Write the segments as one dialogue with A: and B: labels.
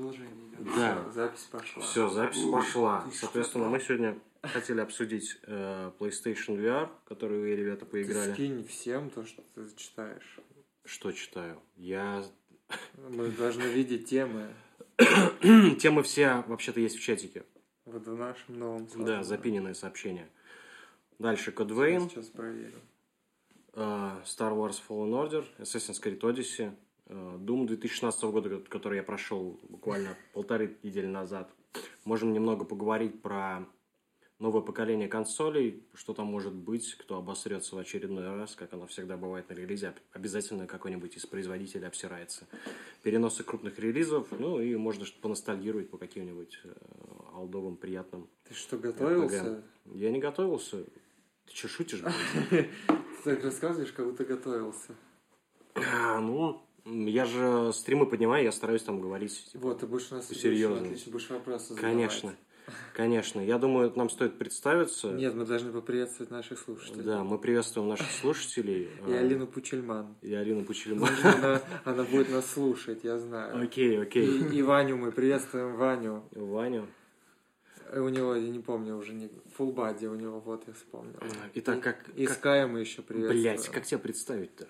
A: продолжение идет.
B: Да.
A: Все, запись пошла.
B: Все, запись пошла. Соответственно, мы сегодня хотели обсудить PlayStation VR, который вы, ребята, поиграли.
A: Ты скинь всем то, что ты читаешь.
B: Что читаю?
A: Мы должны видеть темы.
B: Темы все вообще-то есть в чатике.
A: Вот в нашем новом
B: сообществе. Да, запиненное сообщение. Дальше Code Vein.
A: Сейчас проверим.
B: Star Wars Fallen Order, Assassin's Creed Odyssey, Doom 2016 года, который я прошел буквально 1,5 недели назад. Можем немного поговорить про новое поколение консолей, что там может быть, кто обосрется в очередной раз, как оно всегда бывает на релизе. Обязательно какой-нибудь из производителей обсирается. Переносы крупных релизов, ну и можно поностальгировать по каким-нибудь олдовым, приятным.
A: Ты что, готовился?
B: RPG. Я не готовился. Ты что, шутишь?
A: Ты так рассказываешь, как будто готовился.
B: Ну, я же стримы поднимаю, я стараюсь там говорить. Типа,
A: вот, ты будешь у нас
B: серьезно.
A: Отлично, будешь вопросы задавать.
B: Конечно. Конечно. Я думаю, нам стоит представиться.
A: Нет, мы должны поприветствовать наших слушателей.
B: Да, мы приветствуем наших слушателей.
A: И Алину Пучельман. Она будет нас слушать, я знаю.
B: Окей.
A: И Ваню мы приветствуем, Ваню.
B: Ваню.
A: У него, я не помню уже, Full Body у него, вот я вспомнил.
B: Итак, как...
A: И Ская мы еще приветствуем.
B: Блять, как тебя представить-то?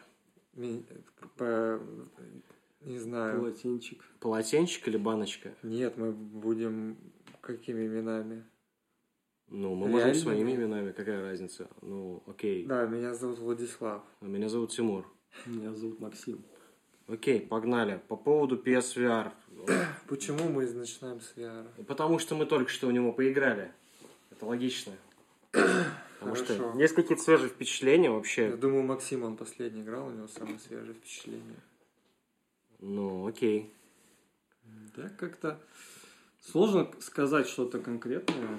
A: Не знаю.
C: Полотенчик.
B: Полотенчик или баночка?
A: Нет, мы будем... Какими именами?
B: Ну, мы можем своими именами, какая разница? Ну, окей.
A: Да, меня зовут Владислав.
B: А меня зовут Тимур.
C: Меня зовут Максим.
B: Окей, погнали. По поводу PSVR.
A: Почему мы начинаем с VR?
B: Потому что мы только что у него поиграли. Это логично. Потому что несколько свежих впечатлений вообще.
A: Я думаю, Максим, он последний играл, у него самое свежее впечатление.
B: Ну, окей.
C: Да, как-то сложно сказать что-то конкретное.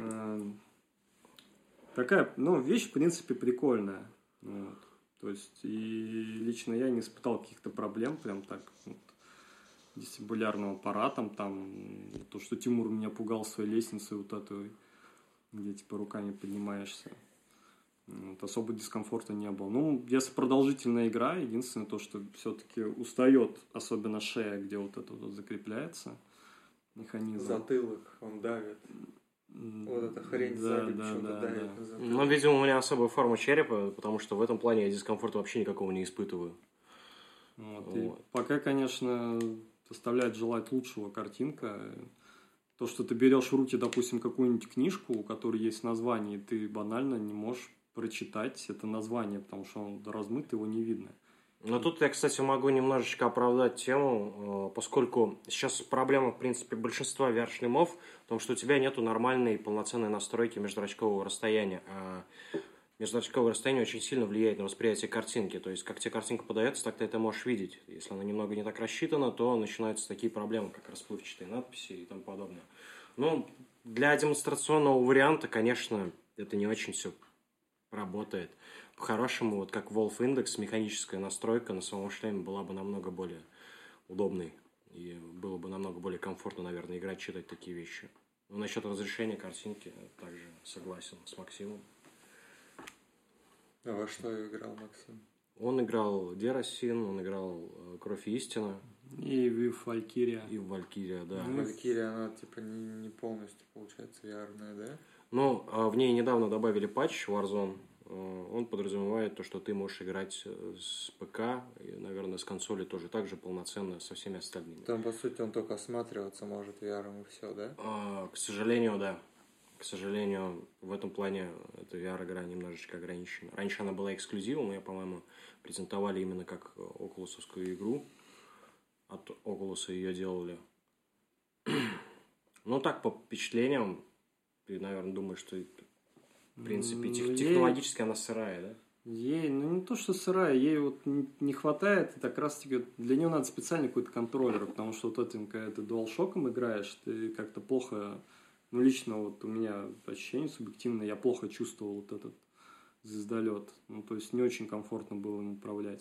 C: Такая, вещь, в принципе, прикольная. Вот. То есть, и лично я не испытал каких-то проблем, прям так, вот, вестибулярным аппаратом, там, то, что Тимур меня пугал своей лестницей вот этой, где, типа, руками поднимаешься. Вот, особо дискомфорта не было. Ну, если продолжительная игра, единственное то, что все-таки устает, особенно шея, где вот это вот закрепляется механизм.
A: Затылок, он давит. Вот эта хрень сзади почему-то давит на затылок.
B: Ну, видимо, у меня особая форма черепа, потому что в этом плане я дискомфорта вообще никакого не испытываю.
C: Вот. Пока, конечно, оставляет желать лучшего картинка. То, что ты берешь в руки, допустим, какую-нибудь книжку, у которой есть название, и ты банально не можешь прочитать это название, потому что он размыт, его не видно.
B: Но тут я, кстати, могу немножечко оправдать тему, поскольку сейчас проблема, в принципе, большинства VR-шлемов в том, что у тебя нету нормальной полноценной настройки межзрачкового расстояния. А межзрачковое расстояние очень сильно влияет на восприятие картинки. То есть, как тебе картинка подается, так ты это можешь видеть. Если она немного не так рассчитана, то начинаются такие проблемы, как расплывчатые надписи и тому подобное. Ну, для демонстрационного варианта, конечно, это не очень все работает. По-хорошему, вот как Wolf Index, механическая настройка на самом шлеме была бы намного более удобной. И было бы намного более комфортно, наверное, играть, читать такие вещи. Но насчет разрешения картинки также согласен с Максимом.
A: А во что играл Максим?
B: Он играл Дерасин, он играл Кровь и истина.
C: И в Валькирия.
B: И в Валькирия, да.
A: Валькирия, она типа не полностью, получается, VR-ная, да?
B: Ну, в ней недавно добавили патч Warzone. Он подразумевает то, что ты можешь играть с ПК и, наверное, с консоли тоже так же полноценно со всеми остальными.
A: Там, по сути, он только осматриваться может VR и все, да?
B: К сожалению, да. К сожалению, в этом плане эта VR-игра немножечко ограничена. Раньше она была эксклюзивом, ее, по-моему, презентовали именно как окулусовскую игру. От Oculus ее делали. Ну, так, по впечатлениям, ты, наверное, думаешь, что, в принципе, технологически она сырая, да?
C: Ей, не то, что сырая, ей вот не хватает, и так раз таки для нее надо специальный какой-то контроллер, потому что вот этим, когда ты DualShock'ом играешь, ты как-то плохо, лично вот у меня ощущение субъективное, я плохо чувствовал вот этот звездолет, то есть не очень комфортно было им управлять.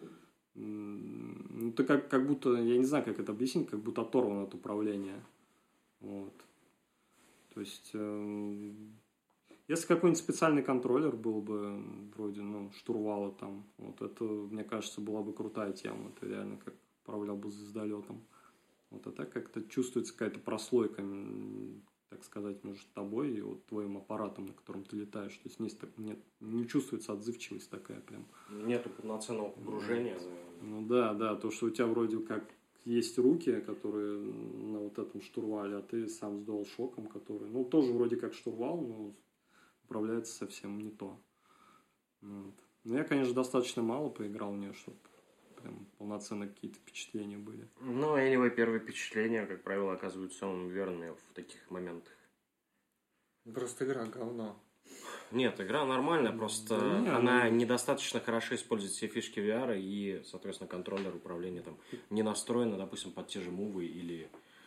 C: Это как будто, я не знаю, как это объяснить, как будто оторван от управления. Вот. То есть, если какой-нибудь специальный контроллер был бы, вроде, штурвала там, вот это, мне кажется, была бы крутая тема. Это реально как управлял бы звездолетом. Вот, а так как-то чувствуется какая-то прослойка, так сказать, между тобой и вот твоим аппаратом, на котором ты летаешь. То есть не чувствуется отзывчивость такая прям.
B: Нету полноценного погружения.
C: Ну да, то, что у тебя вроде как есть руки, которые на вот этом штурвале, а ты сам с DualShock'ом, который, ну, тоже вроде как штурвал, но управляется совсем не то. Вот. Но я, конечно, достаточно мало поиграл в нее, чтобы прям полноценно какие-то впечатления были.
B: Ну, anyway, первые впечатления, как правило, оказываются самыми верными в таких моментах.
A: Просто игра говно.
B: Нет, игра нормальная, просто она недостаточно хорошо использует все фишки VR и, соответственно, контроллер управления там не настроена, допустим, под те же мувы или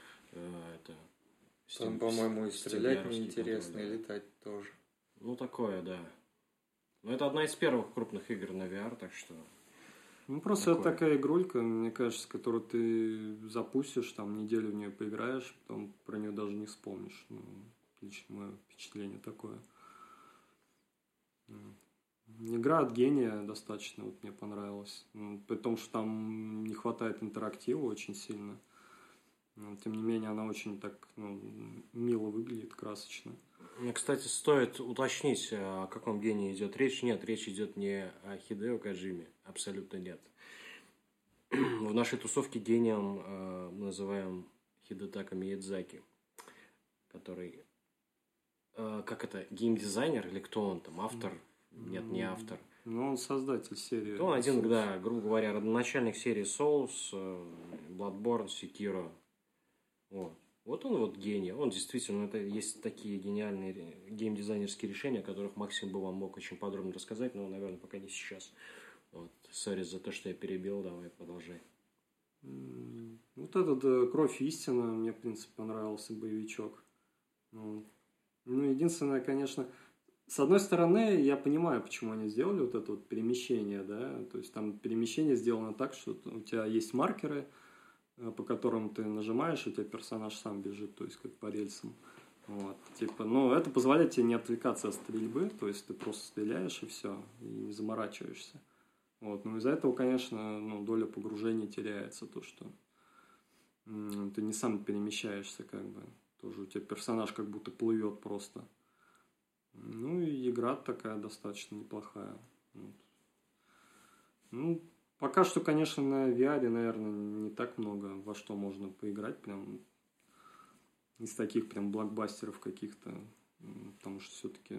A: Там, по-моему, и стрелять неинтересно, и летать тоже.
B: Ну, такое, да. Но это одна из первых крупных игр на VR, так что...
C: Ну, просто это такая игрулька, мне кажется, которую ты запустишь, там, неделю в нее поиграешь, потом про нее даже не вспомнишь. Ну, лично мое впечатление такое. Игра от гения достаточно, вот мне понравилась. При том, что там не хватает интерактива очень сильно. Но, тем не менее, она очень так мило выглядит, красочно.
B: Кстати, стоит уточнить, о каком гении идет речь. Нет, речь идет не о Хидео Коджиме. Абсолютно нет. В нашей тусовке гением мы называем Хидетака Миядзаки, который... геймдизайнер или кто он там? Автор? Нет, не автор.
C: Ну, он создатель серии.
B: Он один, Souls. Да, грубо говоря, родоначальник серии Souls, Bloodborne, Sekiro. Вот он вот гений. Он действительно, это есть такие гениальные геймдизайнерские решения, о которых Максим бы вам мог очень подробно рассказать, но, наверное, пока не сейчас. Вот. Сори за то, что я перебил, давай продолжай.
C: Вот этот «Кровь истина» мне, в принципе, понравился боевичок. Ну, единственное, конечно, с одной стороны, я понимаю, почему они сделали вот это вот перемещение, да, то есть там перемещение сделано так, что у тебя есть маркеры, по которым ты нажимаешь, и у тебя персонаж сам бежит, то есть как по рельсам. Вот, типа, ну, это позволяет тебе не отвлекаться от стрельбы, то есть ты просто стреляешь и все, и не заморачиваешься. Вот, но из-за этого, конечно, доля погружения теряется, то, что ты не сам перемещаешься, как бы, тоже у тебя персонаж как будто плывет просто. Ну, и игра такая достаточно неплохая. Вот. Ну, пока что, конечно, на VR, наверное, не так много во что можно поиграть, прям из таких прям блокбастеров каких-то, потому что все-таки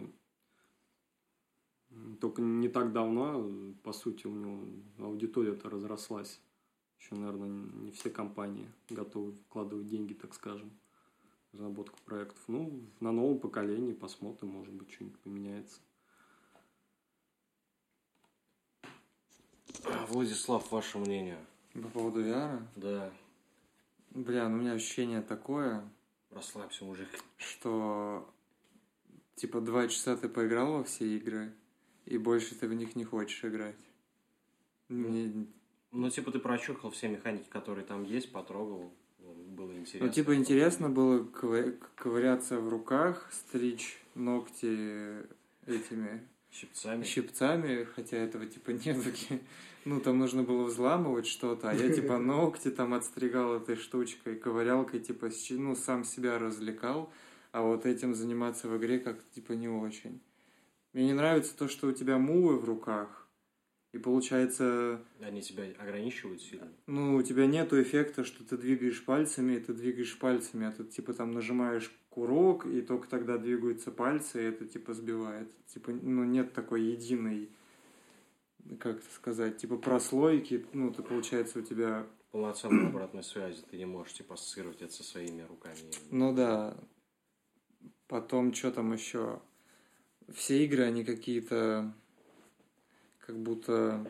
C: только не так давно, по сути, у него аудитория-то разрослась. Еще, наверное, не все компании готовы вкладывать деньги, так скажем, в разработку проектов. Ну, на новом поколении посмотрим, может быть, что-нибудь поменяется.
B: Владислав, ваше мнение?
A: По поводу VR?
B: Да.
A: Бля, ну у меня ощущение такое...
B: Расслабься, мужик.
A: Что, типа, 2 часа ты поиграл во все игры, и больше ты в них не хочешь играть.
B: Ну, типа, ты прочухал все механики, которые там есть, потрогал. Было интересно.
A: Ну, типа, интересно было ковыряться в руках, стричь ногти этими... Щипцами, хотя этого, типа, нет. Ну, там нужно было взламывать что-то, а я, типа, ногти там отстригал этой штучкой, ковырялкой, типа, сам себя развлекал, а вот этим заниматься в игре как-то, типа, не очень. Мне не нравится то, что у тебя мувы в руках, и получается...
B: Они тебя ограничивают сильно?
A: Ну, у тебя нету эффекта, что ты двигаешь пальцами, а ты, типа, там нажимаешь курок, и только тогда двигаются пальцы, и это, типа, сбивает. Типа, ну, нет такой единой, как это сказать, типа, прослойки, ну, то, получается, у тебя...
B: Полноценной обратной связи ты не можешь, типа, ассоциировать это со своими руками.
A: Ну, да. Потом, что там еще? Все игры, они какие-то... Как будто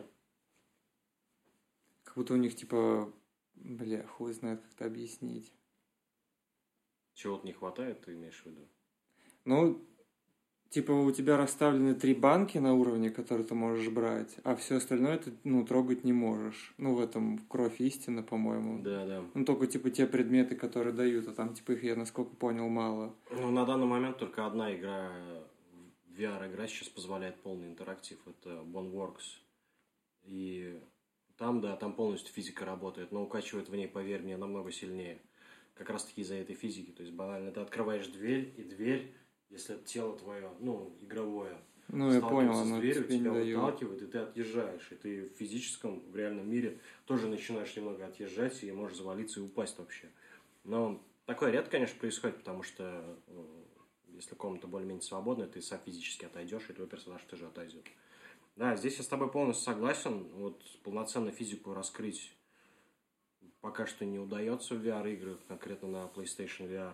A: у них, типа... Бля, хуй знает, как это объяснить.
B: Чего-то не хватает, ты имеешь в виду?
A: Ну, типа, у тебя расставлены 3 банки на уровне, которые ты можешь брать, а все остальное ты, ну, трогать не можешь. Ну, в этом «Кровь истины», по-моему.
B: Да.
A: Ну, только, типа, те предметы, которые дают, а там, типа, их, я, насколько понял, мало.
B: Ну, на данный момент только одна игра, VR-игра сейчас позволяет полный интерактив. Это Boneworks. И Там, да, там полностью физика работает, но укачивает в ней, поверь мне, намного сильнее. Как раз таки из-за этой физики. То есть банально ты открываешь дверь, и дверь, если тело твое, игровое,
A: я понял,
B: с
A: оно
B: дверью,
A: тебе не
B: тебя
A: дает.
B: выталкивает, и ты отъезжаешь. И ты в физическом, в реальном мире тоже начинаешь немного отъезжать, и можешь завалиться и упасть вообще. Но такое редко, конечно, происходит, потому что если комната более-менее свободная, ты сам физически отойдешь, и твой персонаж тоже отойдет. Да, здесь я с тобой полностью согласен. Вот полноценно физику раскрыть пока что не удается в VR-играх, конкретно на PlayStation VR.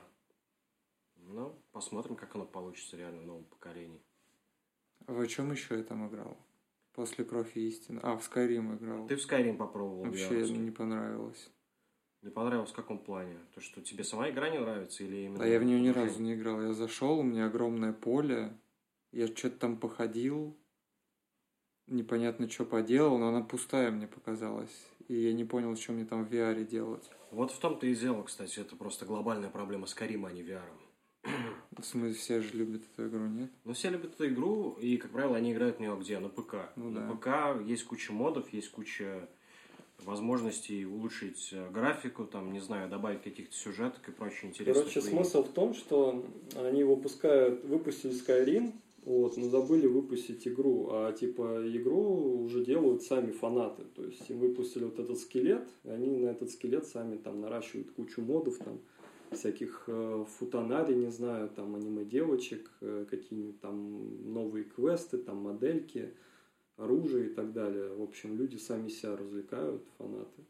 B: Но посмотрим, как оно получится реально в новом поколении.
A: А в чем еще я там играл? После Кровь и Истины. В Skyrim играл.
B: Ты в Skyrim попробовал?
A: Вообще не понравилось.
B: Не понравилось в каком плане? То, что тебе сама игра не нравится или именно...
A: Да, я в нее ни разу не играл. Я зашел, у меня огромное поле. Я что-то там походил. Непонятно, что поделал, но она пустая мне показалась. И я не понял, что мне там в VR делать.
B: Вот в том-то и дело, кстати. Это просто глобальная проблема Skyrim, а не VR.
A: В смысле, все же любят эту игру, нет?
B: Все любят эту игру, и, как правило, они играют в нее где? На ПК. На ПК есть куча модов, есть куча возможностей улучшить графику, там, не знаю, добавить каких-то сюжеток и прочее интересное.
C: Короче, смысл в том, что они выпустили Skyrim, но забыли выпустить игру, а игру уже делают сами фанаты, то есть им выпустили вот этот скелет, и они на этот скелет сами там наращивают кучу модов, там всяких футанари, не знаю, там аниме-девочек, какие-нибудь там новые квесты, там модельки, оружие и так далее. В общем, люди сами себя развлекают, фанаты.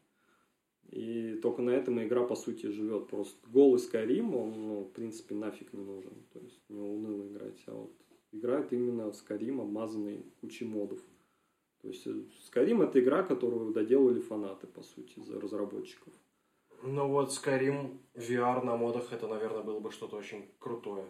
C: И только на этом игра, по сути, живет. Просто голый Skyrim, он, в принципе, нафиг не нужен. То есть, в него уныло играть. А вот играет именно в Skyrim, обмазанный кучей модов. То есть, Skyrim — это игра, которую доделали фанаты, по сути, за разработчиков.
B: Ну вот Skyrim VR на модах, это, наверное, было бы что-то очень крутое.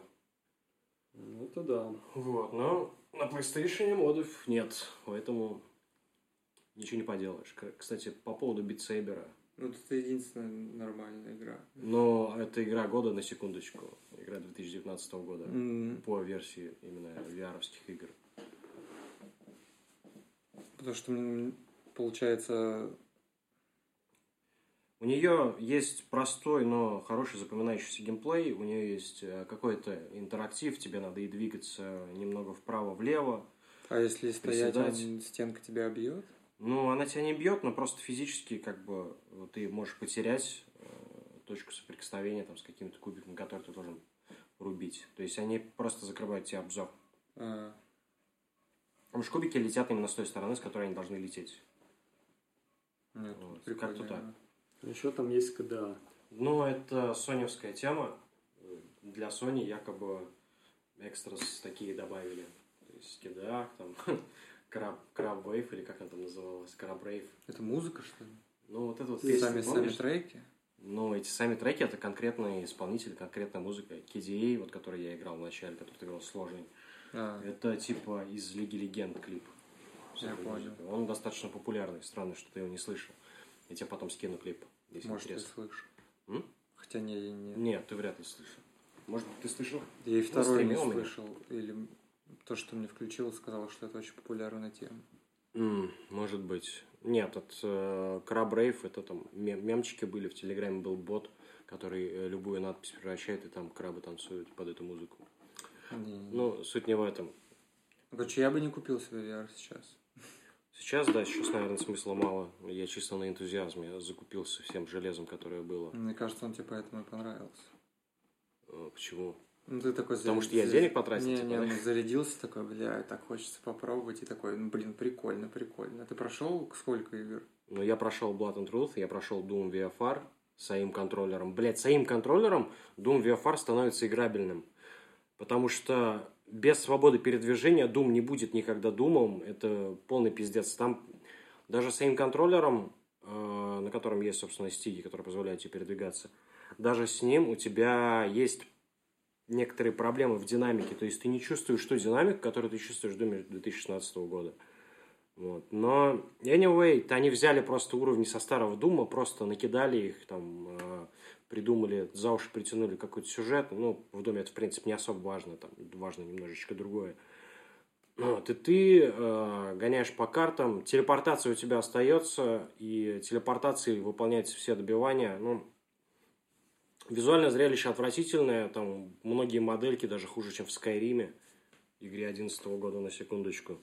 C: Это да.
B: Вот, но на PlayStation модов нет, поэтому ничего не поделаешь. Кстати, по поводу Beat Saber.
A: Это единственная нормальная игра.
B: Но это игра года, на секундочку. Игра 2019 года. По версии именно VR-овских игр.
A: Потому что, получается...
B: У нее есть простой, но хороший запоминающийся геймплей. У нее есть какой-то интерактив. Тебе надо и двигаться немного вправо-влево.
A: А если стоять, стенка тебя бьет?
B: Она тебя не бьет, но просто физически ты можешь потерять точку соприкосновения с каким-то кубиком, который ты должен рубить. То есть они просто закрывают тебе обзор. Потому что кубики летят именно с той стороны, с которой они должны лететь.
A: Нет,
B: как-то так.
C: Еще там есть КДА.
B: Это соневская тема. Для Sony якобы экстрас такие добавили. То есть КДА, там... Crab Wave, или как она там называлась? Crab Rave.
A: Это музыка, что ли?
B: Это вот
A: песни, сами треки?
B: Эти сами треки — это конкретные исполнители, конкретная музыка. KDA, вот который я играл в начале, который ты играл сложный. Это типа из Лиги Легенд клип.
A: Я понял.
B: Он достаточно популярный. Странно, что ты его не слышал. Я тебе потом скину клип, если
A: может,
B: интересно.
A: я слышу. Хотя не.
B: Нет, ты вряд ли слышал. Может быть, ты слышал?
A: Я и второй не слышал. Или то, что мне включил, сказал, что это очень популярная тема.
B: Может быть. Нет, от Crab Rave это там мемчики были, в Телеграме был бот, который любую надпись превращает, и там крабы танцуют под эту музыку. Суть не в этом.
A: Короче, я бы не купил себе VR сейчас.
B: Сейчас, наверное, смысла мало. Я чисто на энтузиазме. Я закупился всем железом, которое было.
A: Мне кажется, он тебе поэтому и понравился.
B: Почему?
A: Ты такой
B: Потому что я денег потратил?
A: Зарядился такой, так хочется попробовать. И такой, прикольно. Ты прошел сколько игр?
B: Я прошел Blood and Truth, я прошел Doom VFR своим контроллером. Своим контроллером Doom VFR становится играбельным. Потому что без свободы передвижения Doom не будет никогда Doom'ом. Это полный пиздец. Там даже своим контроллером, на котором есть, собственно, стиги, которые позволяют тебе передвигаться, даже с ним у тебя есть некоторые проблемы в динамике. То есть ты не чувствуешь ту динамику, которую ты чувствуешь в Doom 2016 года. Но anyway, они взяли просто уровни со старого Дума, просто накидали их, там, придумали, за уши притянули какой-то сюжет. В Доме это, в принципе, не особо важно, там важно немножечко другое. Вот, и ты гоняешь по картам, телепортация у тебя остается, и телепортацией выполняются все добивания. Ну, визуальное зрелище отвратительное, там многие модельки даже хуже, чем в Скайриме, игре 2011 года, на секундочку.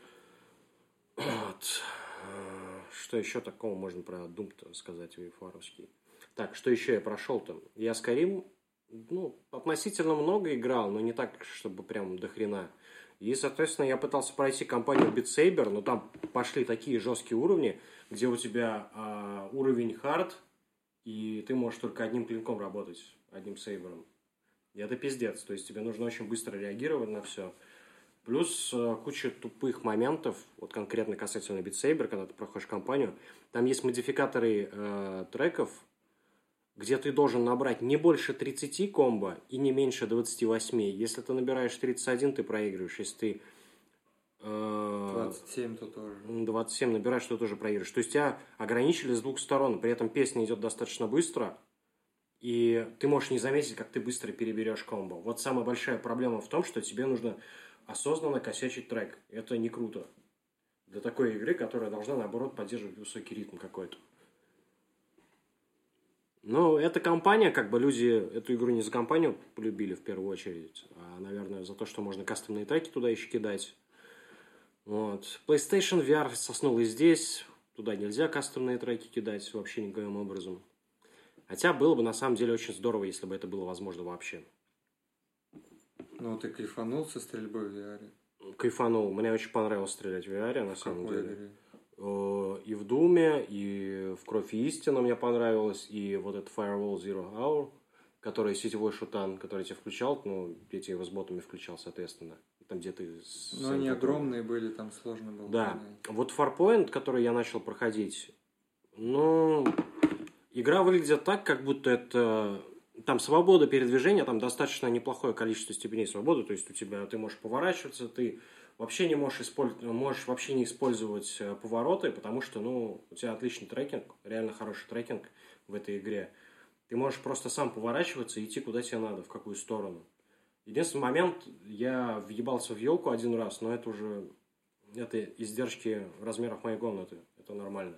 B: Вот. Что еще такого можно про Doom сказать, вейфаровский? Так, что еще я прошел-то? Я Skyrim, относительно много играл, но не так, чтобы прям до хрена. И, соответственно, я пытался пройти кампанию Beat Saber, но там пошли такие жесткие уровни, где у тебя уровень хард, и ты можешь только одним клинком работать, одним сейбером. И это пиздец, то есть тебе нужно очень быстро реагировать на все. Плюс куча тупых моментов, вот конкретно касательно Beat Saber, когда ты проходишь кампанию, там есть модификаторы треков, где ты должен набрать не больше 30 комбо и не меньше 28. Если ты набираешь 31, ты проигрываешь. Если ты
A: 27, то тоже.
B: 27 набираешь, то тоже проигрываешь. То есть тебя ограничили с двух сторон. При этом песня идет достаточно быстро, и ты можешь не заметить, как ты быстро переберешь комбо. Вот самая большая проблема в том, что тебе нужно осознанно косячить трек. Это не круто. Для такой игры, которая должна, наоборот, поддерживать высокий ритм какой-то. Ну, эта компания, как бы люди эту игру не за компанию полюбили в первую очередь, а, наверное, за то, что можно кастомные треки туда еще кидать. Вот. PlayStation VR соснул и здесь. Туда нельзя кастомные треки кидать вообще никаким образом. Хотя было бы на самом деле очень здорово, если бы это было возможно вообще.
A: Ну, ты кайфанул со стрельбой в VR?
B: Кайфанул. Мне очень понравилось стрелять в VR, на самом деле.
A: Игре?
B: И в Думе, и в Кровь и Истина мне понравилось, и вот этот Firewall Zero Hour, который сетевой шутан, который тебе включал, я тебе его с ботами включал, соответственно. Там где ты...
A: Они огромные были, там сложно было.
B: Да. Понять. Вот Farpoint, который я начал проходить, игра выглядит так, как будто это... Там свобода передвижения, там достаточно неплохое количество степеней свободы, то есть ты можешь поворачиваться, ты вообще не можешь вообще не использовать повороты, потому что, у тебя отличный трекинг, реально хороший трекинг в этой игре. Ты можешь просто сам поворачиваться и идти куда тебе надо, в какую сторону. Единственный момент, я въебался в елку один раз, но это издержки размеров моей комнаты, это нормально.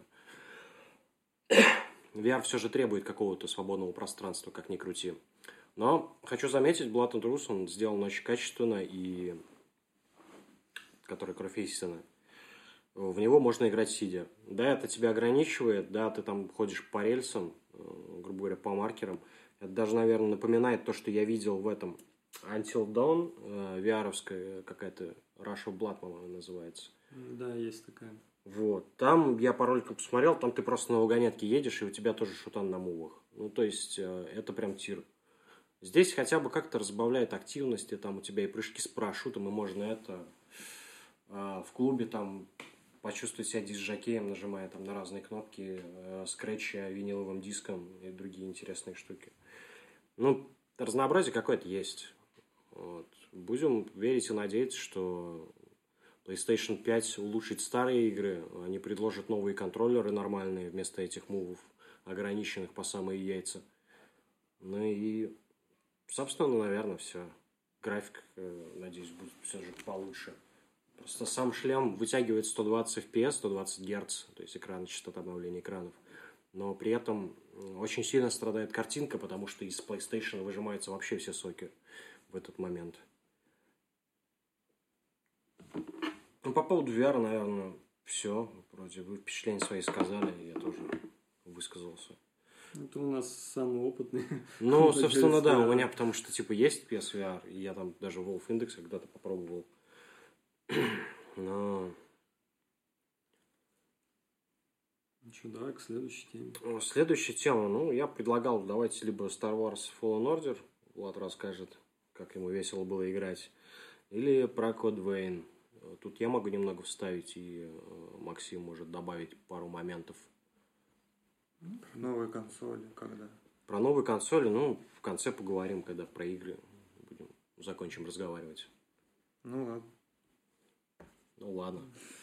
B: VR все же требует какого-то свободного пространства, как ни крути. Но хочу заметить, Blood and Truth он сделан очень качественно, и который Кровь Истины. В него можно играть сидя. Да, это тебя ограничивает, да, ты там ходишь по рельсам, грубо говоря, по маркерам. Это даже, наверное, напоминает то, что я видел в этом Until Dawn, VR-овская какая-то, Rush of Blood, по-моему, называется.
C: Да, есть такая.
B: Вот. Там я по роликам посмотрел, там ты просто на вагонетке едешь, и у тебя тоже шутан на мувах. То есть, это прям тир. Здесь хотя бы как-то разбавляет активности, там у тебя и прыжки с парашютом, и можно в клубе там почувствовать себя диск-жокеем, нажимая там на разные кнопки, скретча виниловым диском и другие интересные штуки. Разнообразие какое-то есть. Вот. Будем верить и надеяться, что PlayStation 5 улучшит старые игры, они предложат новые контроллеры нормальные вместо этих мувов, ограниченных по самые яйца. И, собственно, наверное, все. График, надеюсь, будет все же получше. Просто сам шлем вытягивает 120 FPS, 120 Гц, то есть частота обновления экранов. Но при этом очень сильно страдает картинка, потому что из PlayStation выжимаются вообще все соки в этот момент. По поводу VR, наверное, все. Вроде вы впечатления свои сказали, я тоже высказался.
C: Это у нас самый опытный.
B: Собственно, да, у меня потому что, есть PSVR, и я там даже Wolf Index когда-то попробовал. Но...
C: Давай к следующей теме.
B: Следующая тема, я предлагал, давайте либо Star Wars Fallen Order, Влад расскажет, как ему весело было играть, или про Code Vein. Тут я могу немного вставить, и Максим может добавить пару моментов.
A: Про новые консоли когда?
B: Про новые консоли, в конце поговорим, когда про игры закончим разговаривать.
A: Ладно.
B: Ладно.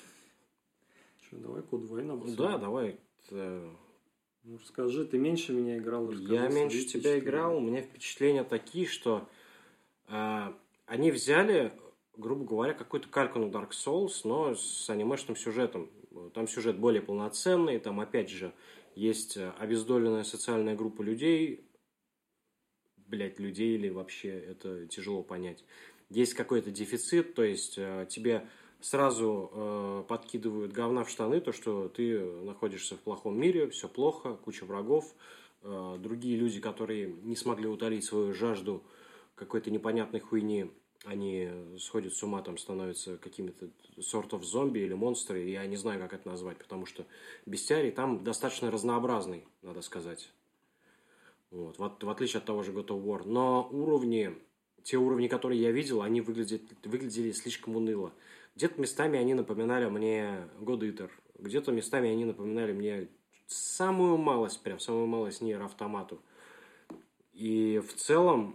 C: Давай Code Vein обсудим.
B: Да, давай.
C: Расскажи, ты меньше меня играл?
B: Я меньше тебя играл, у меня впечатления такие, что они взяли грубо говоря, какой-то кальку на Dark Souls, но с анимешным сюжетом. Там сюжет более полноценный, там опять же есть обездоленная социальная группа людей, людей или вообще это тяжело понять. Есть какой-то дефицит, то есть тебе сразу подкидывают говна в штаны, то, что ты находишься в плохом мире, все плохо, куча врагов, другие люди, которые не смогли утолить свою жажду какой-то непонятной хуйни, они сходят с ума, там становятся какими-то sort of зомби или монстры, я не знаю, как это назвать, потому что бестиарий там достаточно разнообразный, надо сказать. Вот, в отличие от того же God of War. Но те уровни, которые я видел, они выглядели слишком уныло. Где-то местами они напоминали мне God Eater, где-то местами они напоминали мне самую малость Nier Автомату. И в целом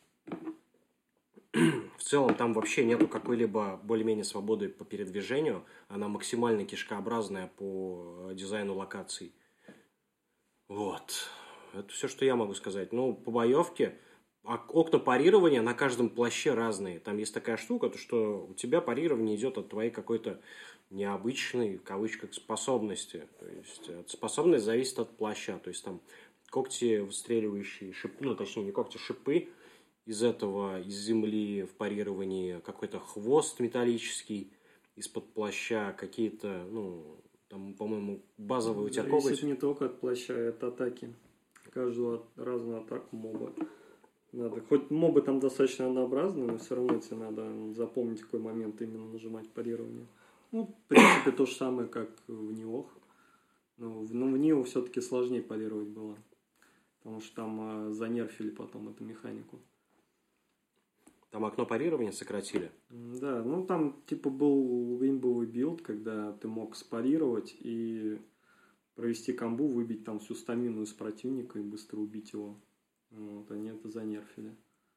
B: там вообще нету какой-либо более-менее свободы по передвижению. Она максимально кишкообразная по дизайну локаций. Вот. Это все, что я могу сказать. Ну, по боевке окна парирования на каждом плаще разные. Там есть такая штука, то что у тебя парирование идет от твоей какой-то необычной, в кавычках, способности. То есть способность зависит от плаща. То есть там когти выстреливающие, точнее не когти, шипы из земли в парировании, какой-то хвост металлический из-под плаща, какие-то, там, по-моему, базовые у тебя коготь.
C: Зависит не только от плаща, и от атаки. Каждую разную атаку моба. Надо. Хоть мобы там достаточно однообразные, но все равно тебе надо запомнить, какой момент именно нажимать парирование. В принципе, то же самое, как в Ниох. Но в Нио все-таки сложнее парировать было. Потому что там занерфили потом эту механику.
B: Там окно парирования сократили?
C: Да, там типа был вимбовый билд, когда ты мог спарировать и провести комбу, выбить там всю стамину из противника и быстро убить его. Вот, они это занерфили.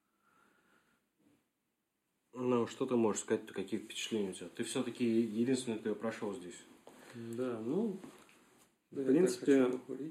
B: Что ты можешь сказать, какие впечатления у тебя? Ты все-таки единственный, кто прошел здесь.
C: Да, в принципе,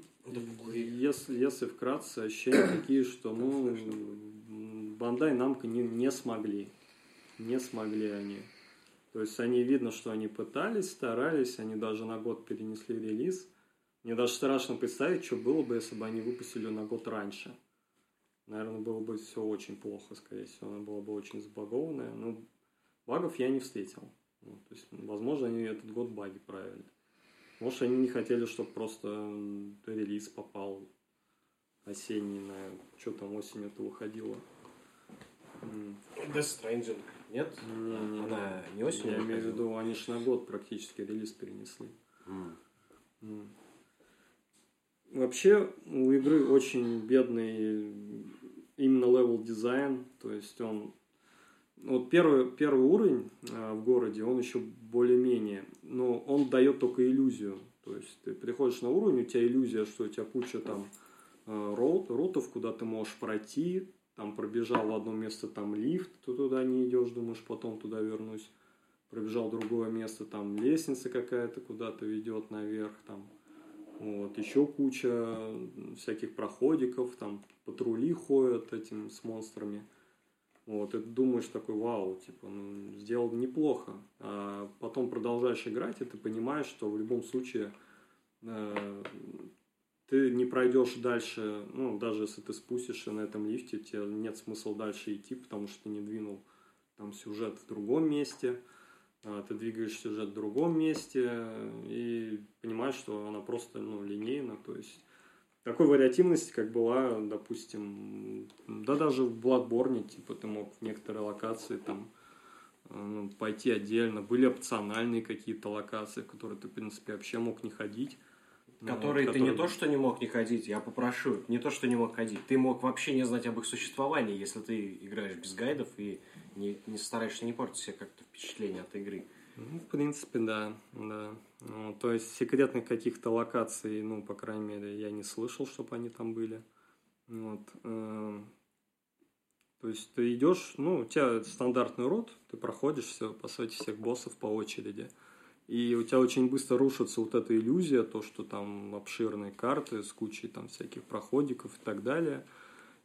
C: если вкратце, ощущения такие, что, Бандай Намко не смогли. Не смогли они. То есть, видно, что они пытались, старались, они даже на год перенесли релиз. Мне даже страшно представить, что было бы, если бы они выпустили на год раньше. Наверное, было бы все очень плохо, скорее всего. Она была бы очень забагованная. Но багов я не встретил. То есть, возможно, они этот год баги правили. Может, они не хотели, чтобы просто релиз попал осенний, что там осенью-то выходило.
B: Death Stranding, нет?
C: Не.
B: Она не осенью?
C: Я имею в виду, они ж на год практически релиз перенесли. Вообще, у игры очень бедный именно левел дизайн. То есть, он... первый уровень в городе, он еще более-менее, но он дает только иллюзию. То есть, ты приходишь на уровень, у тебя иллюзия, что у тебя куча там рутов, куда ты можешь пройти, там пробежал в одно место, там лифт, ты туда не идешь, думаешь, потом туда вернусь. Пробежал в другое место, там лестница какая-то куда-то ведет наверх, там. Вот, еще куча всяких проходиков, там патрули ходят с монстрами. Вот, и ты думаешь такой, вау, сделал неплохо. А потом продолжаешь играть, и ты понимаешь, что в любом случае ты не пройдешь дальше, даже если ты спустишься на этом лифте, тебе нет смысла дальше идти, потому что ты не двинул там сюжет в другом месте. Ты двигаешь сюжет в другом месте и понимаешь, что она просто линейна. То есть такой вариативности, как была, допустим, даже в Bloodborne, ты мог в некоторые локации там пойти отдельно. Были опциональные какие-то локации, в которые ты, в принципе, вообще мог не ходить.
B: Которые ты не то, что не мог не ходить, я попрошу, не то, что не мог ходить, ты мог вообще не знать об их существовании, если ты играешь без гайдов и не стараешься не портить себе как-то впечатление от игры.
C: В принципе, да. То есть секретных каких-то локаций, по крайней мере, я не слышал, чтобы они там были. То есть ты идешь, у тебя стандартный рот, ты проходишь все, по сути, всех боссов по очереди. И у тебя очень быстро рушится вот эта иллюзия, то, что там обширные карты с кучей там всяких проходиков и так далее.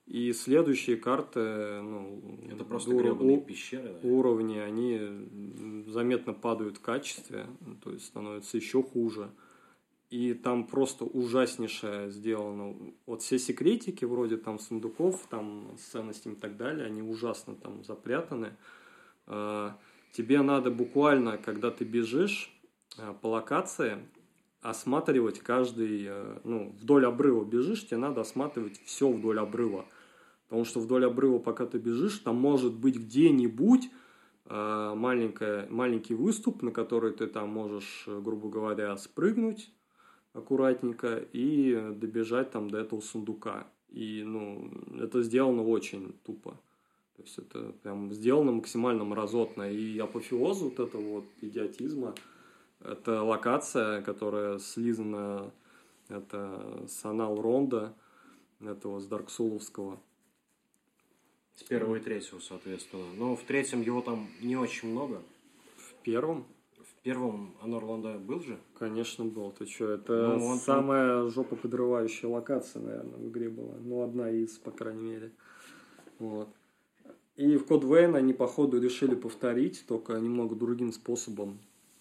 C: И следующие карты, ну,
B: это просто гребаные пещеры, да?
C: Уровни, они заметно падают в качестве, то есть становятся еще хуже. И там просто ужаснейшее сделано. Вот все секретики, вроде там сундуков, там с ценностями и так далее, они ужасно там запрятаны. Тебе надо буквально, когда ты бежишь по локации, осматривать каждый, ну, вдоль обрыва бежишь, тебе надо осматривать все вдоль обрыва. Потому что вдоль обрыва, пока ты бежишь, там может быть где-нибудь маленький выступ, на который ты там можешь, грубо говоря, спрыгнуть аккуратненько и добежать там до этого сундука. И, ну, это сделано очень тупо. То есть это прям сделано максимально мразотно. И апофеоз вот этого вот идиотизма — это локация, которая слизана, это с Анал Ронда, этого с Дарксоуловского.
B: С первого и третьего, соответственно. Но в третьем его там не очень много.
C: В первом?
B: В первом Анор Лонда был же?
C: Конечно, был. Ты что, это самая жопоподрывающая локация, наверное, в игре была. Ну, одна из, по крайней мере. Вот. И в Код Вейн они, походу, решили повторить, только немного другим способом.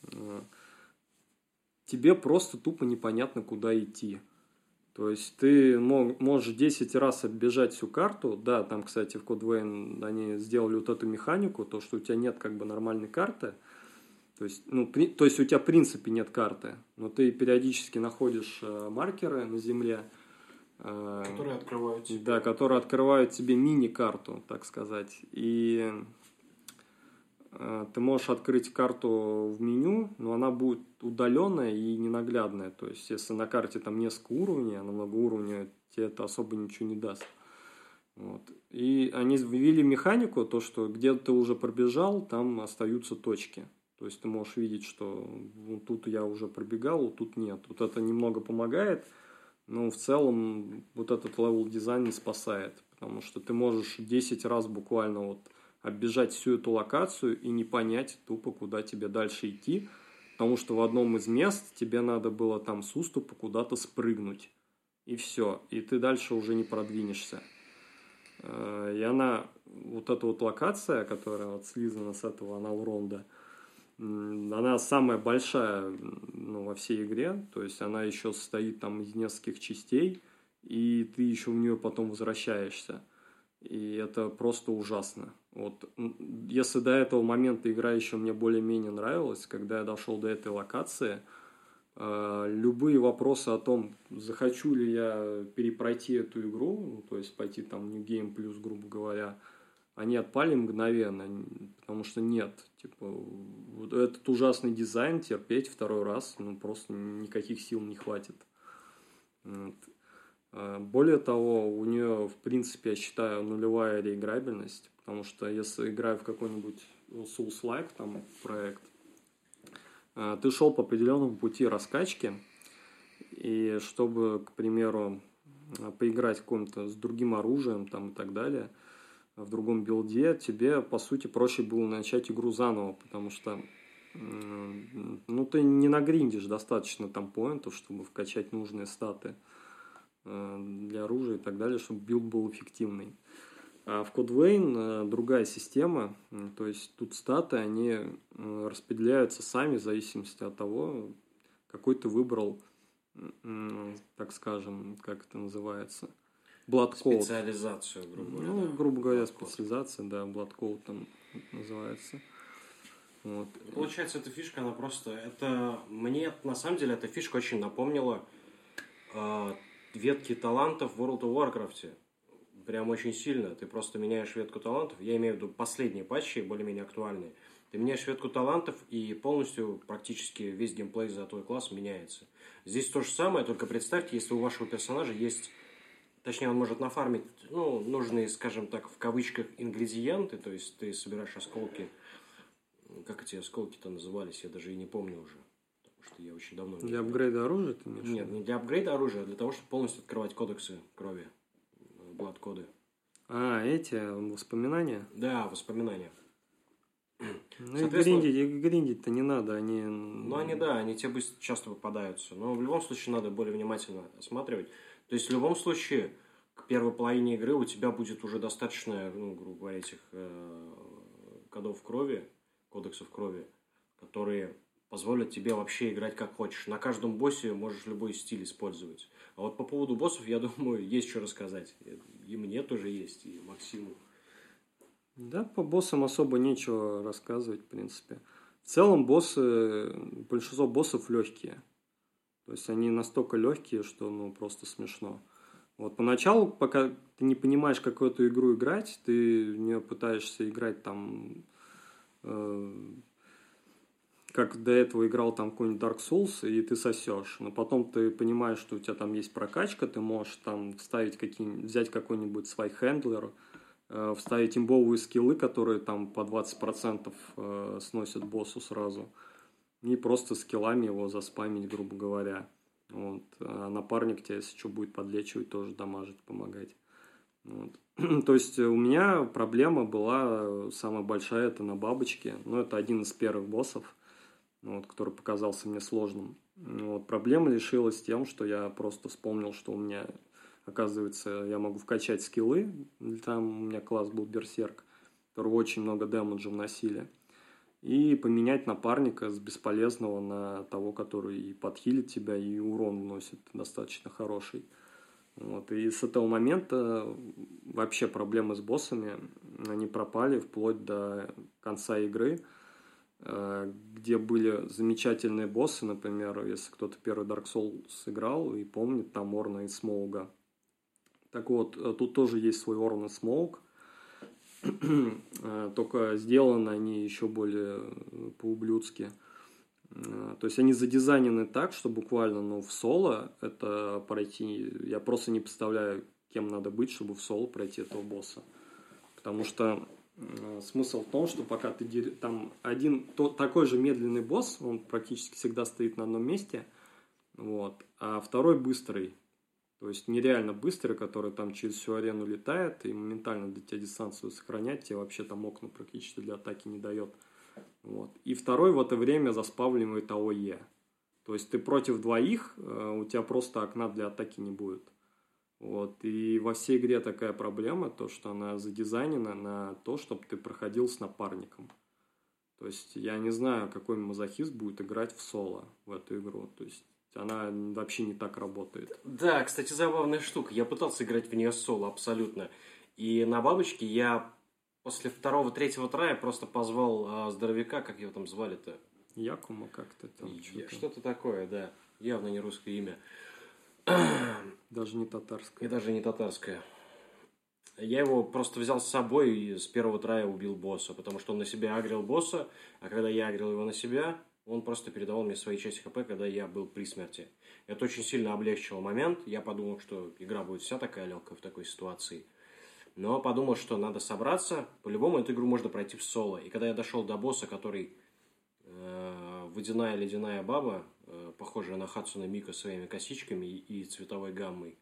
C: Тебе просто тупо непонятно, куда идти. То есть ты можешь 10 раз оббежать всю карту. Да, там, кстати, в Код Вейн они сделали вот эту механику, то, что у тебя нет как бы нормальной карты. То есть, то есть у тебя в принципе нет карты, но ты периодически находишь маркеры на земле.
B: Которые открывают тебе.
C: Да, которые открывают тебе мини-карту, так сказать. И ты можешь открыть карту в меню, но она будет удаленная и ненаглядная. То есть, если на карте там несколько уровней, а на много уровней тебе это особо ничего не даст. Вот. И они ввели механику, то, что где ты уже пробежал, там остаются точки. То есть, ты можешь видеть, что вот тут я уже пробегал, вот тут нет. Вот это немного помогает, но в целом вот этот левел-дизайн не спасает. Потому что ты можешь 10 раз буквально вот оббежать всю эту локацию и не понять тупо, куда тебе дальше идти, потому что в одном из мест тебе надо было там с уступа куда-то спрыгнуть, и все, и ты дальше уже не продвинешься. И она, вот эта вот локация, которая вот слизана с этого Анал Ронда, она самая большая, ну, во всей игре, то есть она еще состоит там из нескольких частей, и ты еще в нее потом возвращаешься. И это просто ужасно. Вот, если до этого момента игра еще мне более-менее нравилась, когда я дошел до этой локации, любые вопросы о том, захочу ли я перепройти эту игру, ну, то есть пойти там в New Game Plus, грубо говоря, они отпали мгновенно, потому что нет, типа, вот этот ужасный дизайн терпеть второй раз, ну, просто никаких сил не хватит. Вот. Более того, у нее, в принципе, я считаю, нулевая реиграбельность, потому что если играю в какой-нибудь Souls-like там проект, ты шел по определенному пути раскачки, и чтобы, к примеру, поиграть каком-то с другим оружием там, и так далее, в другом билде, тебе, по сути, проще было начать игру заново, потому что ну, ты не нагриндишь достаточно там поинтов, чтобы вкачать нужные статы для оружия и так далее, чтобы билд был эффективный. А в Код Вейн другая система, то есть тут статы, они распределяются сами в зависимости от того, какой ты выбрал, так скажем, как это называется, Blood Code.
B: Специализацию, грубо говоря.
C: Ну, грубо говоря, специализация, да, Blood Code там называется. Вот.
B: Получается, эта фишка, она просто, это, мне на самом деле эта фишка очень напомнила ветки талантов в World of Warcraft. Прям очень сильно. Ты просто меняешь ветку талантов. Я имею в виду последние патчи, более-менее актуальные. Ты меняешь ветку талантов, и полностью практически весь геймплей за твой класс меняется. Здесь то же самое, только представьте, если у вашего персонажа есть... Точнее, он может нафармить, ну, нужные, скажем так, в кавычках, ингредиенты. То есть ты собираешь осколки. Как эти осколки-то назывались? Я даже и не помню уже. Что я очень давно...
C: Для апгрейда оружия ты имеешь?
B: Нет, не для апгрейда оружия, а для того, чтобы полностью открывать кодексы крови. Блад-коды.
C: Эти воспоминания?
B: Да, воспоминания.
C: Ну и гриндить-то не надо, они...
B: Ну, они тебе часто попадаются. Но в любом случае надо более внимательно осматривать. То есть, в любом случае, к первой половине игры у тебя будет уже достаточно, ну, грубо говоря, этих кодов крови, кодексов крови, которые позволят тебе вообще играть как хочешь. На каждом боссе можешь любой стиль использовать. А вот по поводу боссов, я думаю, есть что рассказать. И мне тоже есть, и Максиму.
C: Да, по боссам особо нечего рассказывать, в принципе. В целом большинство боссов легкие. То есть они настолько легкие, что ну просто смешно. Вот поначалу, пока ты не понимаешь, как в эту игру играть, ты в нее пытаешься играть там, как до этого играл там какой-нибудь Dark Souls, и ты сосешь. Но потом ты понимаешь, что у тебя там есть прокачка, ты можешь там взять какой-нибудь свой хендлер, вставить имбовые скиллы, которые там по 20% сносят боссу сразу, и просто скиллами его заспамить, грубо говоря. Вот. А напарник тебя, если что, будет подлечивать, тоже дамажить, помогать. Вот. То есть у меня проблема была самая большая, это на бабочке. Ну, это один из первых боссов, вот, который показался мне сложным. Вот. Проблема решилась тем, что я просто вспомнил, что у меня, оказывается, я могу вкачать скиллы. Там у меня класс был Берсерк, который очень много дэмэджа вносили. И поменять напарника с бесполезного на того, который и подхилит тебя, и урон вносит достаточно хороший. Вот. И с этого момента вообще проблемы с боссами, они пропали вплоть до конца игры, где были замечательные боссы, например, если кто-то первый Dark Souls сыграл и помнит, там Орна и Смоуга. Так вот, тут тоже есть свой Орн и Смоуг, только сделаны они еще более по-ублюдски. То есть они задизайнены так, что буквально, ну, в соло это пройти, я просто не представляю, кем надо быть, чтобы в соло пройти этого босса. Потому что смысл в том, что пока ты там такой же медленный босс, он практически всегда стоит на одном месте, вот, а второй быстрый. То есть нереально быстрый, который там через всю арену летает и моментально для тебя дистанцию сохраняет, тебе вообще там окна практически для атаки не дает. Вот. И второй в это время заспавливает АОЕ. То есть ты против двоих, у тебя просто окна для атаки не будет. Вот. И во всей игре такая проблема, то что она задизайнена на то, чтобы ты проходил с напарником. То есть я не знаю, какой мазохист будет играть в соло в эту игру. То есть она вообще не так работает.
B: Да, кстати, забавная штука. Я пытался играть в нее соло абсолютно. И на бабочке я после второго-третьего трая просто позвал здоровяка, как его там звали-то?
C: Якума как-то там.
B: Что-то такое, да. Явно не русское имя.
C: Даже не татарское.
B: И даже не татарское. Я его просто взял с собой и с первого трая убил босса, потому что он на себя агрил босса, а когда я агрил его на себя, он просто передавал мне свои части ХП, когда я был при смерти. Это очень сильно облегчило момент. Я подумал, что игра будет вся такая легкая в такой ситуации. Но подумал, что надо собраться. По-любому эту игру можно пройти в соло. И когда я дошел до босса, который водяная ледяная баба, похожая на Хацуне Мико своими косичками и цветовой гаммой,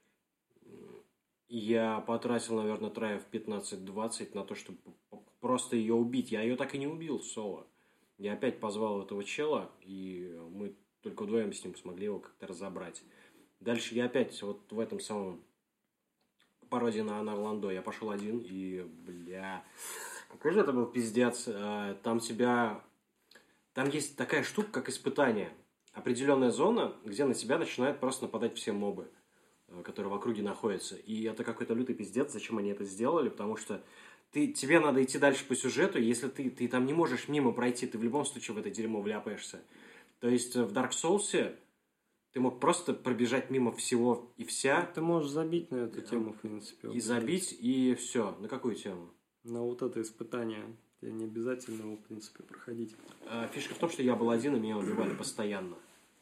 B: я потратил, наверное, траев 15-20 на то, чтобы просто ее убить. Я ее так и не убил в соло. Я опять позвал этого чела, и мы только вдвоем с ним смогли его как-то разобрать. Дальше я опять вот в этом самом пародии на Орландо я пошел один, и, какой же это был пиздец. Там есть такая штука, как испытание. Определенная зона, где на тебя начинают просто нападать все мобы, которые в округе находятся. И это какой-то лютый пиздец, зачем они это сделали, потому что тебе надо идти дальше по сюжету, и если ты там не можешь мимо пройти, ты в любом случае в это дерьмо вляпаешься. То есть в Dark Souls ты мог просто пробежать мимо всего и вся.
C: Ты можешь забить на эту тему, в принципе.
B: И забить, и все. На какую тему?
C: На вот это испытание. Тебе не обязательно его, в принципе, проходить.
B: Фишка в том, что я был один, и меня убивали постоянно.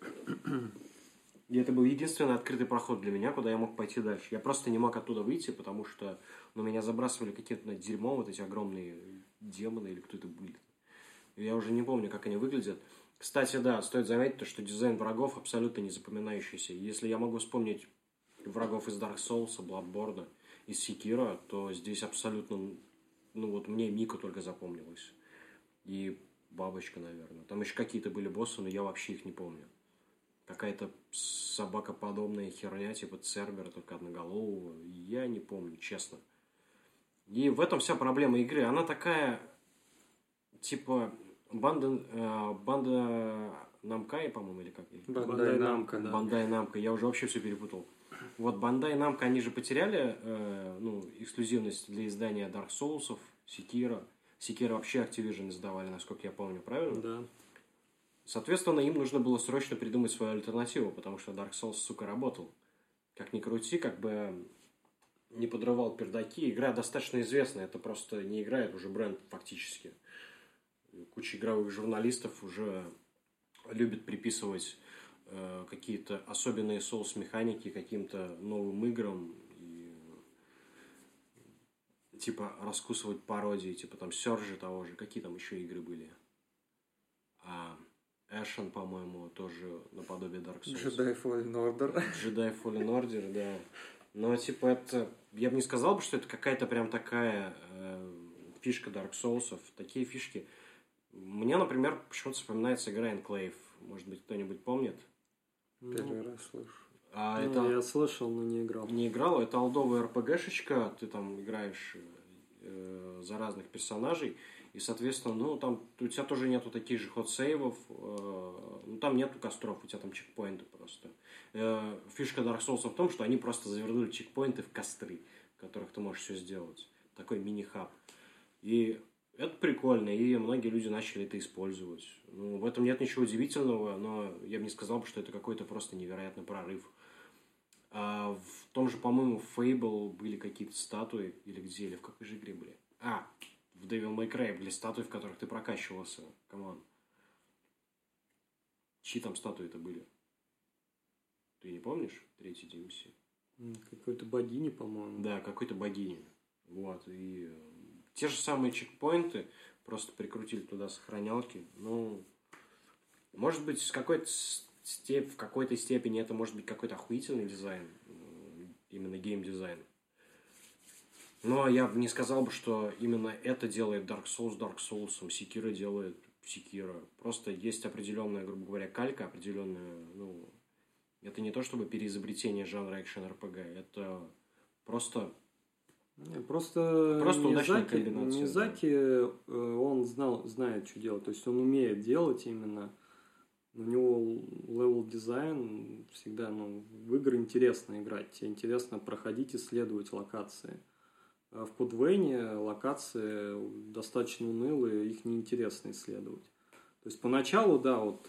B: И это был единственный открытый проход для меня, куда я мог пойти дальше. Я просто не мог оттуда выйти, потому что меня забрасывали каким-то дерьмом, вот эти огромные демоны или кто это были. И я уже не помню, как они выглядят. Кстати, да, стоит заметить, то, что дизайн врагов абсолютно не запоминающийся. Если я могу вспомнить врагов из Dark Souls, Bloodborne, из Sekiro, то здесь абсолютно, мне Мика только запомнилась. И бабочка, наверное. Там еще какие-то были боссы, но я вообще их не помню. какая-то собакоподобная херня, типа Цербера, только одноголового. Я не помню, честно. И в этом вся проблема игры. Она такая, типа, банда Намкай, по-моему, или как?
A: Бандай Намко,
C: да.
B: Бандай Намко, я уже вообще все перепутал. Вот Бандай Намко, они же потеряли эксклюзивность для издания Dark Souls, Sekiro. Sekiro вообще Activision издавали, насколько я помню, правильно?
C: Да.
B: Соответственно, им нужно было срочно придумать свою альтернативу, потому что Dark Souls, сука, работал. Как ни крути, как бы не подрывал пердаки. Игра достаточно известная, это просто не игра, это уже бренд фактически. Куча игровых журналистов уже любит приписывать какие-то особенные соус-механики каким-то новым играм и типа раскусывать пародии, типа там Сержи того же, какие там еще игры были. Ashen, по-моему, тоже наподобие Dark Souls.
A: Jedi Fallen Order.
B: Jedi Fallen Order, да. Но, типа, это... Я бы не сказал, что это какая-то прям такая фишка Dark Souls. Такие фишки... Мне, например, почему-то вспоминается игра Enclave. Может быть, кто-нибудь помнит?
A: Первый раз слышу.
B: Это...
C: Я слышал, но не играл.
B: Не играл. Это олдовая РПГшечка. Ты там играешь за разных персонажей. И, соответственно, ну, там у тебя тоже нету таких же ход-сейвов, ну, там нету костров, у тебя там чекпоинты просто. Фишка Dark Souls в том, что они просто завернули чекпоинты в костры, в которых ты можешь все сделать. Такой мини-хаб. И это прикольно, и многие люди начали это использовать. Ну, в этом нет ничего удивительного, но я бы не сказал, что это какой-то просто невероятный прорыв. В том же, по-моему, в Fable были какие-то статуи, или где, или в какой же игре были? В Devil May Cry были статуи, в которых ты прокачивался. Камон. Чьи там статуи-то были? Ты не помнишь? Третий DMC?
C: Какой-то богини, по-моему.
B: Да, какой-то богини. Вот. И те же самые чекпоинты просто прикрутили туда сохранялки. Ну, может быть, в какой-то степени это может быть какой-то охуительный дизайн. Именно геймдизайн. Но я бы не сказал бы, что именно это делает Dark Souls Dark Souls, Sekiro делает Sekiro. Просто есть определенная, грубо говоря, калька, определенная, ну, это не то чтобы переизобретение жанра экшен-РПГ, это просто удачная комбинация.
C: Мизаки, он знает, что делать, то есть он умеет делать именно. У него левел дизайн всегда, ну, в игры интересно играть, тебе интересно проходить, исследовать локации. В Кодвейне локации достаточно унылые, их неинтересно исследовать. То есть поначалу, да, вот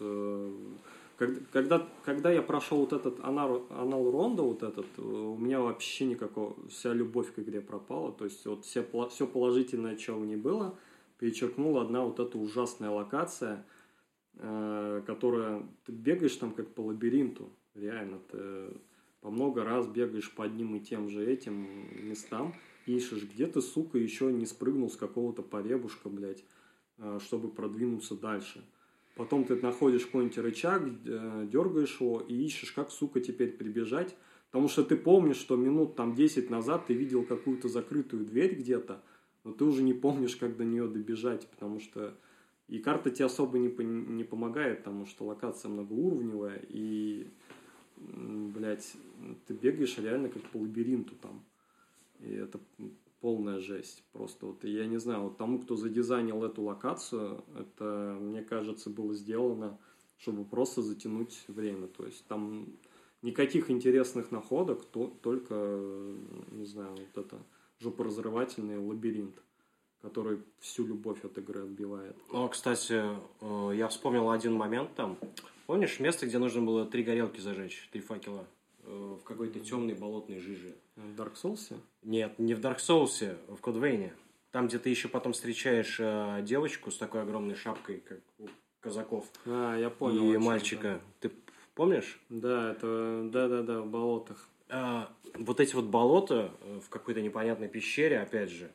C: когда я прошел вот этот анал Ронда, вот этот, у меня вообще никакого, вся любовь к игре пропала. То есть вот все положительное, чего не было, перечеркнула одна вот эта ужасная локация, которая ты бегаешь там как по лабиринту, реально, ты по много раз бегаешь по одним и тем же этим местам, ищешь, где ты, сука, еще не спрыгнул с какого-то поребушка, блядь, чтобы продвинуться дальше. Потом ты находишь какой-нибудь рычаг, дергаешь его и ищешь, как, сука, теперь прибежать. Потому что ты помнишь, что минут там 10 назад ты видел какую-то закрытую дверь где-то, но ты уже не помнишь, как до нее добежать, потому что и карта тебе особо не помогает, потому что локация многоуровневая, и, блядь, ты бегаешь реально как по лабиринту там. И это полная жесть. Просто вот, я не знаю, вот тому, кто задизайнил эту локацию, это, мне кажется, было сделано, чтобы просто затянуть время. То есть там никаких интересных находок, только, не знаю, вот это жопоразрывательный лабиринт, который всю любовь от игры отбивает.
B: Ну, кстати, я вспомнил один момент там. Помнишь место, где нужно было 3 горелки зажечь, 3 факела? В какой-то темной болотной жиже.
C: В Dark Souls?
B: Нет, не в Dark Souls, в Кодвейне. Там, где ты еще потом встречаешь девочку с такой огромной шапкой, как у казаков.
C: Я понял.
B: И мальчика. Да. Ты помнишь?
C: Да, это... Да, в болотах.
B: Вот эти вот болота в какой-то непонятной пещере, опять же,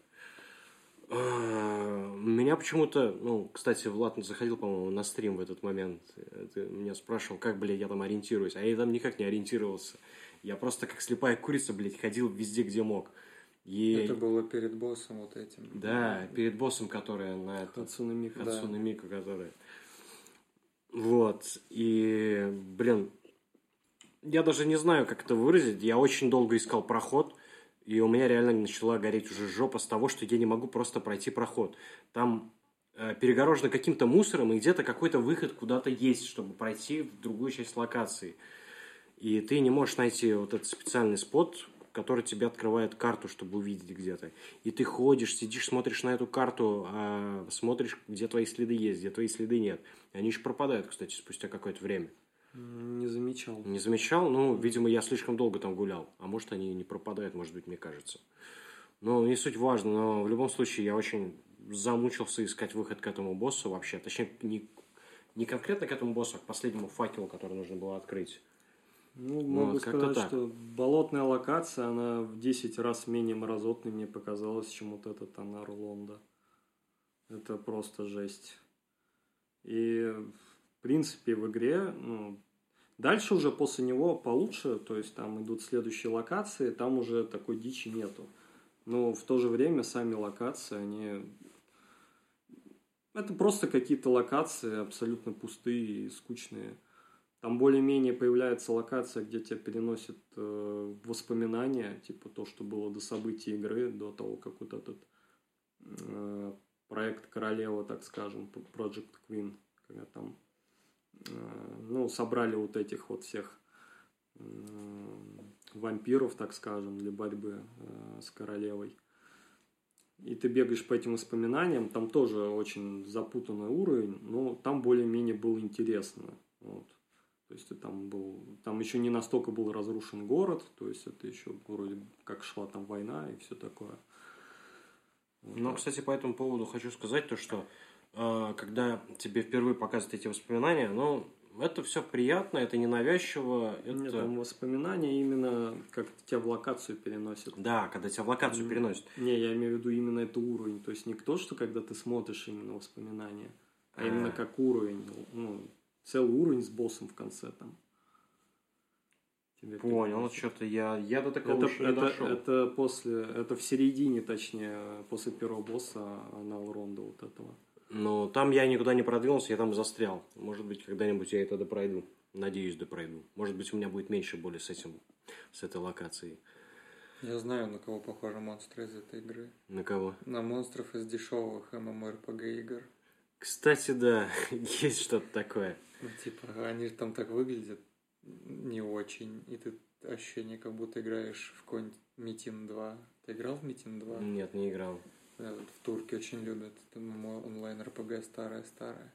B: меня почему-то... Ну, кстати, Влад заходил, по-моему, на стрим в этот момент. Ты меня спрашивал, как, блядь, я там ориентируюсь. А я там никак не ориентировался. Я просто как слепая курица, блядь, ходил везде, где мог.
A: Это было перед боссом вот этим.
B: Да, перед боссом, который на это...
C: Хацуне Мику.
B: Хацуне Мику, который... Вот. И, блин, я даже не знаю, как это выразить. Я очень долго искал проход, и у меня реально начала гореть уже жопа с того, что я не могу просто пройти проход. Там перегорожено каким-то мусором, и где-то какой-то выход куда-то есть, чтобы пройти в другую часть локации. И ты не можешь найти вот этот специальный спот, который тебе открывает карту, чтобы увидеть где-то. И ты ходишь, сидишь, смотришь на эту карту, смотришь, где твои следы есть, где твои следы нет. И они еще пропадают, кстати, спустя какое-то время.
C: Не замечал.
B: Не замечал? Ну, видимо, я слишком долго там гулял. А может, они не пропадают, может быть, мне кажется. Ну, не суть важно, но в любом случае я очень замучился искать выход к этому боссу вообще. Точнее, не конкретно к этому боссу, а к последнему факелу, который нужно было открыть.
C: Ну, могу сказать, что болотная локация, она в 10 раз менее мразотной мне показалась, чем вот этот Анар Лонда. Это просто жесть. И, в принципе, в игре, ну, дальше уже после него получше, то есть там идут следующие локации, там уже такой дичи нету. Но в то же время сами локации, они... Это просто какие-то локации абсолютно пустые и скучные. Там более-менее появляется локация, где тебя переносят воспоминания, типа то, что было до событий игры, до того, как вот этот проект Королева, так скажем, Project Queen, когда там собрали вот этих вот всех вампиров, так скажем, для борьбы с королевой. И ты бегаешь по этим воспоминаниям, там тоже очень запутанный уровень, но там более-менее было интересно. Вот. То есть там еще не настолько был разрушен город, то есть это еще вроде как шла там война и все такое.
B: Вот. Ну, кстати, по этому поводу хочу сказать то, что когда тебе впервые показывают эти воспоминания, это все приятно, это ненавязчиво.
C: Нет, там воспоминания именно как тебя в локацию переносят.
B: Да, когда тебя в локацию переносят.
C: Не, я имею в виду именно это уровень. То есть не то, что когда ты смотришь именно воспоминания, а именно как уровень. Целый уровень с боссом в конце там.
B: Понял, что-то я до такого еще не дошел.
C: Это в середине, точнее, после первого босса Анал Ронда вот этого.
B: Ну, там я никуда не продвинулся, я там застрял. Может быть, когда-нибудь я это допройду. Надеюсь, допройду. Может быть, у меня будет меньше боли с этой локацией.
A: Я знаю, на кого похожи монстры из этой игры.
B: На кого?
A: На монстров из дешевых MMORPG игр.
B: Кстати, да, есть что-то такое.
A: Они там так выглядят не очень. И ты ощущение, как будто играешь в какой-нибудь Митин 2. Ты играл в Митин 2?
B: Нет, не играл.
A: В турке очень любят. Это онлайн-РПГ старая-старая.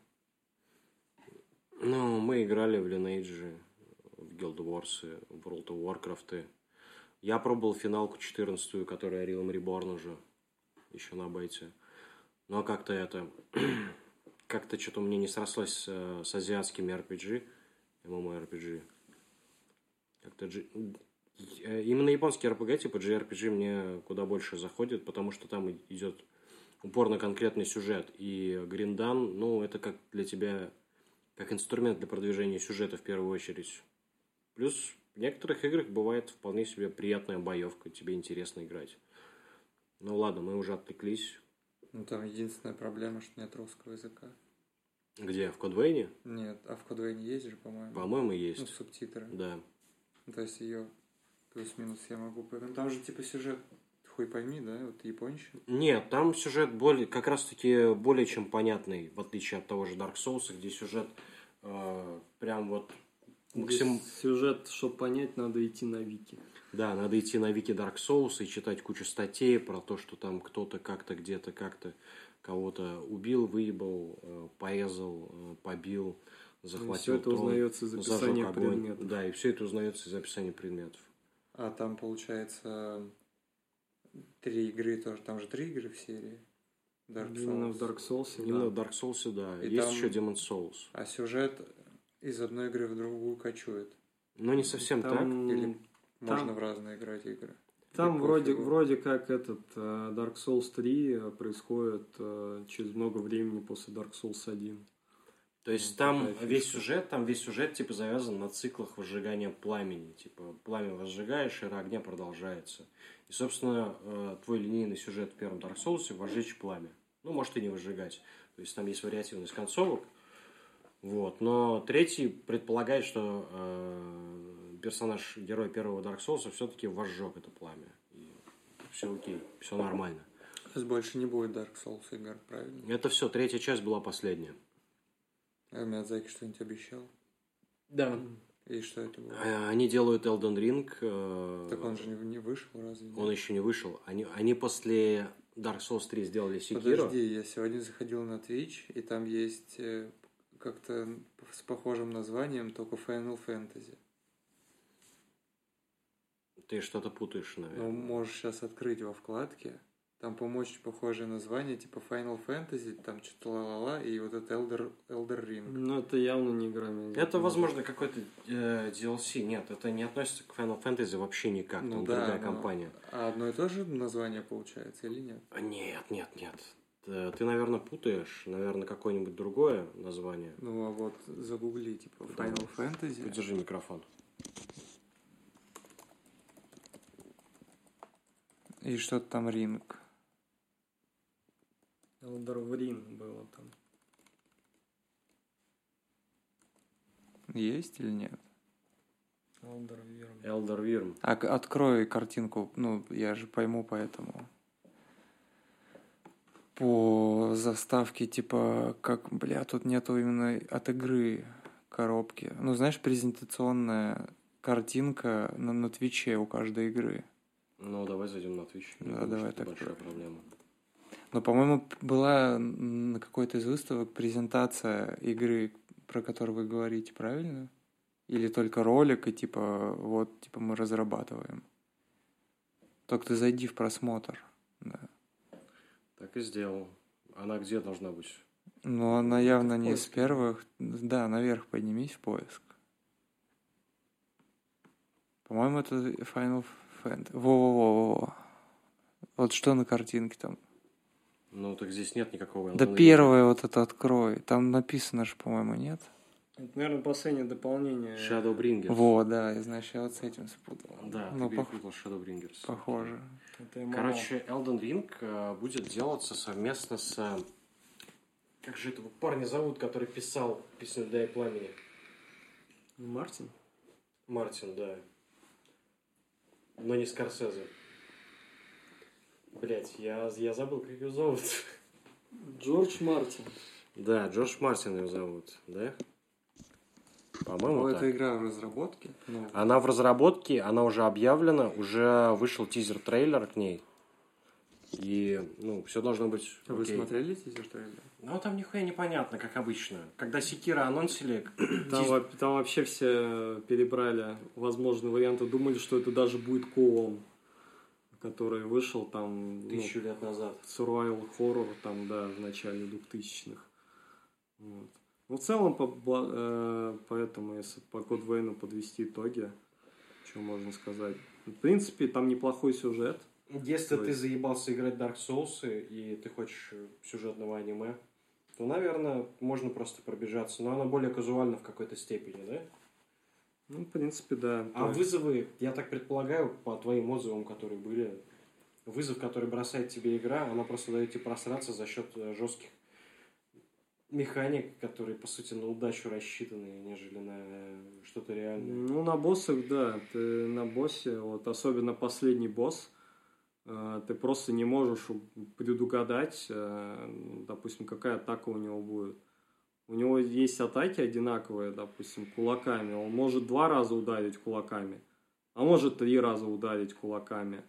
B: Ну, мы играли в Lineage, в Guild Wars, в World of Warcraft. Я пробовал финалку 14-ю, которая Realm Reborn уже. Еще на бете. Но как-то как-то что-то мне не срослось с азиатскими RPG, MMORPG. Как-то именно японский RPG, типа JRPG, мне куда больше заходит, потому что там идет упорно конкретный сюжет. И гриндан, это как для тебя, как инструмент для продвижения сюжета в первую очередь. Плюс в некоторых играх бывает вполне себе приятная боевка, тебе интересно играть. Ну ладно, мы уже отвлеклись.
A: Там единственная проблема, что нет русского языка.
B: Где? В Кодвейне?
A: Нет, а в Кодвейне есть же, по-моему.
B: По-моему, есть.
A: Субтитры.
B: Да.
A: То есть ее плюс-минус я могу поэтому. Там же сюжет, хуй пойми, да? Вот японщина.
B: Нет, там сюжет как раз-таки более чем понятный, в отличие от того же Dark Souls, где сюжет прям вот максимум...
C: Сюжет, чтобы понять, надо идти на вики.
B: Да, надо идти на вики Dark Souls и читать кучу статей про то, что там кто-то как-то где-то как-то кого-то убил, выебал, порезал, побил, захватил
C: все это узнается из описания предметов.
B: Да, и все это узнается из описания предметов.
A: А там, получается, 3 игры тоже. Там же 3 игры в серии.
C: Dark Souls. Именно в Dark Souls,
B: Именно в Dark Souls, да.
A: И
B: есть
A: там...
B: еще Demon's Souls.
A: А сюжет из одной игры в другую кочует.
B: Ну, не совсем
A: там...
B: так.
A: Или можно в разные играть игры?
C: Там вроде как этот Dark Souls 3 происходит через много времени после Dark Souls 1.
B: То есть там весь сюжет типа завязан на циклах возжигания пламени. Типа пламя возжигаешь, эра огня продолжается. И, собственно, твой линейный сюжет в первом Dark Souls — возжечь пламя. Может и не возжигать. То есть там есть вариативность концовок. Вот. Но третий предполагает, что герой первого Dark Souls все-таки возжег это пламя. И все окей, все нормально.
A: То есть больше не будет Dark Souls игр, правильно?
B: Это все, третья часть была последняя.
A: А Миядзаки что-нибудь обещал?
C: Да.
A: И что это было?
B: Они делают Elden Ring.
A: Так он же не вышел, разве?
B: Он еще не вышел. Они после Dark Souls 3 сделали Sekiro.
A: Подожди, я сегодня заходил на Twitch, и там есть как-то с похожим названием, только Final Fantasy.
B: Ты что-то путаешь, наверное.
A: Ну, можешь сейчас открыть во вкладке. Там, по-моему, очень похожее название, типа Final Fantasy, там что-то ла-ла-ла, и вот это Elder Ring.
C: Ну, это явно не игра.
B: Это, возможно, какой-то DLC. Нет, это не относится к Final Fantasy вообще никак.
A: Ну,
B: там
A: да,
B: другая компания.
A: А одно и то же название получается или нет?
B: Нет. Ты, наверное, путаешь. Наверное, какое-нибудь другое название.
A: Ну, а вот загугли, типа Final Fantasy.
B: Подержи микрофон.
A: И что-то там Ring.
C: Elder Ring было там.
A: Есть или нет?
C: Elder Wyrm.
B: Elder Wyrm.
A: Открой картинку, ну, я же пойму, поэтому. По заставке, типа, как, тут нету именно от игры коробки. Ну, знаешь, презентационная картинка на Твиче у каждой игры.
B: Ну, давай зайдем на Twitch.
A: Да, давай так.
B: Большая проблема.
A: Но, по-моему, была на какой-то из выставок презентация игры, про которую вы говорите, правильно? Или только ролик, и типа, вот, типа, мы разрабатываем. Только ты зайди в просмотр. Да.
B: Так и сделал. Она где должна быть?
A: Ну, она явно не из первых. Да, наверх поднимись в поиск. По-моему, это Final Fantasy. Во-во-во-во. Вот что на картинке там?
B: Ну, так здесь нет никакого...
A: Да первое вот это открой. Там написано же, по-моему, нет?
C: Это, наверное, последнее дополнение.
B: Shadowbringers.
A: Во, да, я, знаешь, я вот с этим спутал.
B: Да,
A: ну,
B: ты перепутал Shadowbringers.
A: Похоже.
B: Короче, Elden Ring будет делаться совместно с... Как же этого парня зовут, который писал «Песню льда и пламени»?
C: Мартин?
B: Мартин, да. Но не Скорсезе. Блять, я забыл, как его зовут.
C: Джордж Мартин.
B: Да, Джордж Мартин его зовут, да? По-моему,
A: эта игра в разработке? Ну.
B: Она в разработке, она уже объявлена, уже вышел тизер-трейлер к ней. И, ну, все должно быть окей.
A: Вы смотрели тизер-трейлер?
B: Ну, там нихуя непонятно, как обычно. Когда Секира анонсили...
C: Там вообще все перебрали возможные варианты. Думали, что это даже будет Коон, который вышел там...
B: 1000 лет назад.
C: Survival Horror, там, да, в начале 2000-х. Вот. Ну, в целом, поэтому, если по Code Vein подвести итоги, что можно сказать. В принципе, там неплохой сюжет.
B: Если ты заебался играть Dark Souls и ты хочешь сюжетного аниме, то, наверное, можно просто пробежаться. Но оно более казуально в какой-то степени, да?
C: Ну, в принципе, да.
B: А вызовы, я так предполагаю, по твоим отзывам, которые были, вызов, который бросает тебе игра, она просто дает тебе просраться за счет жестких механик, которые, по сути, на удачу рассчитаны, нежели на что-то реальное.
C: Ну, на боссах, да. Ты на боссе, вот особенно последний босс, ты просто не можешь предугадать, допустим, какая атака у него будет. У него есть атаки одинаковые, допустим, кулаками. Он может 2 раза ударить кулаками, а может 3 раза ударить кулаками.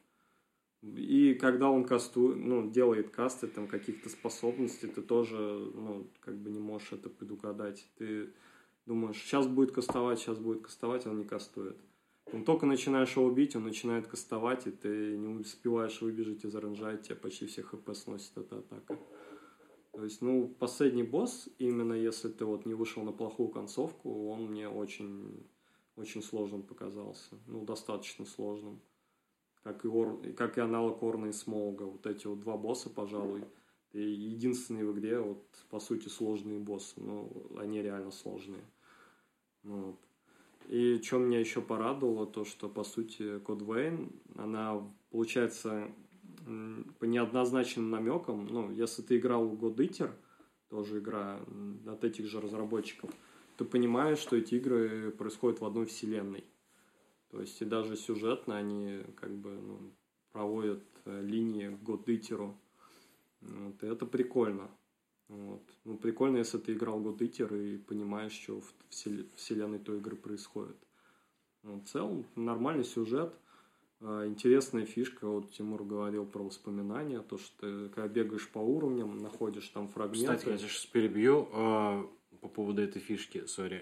C: И когда он делает касты там, каких-то способностей, ты тоже не можешь это предугадать. Ты думаешь, сейчас будет кастовать, он не кастует. Он только начинаешь его бить, он начинает кастовать, и ты не успеваешь выбежать из оранжа, тебя почти все хп сносит эта атака. То есть, последний босс, именно если ты не вышел на плохую концовку, он мне очень, очень сложным показался. Достаточно сложным. Как и аналог Орна и Смоуга. Вот эти 2 босса, пожалуй, единственные в игре, по сути, сложные боссы. Они реально сложные. Вот. И что меня еще порадовало, то, что, по сути, Code Vein, она, получается, по неоднозначным намекам, если ты играл в God Eater, тоже игра от этих же разработчиков, ты понимаешь, что эти игры происходят в одной вселенной. То есть и даже сюжетно они как бы проводят линии к God-Eater. Вот, и это прикольно. Вот. Ну, прикольно, если ты играл в God-Eater и понимаешь, что в вселенной той игры происходит. В целом, нормальный сюжет. Интересная фишка, вот Тимур говорил про воспоминания, то, что ты, когда бегаешь по уровням, находишь там фрагменты.
B: Кстати, я тебя сейчас перебью по поводу этой фишки, сори.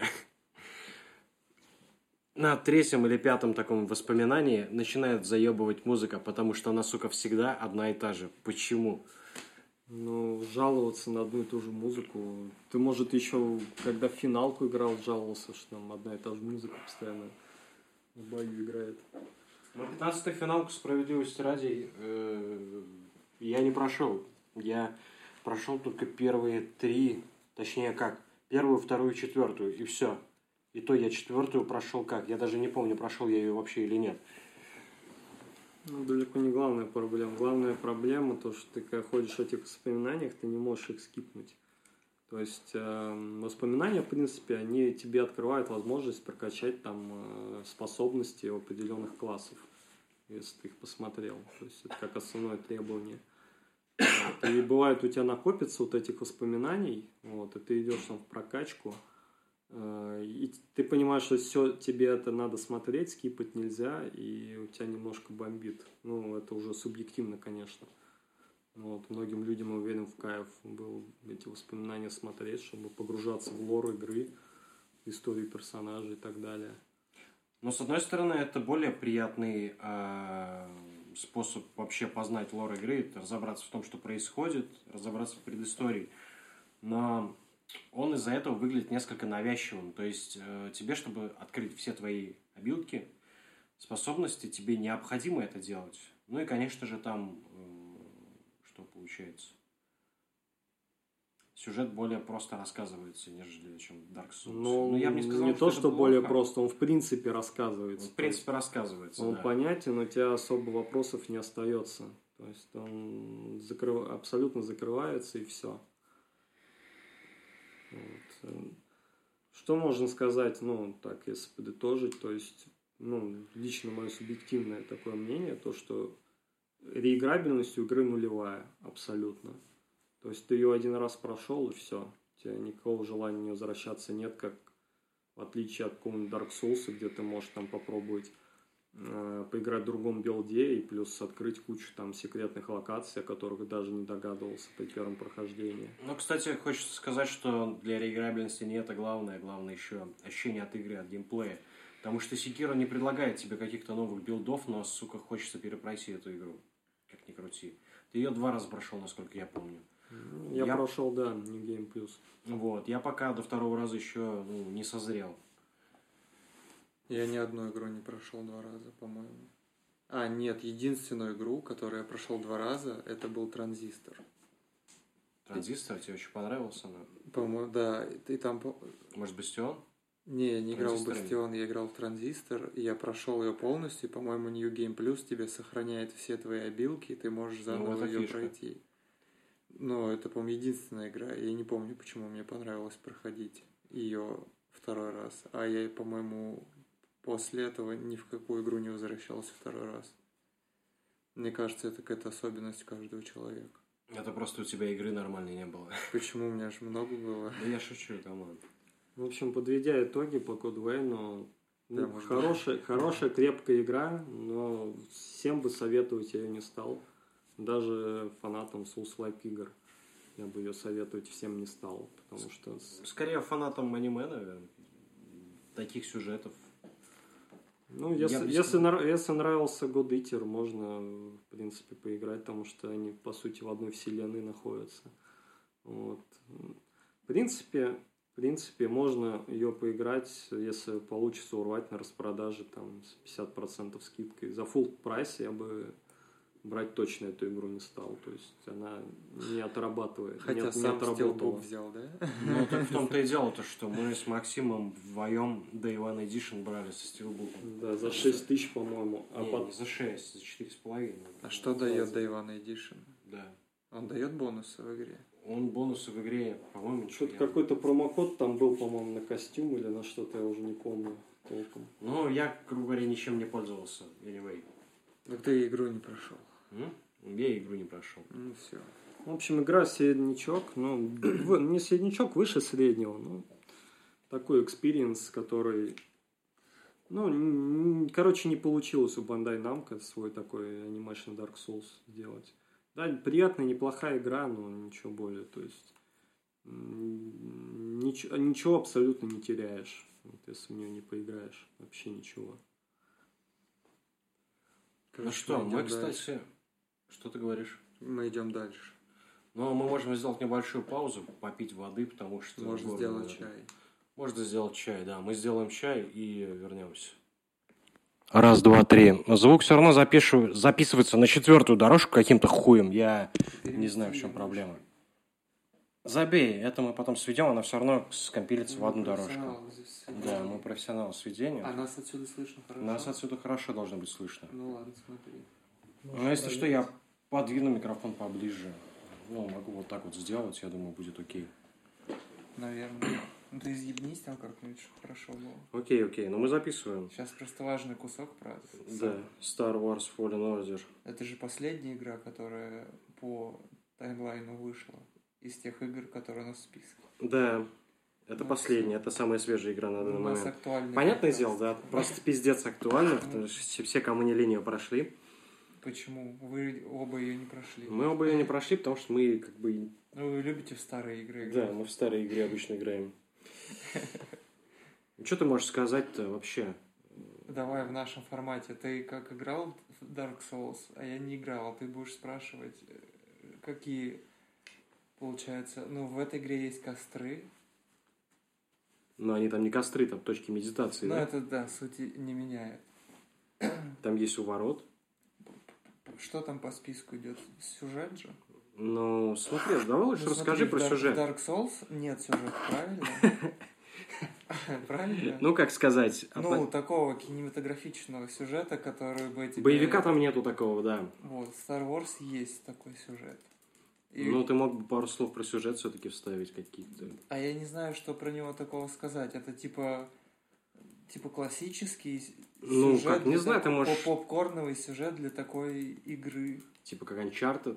B: На 3-м или 5-м таком воспоминании начинает заебывать музыка, потому что она, сука, всегда одна и та же. Почему?
C: Ну, жаловаться на одну и ту же музыку. Ты, может, еще, когда в финалку играл, жаловался, что там одна и та же музыка постоянно в бою играет.
B: Ну, 15-ю финалку, справедливости ради, я не прошел. Я прошел только первые 3, точнее как, 1-ю, 2-ю, 4-ю, и все. И то я 4-ю прошел как? Я даже не помню, прошел я ее вообще или нет.
C: Ну, далеко не главная проблема. Главная проблема то, что ты, когда ходишь в этих воспоминаниях, ты не можешь их скипнуть. То есть воспоминания, в принципе, они тебе открывают возможность прокачать там способности у определенных классов, если ты их посмотрел. То есть это как основное требование. Вот. И бывает, у тебя накопится вот этих воспоминаний, вот, и ты идешь там в прокачку, и ты понимаешь, что все, тебе это надо смотреть, скипать нельзя, и у тебя немножко бомбит. Ну, это уже субъективно, конечно. Вот, многим людям, уверен, в кайф был эти воспоминания смотреть, чтобы погружаться в лор игры, историю персонажей и так далее.
B: Но, с одной стороны, это более приятный способ вообще познать лор игры, разобраться в том, что происходит, разобраться в предыстории. Но он из-за этого выглядит несколько навязчивым. То есть тебе, чтобы открыть все твои обилки, способности, тебе необходимо это делать. Ну и, конечно же, там что получается? Сюжет более просто рассказывается, нежели чем Dark Souls.
C: Ну,
B: я бы не сказал,
C: не то, что более
B: плохо.
C: просто, он в принципе рассказывается.
B: Он в принципе рассказывается,
C: он
B: да.
C: понятен, у тебя особо вопросов не остается. То есть он абсолютно закрывается и все. Вот. Что можно сказать, ну, так, если подытожить, то есть, ну, лично мое субъективное такое мнение, то, что реиграбельность у игры нулевая, абсолютно. То есть ты ее один раз прошел и все. У тебя никакого желания не возвращаться нет, как в отличие от какого-нибудь Dark Souls, где ты можешь там попробовать поиграть в другом билде и плюс открыть кучу там секретных локаций, о которых даже не догадывался при первом прохождении.
B: Ну, кстати, хочется сказать, что для реиграбельности не это главное. Главное еще ощущение от игры, от геймплея. Потому что Sekiro не предлагает тебе каких-то новых билдов, но, сука, хочется перепройти эту игру. Как ни крути. Ты ее 2 раза прошел, насколько я помню.
C: Я прошел, да, New Game Plus.
B: Вот, я пока до 2-го раза еще не созрел.
A: Я ни одну игру не прошел 2 раза, по-моему. Нет, единственную игру, которую я прошел 2 раза, это был Транзистор.
B: Транзистор тебе очень понравился?
A: По-моему, да. И там...
B: Может, Бастион?
A: Не, я не играл в Бастион, я играл в Транзистор, и я прошел ее полностью, и, по-моему, New Game Plus тебе сохраняет все твои обилки, и ты можешь заново ее пройти. Но это, по-моему, единственная игра, я не помню, почему мне понравилось проходить ее 2-й раз. А я, по-моему, после этого ни в какую игру не возвращался 2-й раз. Мне кажется, это какая-то особенность каждого человека.
B: Это просто у тебя игры нормальной не было.
A: Почему? У меня же много было.
B: Да я шучу, там ладно.
C: В общем, подведя итоги по Code Vein, хорошая, крепкая игра, но всем бы советовать я ее не стал. Даже фанатам Souls-like игр я бы ее советовать всем не стал, потому что...
B: Скорее фанатам аниме, наверное, таких сюжетов.
C: Ну, если нравился God Eater, можно, в принципе, поиграть, потому что они, по сути, в одной вселенной находятся. Вот. В принципе, можно ее поиграть, если получится урвать на распродаже там, с 50% скидкой. За full прайс я бы брать точно эту игру не стал. То есть она не отрабатывает.
A: Хотя сам Steelbook взял, да?
B: Ну, так в том-то и дело, что мы с Максимом вдвоем Day One Edition брали со Steelbook.
C: Да, за 6 тысяч, по-моему.
B: Не за 6, за 4,5.
A: А что дает Day One Edition?
B: Да.
A: Он дает бонусы в игре?
B: Он бонусы в игре, по-моему,
C: что-то какой-то промокод там был, по-моему, на костюм или на что-то, я уже не помню толком.
B: Ну, я, грубо говоря, ничем не пользовался, anyway.
A: Так ты игру не прошел.
B: Я игру не прошел.
A: Ну, все.
C: В общем, игра среднячок, ну, не среднячок, выше среднего, ну, такой экспириенс, который, ну, короче, не получилось у Bandai Namco свой такой Animation Dark Souls сделать. Да, приятная, неплохая игра, но ничего более, то есть, ничего абсолютно не теряешь, вот, если в нее не поиграешь, вообще ничего.
B: Короче, ну что, мы, кстати, дальше. Что ты говоришь?
A: Мы идем дальше.
B: Ну, мы можем сделать небольшую паузу, попить воды, потому что...
A: Можно сделать чай.
B: Можно сделать чай, да. Мы сделаем чай и вернемся. Раз, два, три. Звук все равно записывается на 4-ю дорожку каким-то хуем. Я не знаю, в чем проблема. Забей, это мы потом сведем, она все равно скомпилится в одну дорожку. Да, мы профессионалы сведения.
A: А нас отсюда слышно хорошо?
B: Нас отсюда хорошо должно быть слышно.
A: Ну ладно, смотри.
B: Ну, если что, я подвину микрофон поближе. Ну, могу вот так вот сделать, я думаю, будет окей.
A: Наверное. Ну, ты изъебнись там как-нибудь, чтобы хорошо было.
B: Окей, но мы записываем.
A: Сейчас просто важный кусок про...
B: Да, Star Wars Fallen Order.
A: Это же последняя игра, которая по таймлайну вышла из тех игр, которые у нас в списке.
B: Да, это последняя, это самая свежая игра на данный момент.
A: Актуальная.
B: Понятное дело, да, просто пиздец актуально, потому что все, кому не лень, ее прошли.
A: Почему? Вы оба ее не прошли.
B: Мы оба ее не прошли, потому что мы как бы...
A: Ну, вы любите в старые игры играть.
B: Да, мы в старые игры обычно играем. Что ты можешь сказать-то вообще?
A: Давай в нашем формате. Ты как играл в Dark Souls, а я не играл. Ты будешь спрашивать, какие, получается... Ну, в этой игре есть костры.
B: Но они там не костры, там точки медитации,
A: ну,
B: да?
A: Ну, это, да, сути не меняет.
B: Там есть уворот.
A: Что там по списку идет? Сюжет же?
B: Ну, смотри, давай лучше расскажи про сюжет.
A: В Dark Souls нет сюжета, правильно? Правильно?
B: Ну, как сказать...
A: Ну, такого кинематографичного сюжета, который бы...
B: Боевика там нету такого, да.
A: Вот, в Star Wars есть такой сюжет.
B: Ну, ты мог бы пару слов про сюжет все-таки вставить какие-то.
A: А я не знаю, что про него такого сказать. Это типа классический
B: ну,
A: сюжет.
B: Как, не знаю, ты можешь...
A: Попкорновый сюжет для такой игры.
B: Типа как Uncharted?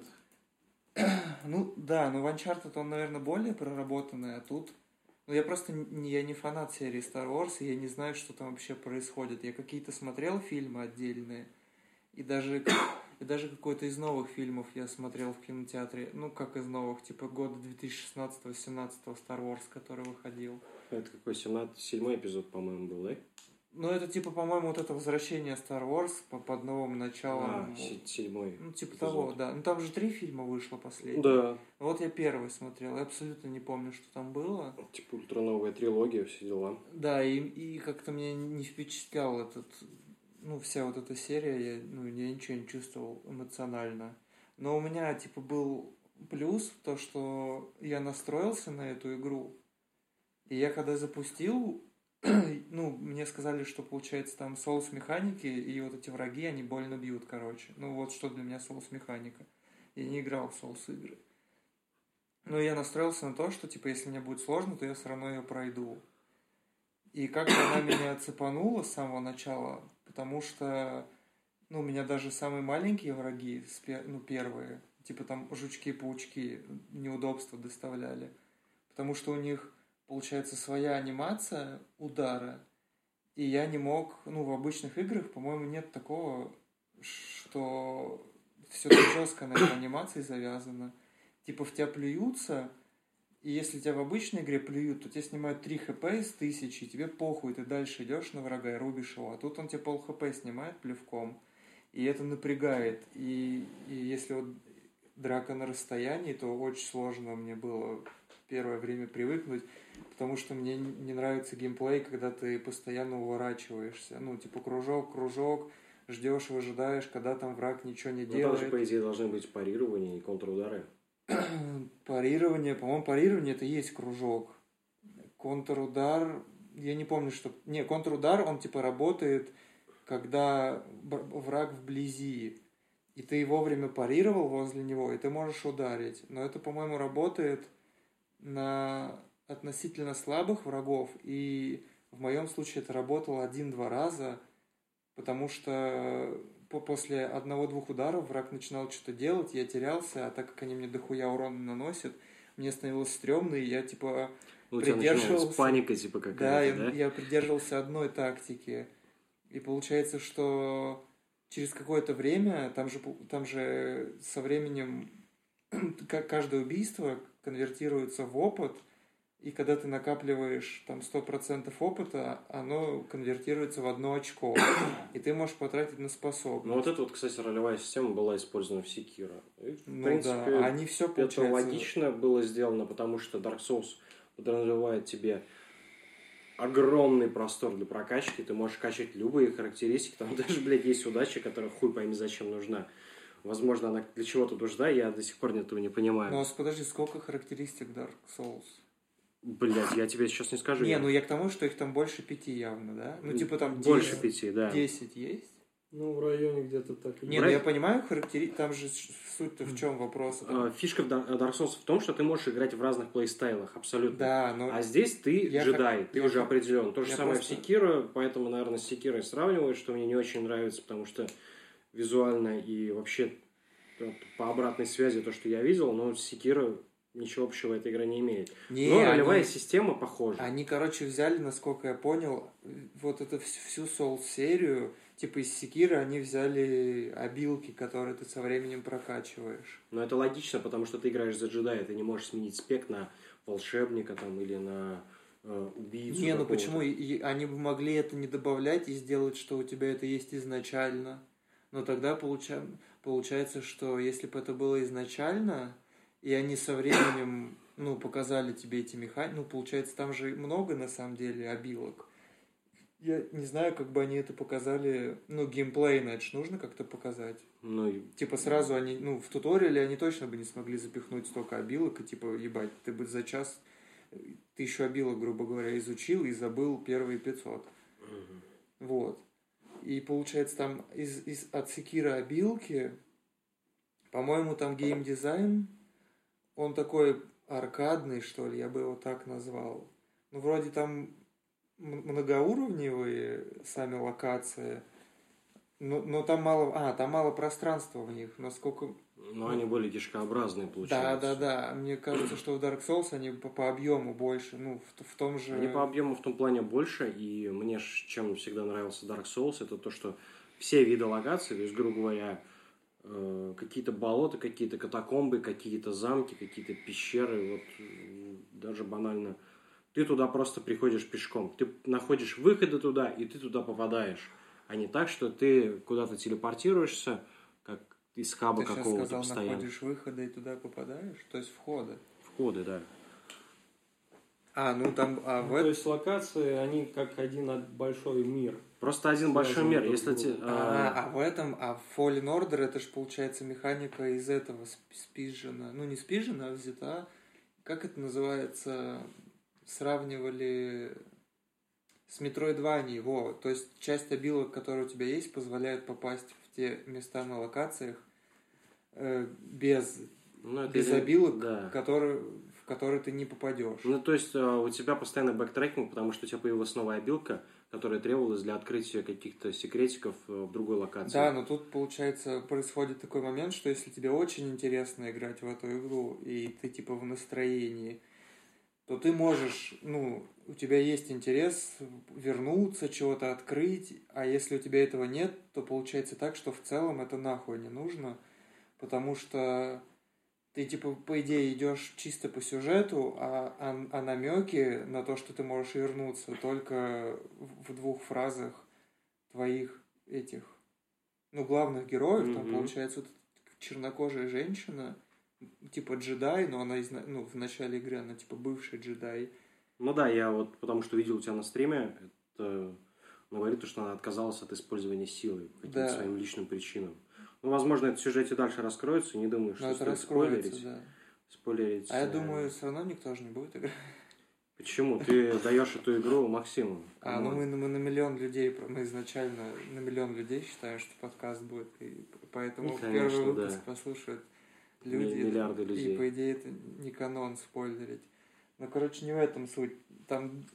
A: Ну, да, но в Uncharted он, наверное, более проработанный, а тут... Ну, я просто я не фанат серии Star Wars, и я не знаю, что там вообще происходит. Я какие-то смотрел фильмы отдельные, и даже какой-то из новых фильмов я смотрел в кинотеатре. Ну, как из новых, типа года 2016-17 Star Wars, который выходил.
B: Это какой 7-й эпизод, по-моему, был, да?
A: Ну, это типа, по-моему, вот это возвращение Star Wars под новым началом.
B: 7-й.
A: Ну, типа эпизод. Того, да. Ну, там же 3 фильма вышло последние.
B: Да.
A: Вот я первый смотрел, я абсолютно не помню, что там было.
B: Типа ультра-новая трилогия, все дела.
A: Да, и как-то меня не впечатлял этот... Ну, вся вот эта серия, я ничего не чувствовал эмоционально. Но у меня, типа, был плюс то, что я настроился на эту игру. И я когда запустил... Ну, мне сказали, что, получается, там соус-механики и вот эти враги, они больно бьют, короче. Ну, вот что для меня соус-механика. Я не играл в соус-игры. Но я настроился на то, что, типа, если мне будет сложно, то я все равно ее пройду. И как-то она меня цепанула с самого начала, потому что, ну, у меня даже самые маленькие враги, первые, типа там жучки-паучки, неудобства доставляли. Потому что у них... Получается, своя анимация удара, и я не мог, в обычных играх, по-моему, нет такого, что все так жестко на этой анимации завязано. Типа в тебя плюются, и если тебя в обычной игре плюют, то тебе снимают 3 хп из 1000, и тебе похуй, ты дальше идешь на врага и рубишь его, а тут он тебе пол хп снимает плевком, и это напрягает. И если вот драка на расстоянии, то очень сложно мне было первое время привыкнуть, потому что мне не нравится геймплей, когда ты постоянно уворачиваешься. Ну, типа кружок, ждешь, выжидаешь, когда там враг ничего не делает.
B: Там же, по идее, должны быть парирования и контрудары.
A: Парирование, по-моему, парирование это и есть кружок. Контрудар, я не помню, что... Не, контрудар, он типа работает, когда враг вблизи. и ты вовремя парировал возле него, и ты можешь ударить. Но это, по-моему, работает на относительно слабых врагов, и в моем случае это работало 1-2 раза, потому что после 1-2 ударов враг начинал что-то делать, я терялся, а так как они мне дохуя урона наносят, мне становилось стрёмно, и я, типа,
B: придерживался... паника, типа, какая-то,
A: да? Я придерживался одной тактики. И получается, что через какое-то время, там же со временем каждое убийство конвертируется в опыт, и когда ты накапливаешь там 100% опыта, оно конвертируется в 1 очко, и ты можешь потратить на способность.
B: Ну вот это вот, кстати, ролевая система была использована в Sekiro.
A: В принципе, да, они все, получается...
B: Это логично было сделано, потому что Dark Souls подразумевает тебе огромный простор для прокачки, ты можешь качать любые характеристики, там даже, блядь, есть удача, которая хуй пойми зачем нужна. Возможно, она для чего-то нужна, я до сих пор этого не понимаю.
A: Ну, подожди, сколько характеристик Dark Souls?
B: Блядь, я тебе сейчас не скажу.
A: Не, ну я к тому, что их там больше 5 явно, да? Ну, типа там 10,
B: больше 5, да.
A: 10 есть?
C: Ну, в районе где-то так.
A: Не, ну я понимаю, там же суть-то в чем вопрос?
B: Фишка в Dark Souls в том, что ты можешь играть в разных плейстайлах, абсолютно.
A: Да, но...
B: А здесь ты джедай, ты уже определен. То же самое в Sekiro, поэтому, наверное, с Sekiro я сравниваю, что мне не очень нравится, потому что визуально и вообще по обратной связи то, что я видел, но с Sekiro ничего общего эта игра не имеет. Но ролевая система похожа.
A: Они, короче, взяли, насколько я понял, вот эту всю Souls-серию, типа из Sekiro они взяли обилки, которые ты со временем прокачиваешь.
B: Но это логично, потому что ты играешь за джедая, ты не можешь сменить спек на волшебника там, или на убийцу.
A: Не, ну почему? Они бы могли это не добавлять и сделать, что у тебя это есть изначально. Но тогда получается, что если бы это было изначально, и они со временем, показали тебе эти механики, получается, там же много, на самом деле, обилок. Я не знаю, как бы они это показали, геймплейно это ж нужно как-то показать. Типа сразу они, в туториале они точно бы не смогли запихнуть столько обилок, и типа, ебать, ты бы за час 1000 обилок, грубо говоря, изучил и забыл первые 500. Вот. И получается, там от Sekiro обилки, по-моему, там геймдизайн, он такой аркадный, что ли, я бы его так назвал. Вроде там многоуровневые сами локации, но там мало пространства в них, насколько...
B: Но они более кишкообразные, получается.
A: Да. Мне кажется, что в Dark Souls они по объему больше, в том же...
B: Они по объему в том плане больше, и мне чем всегда нравился Dark Souls, это то, что все виды локаций, то есть, грубо говоря, какие-то болота, какие-то катакомбы, какие-то замки, какие-то пещеры, вот даже банально. Ты туда просто приходишь пешком. Ты находишь выходы туда, и ты туда попадаешь. А не так, что ты куда-то телепортируешься, как из хаба какого-то постоянно.
A: Ты сейчас сказал, находишь выходы и туда попадаешь? То есть входы?
B: Входы, да.
C: То есть локации, они как один большой мир.
B: Просто один большой мир. Если
A: в Fallen Order это же получается механика из этого спижена. Не спижена, а взята. Как это называется? Сравнивали с Metroidvania. То есть часть обилок, которые у тебя есть, позволяют попасть в те места на локациях без обилок, да, в которые ты не попадешь.
B: То есть у тебя постоянно бэктрекинг, потому что у тебя появилась новая обилка, которая требовалась для открытия каких-то секретиков в другой локации.
A: Да, но тут, получается, происходит такой момент, что если тебе очень интересно играть в эту игру, и ты типа в настроении, то ты можешь, у тебя есть интерес вернуться, чего-то открыть, а если у тебя этого нет, то получается так, что в целом это нахуй не нужно, потому что ты, типа, по идее, идешь чисто по сюжету, а намеки на то, что ты можешь вернуться, только в 2 фразах твоих этих, главных героев. Там, получается, вот чернокожая женщина, типа джедай, но она в начале игры она типа бывший джедай.
B: Да, я вот потому что видел у тебя на стриме, это говорит, что она отказалась от использования силы по каким-то своим личным причинам. Возможно, это в сюжете дальше раскроется, не думаю, что
A: это раскроется,
B: спойлерить.
A: Да. Я думаю, все равно никто же не будет играть.
B: Почему? Ты даешь эту игру Максиму.
A: Мы на миллион людей, мы изначально на миллион людей считаем, что подкаст будет, и поэтому конечно, первый выпуск послушают люди.
B: Миллиарды людей.
A: И, по идее, это не канон спойлерить. Но, короче, не в этом суть. Там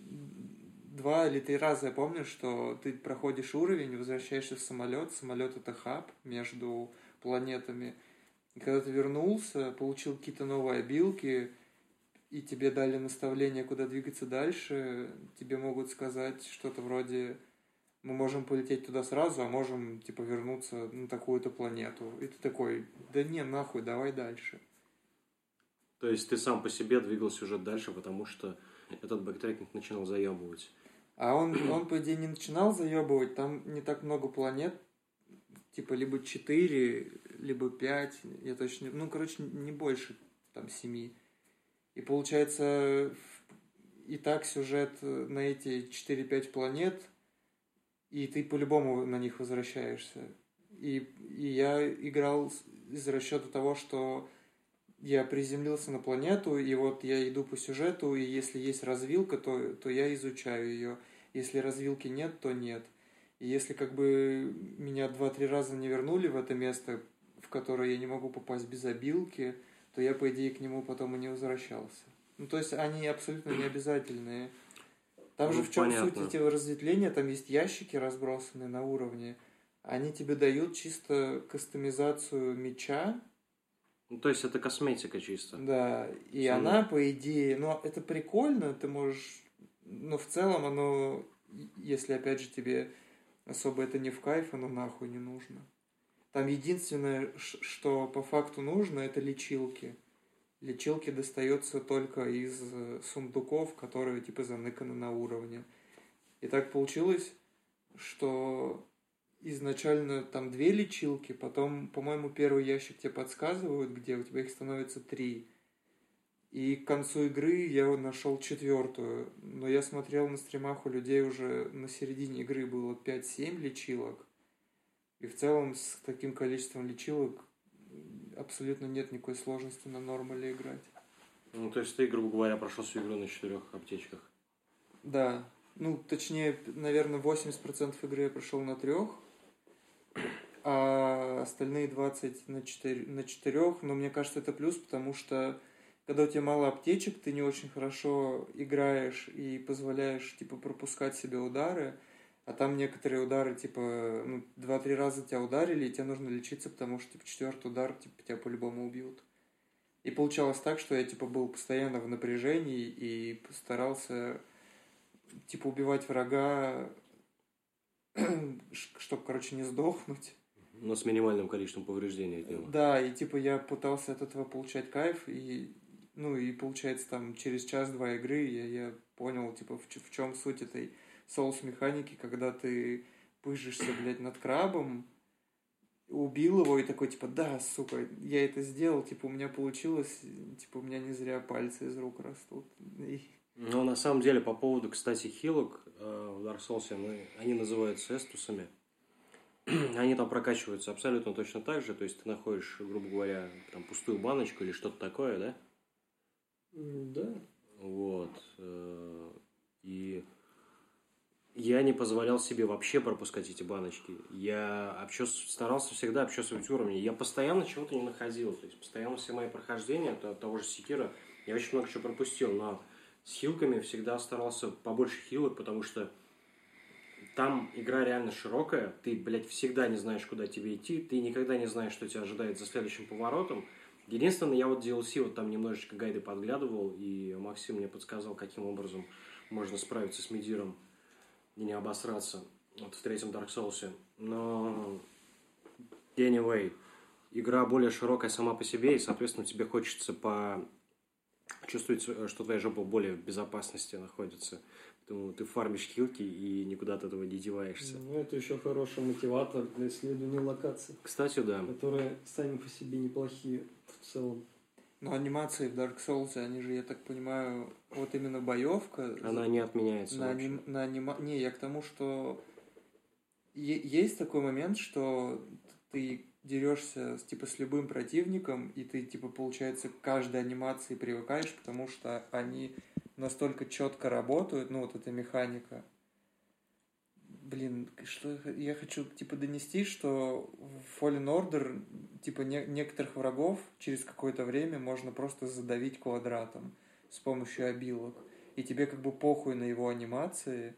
A: 2 или 3 раза я помню, что ты проходишь уровень, возвращаешься в самолет. Самолет — это хаб между планетами. И когда ты вернулся, получил какие-то новые обилки, и тебе дали наставление, куда двигаться дальше, тебе могут сказать что-то вроде: мы можем полететь туда сразу, а можем, типа, вернуться на такую-то планету. И ты такой: да не, нахуй, давай дальше.
B: То есть ты сам по себе двигал сюжет дальше, потому что этот бэктрекинг начинал заебывать.
A: А он, по идее, не начинал заебывать, там не так много планет, типа, либо 4, либо 5, я точно... не больше, там, 7. И получается, и так сюжет на эти 4-5 планет, и ты по-любому на них возвращаешься. И я играл из расчета того, что я приземлился на планету, и вот я иду по сюжету, и если есть развилка, то я изучаю ее. Если развилки нет, то нет. И если как бы меня 2-3 раза не вернули в это место, в которое я не могу попасть без обилки, то я, по идее, к нему потом и не возвращался. То есть они абсолютно не обязательные. Там же в чем суть этого разветвления? Там есть ящики, разбросанные на уровне. Они тебе дают чисто кастомизацию меча.
B: То есть это косметика чисто.
A: Да, и она, по идее... это прикольно, ты можешь... Но в целом оно, если, опять же, тебе особо это не в кайф, оно нахуй не нужно. Там единственное, что по факту нужно, это лечилки. Лечилки достается только из сундуков, которые типа заныканы на уровне. И так получилось, что изначально там 2 лечилки, потом, по-моему, первый ящик тебе подсказывают, где у тебя их становится 3. И к концу игры я нашел 4-ю. Но я смотрел на стримах, у людей уже на середине игры было 5-7 лечилок. И в целом с таким количеством лечилок абсолютно нет никакой сложности на нормале играть.
B: То есть ты, грубо говоря, прошел всю игру на 4 аптечках?
A: Да. Точнее, наверное, 80% игры я прошел на 3, а остальные 20 на 4. Но мне кажется, это плюс, потому что когда у тебя мало аптечек, ты не очень хорошо играешь и позволяешь, типа, пропускать себе удары. А там некоторые удары, типа, 2-3 раза тебя ударили, и тебе нужно лечиться, потому что, типа, 4-й удар, типа, тебя по-любому убьют. И получалось так, что я, типа, был постоянно в напряжении и старался, типа, убивать врага, чтобы, короче, не сдохнуть.
B: Но с минимальным количеством повреждений от него.
A: Да, и, типа, я пытался от этого получать кайф, и получается, там, через час-два игры я понял, типа, в чем суть этой соус-механики, когда ты пыжишься, блядь, над крабом, убил его и такой, типа, да, сука, я это сделал, типа, у меня получилось, типа, у меня не зря пальцы из рук растут.
B: На самом деле, по поводу, кстати, хилок в Dark Souls, они называются эстусами. Они там прокачиваются абсолютно точно так же, то есть ты находишь, грубо говоря, там пустую баночку или что-то такое, да?
C: Да.
B: Вот. И я не позволял себе вообще пропускать эти баночки. Я старался всегда обчесывать уровни. Я постоянно чего-то не находил. То есть постоянно все мои прохождения того же Секира, я очень много чего пропустил. Но с хилками всегда старался побольше хилок, потому что там игра реально широкая. Ты, блядь, всегда не знаешь, куда тебе идти. Ты никогда не знаешь, что тебя ожидает за следующим поворотом. Единственное, я вот DLC вот там немножечко гайды подглядывал, и Максим мне подсказал, каким образом можно справиться с Медиром и не обосраться вот в 3-м Dark Souls. Но anyway, игра более широкая сама по себе, и, соответственно, тебе хочется почувствовать, что твоя жопа более в безопасности находится. Поэтому ты фармишь хилки и никуда от этого не деваешься.
C: Это еще хороший мотиватор для исследования локаций.
B: Кстати, да.
C: Которые сами по себе неплохие в целом.
A: Но анимации в Dark Souls, они же, я так понимаю, вот именно боевка...
B: Она не отменяется
A: Не, я к тому, что есть такой момент, что ты дерешься типа с любым противником, и ты, типа, получается, к каждой анимации привыкаешь, потому что они настолько четко работают, ну, вот эта механика. Блин, что я хочу, типа, донести, что в Fallen Order, типа, некоторых врагов через какое-то время можно просто задавить квадратом с помощью обилок. И тебе как бы похуй на его анимации,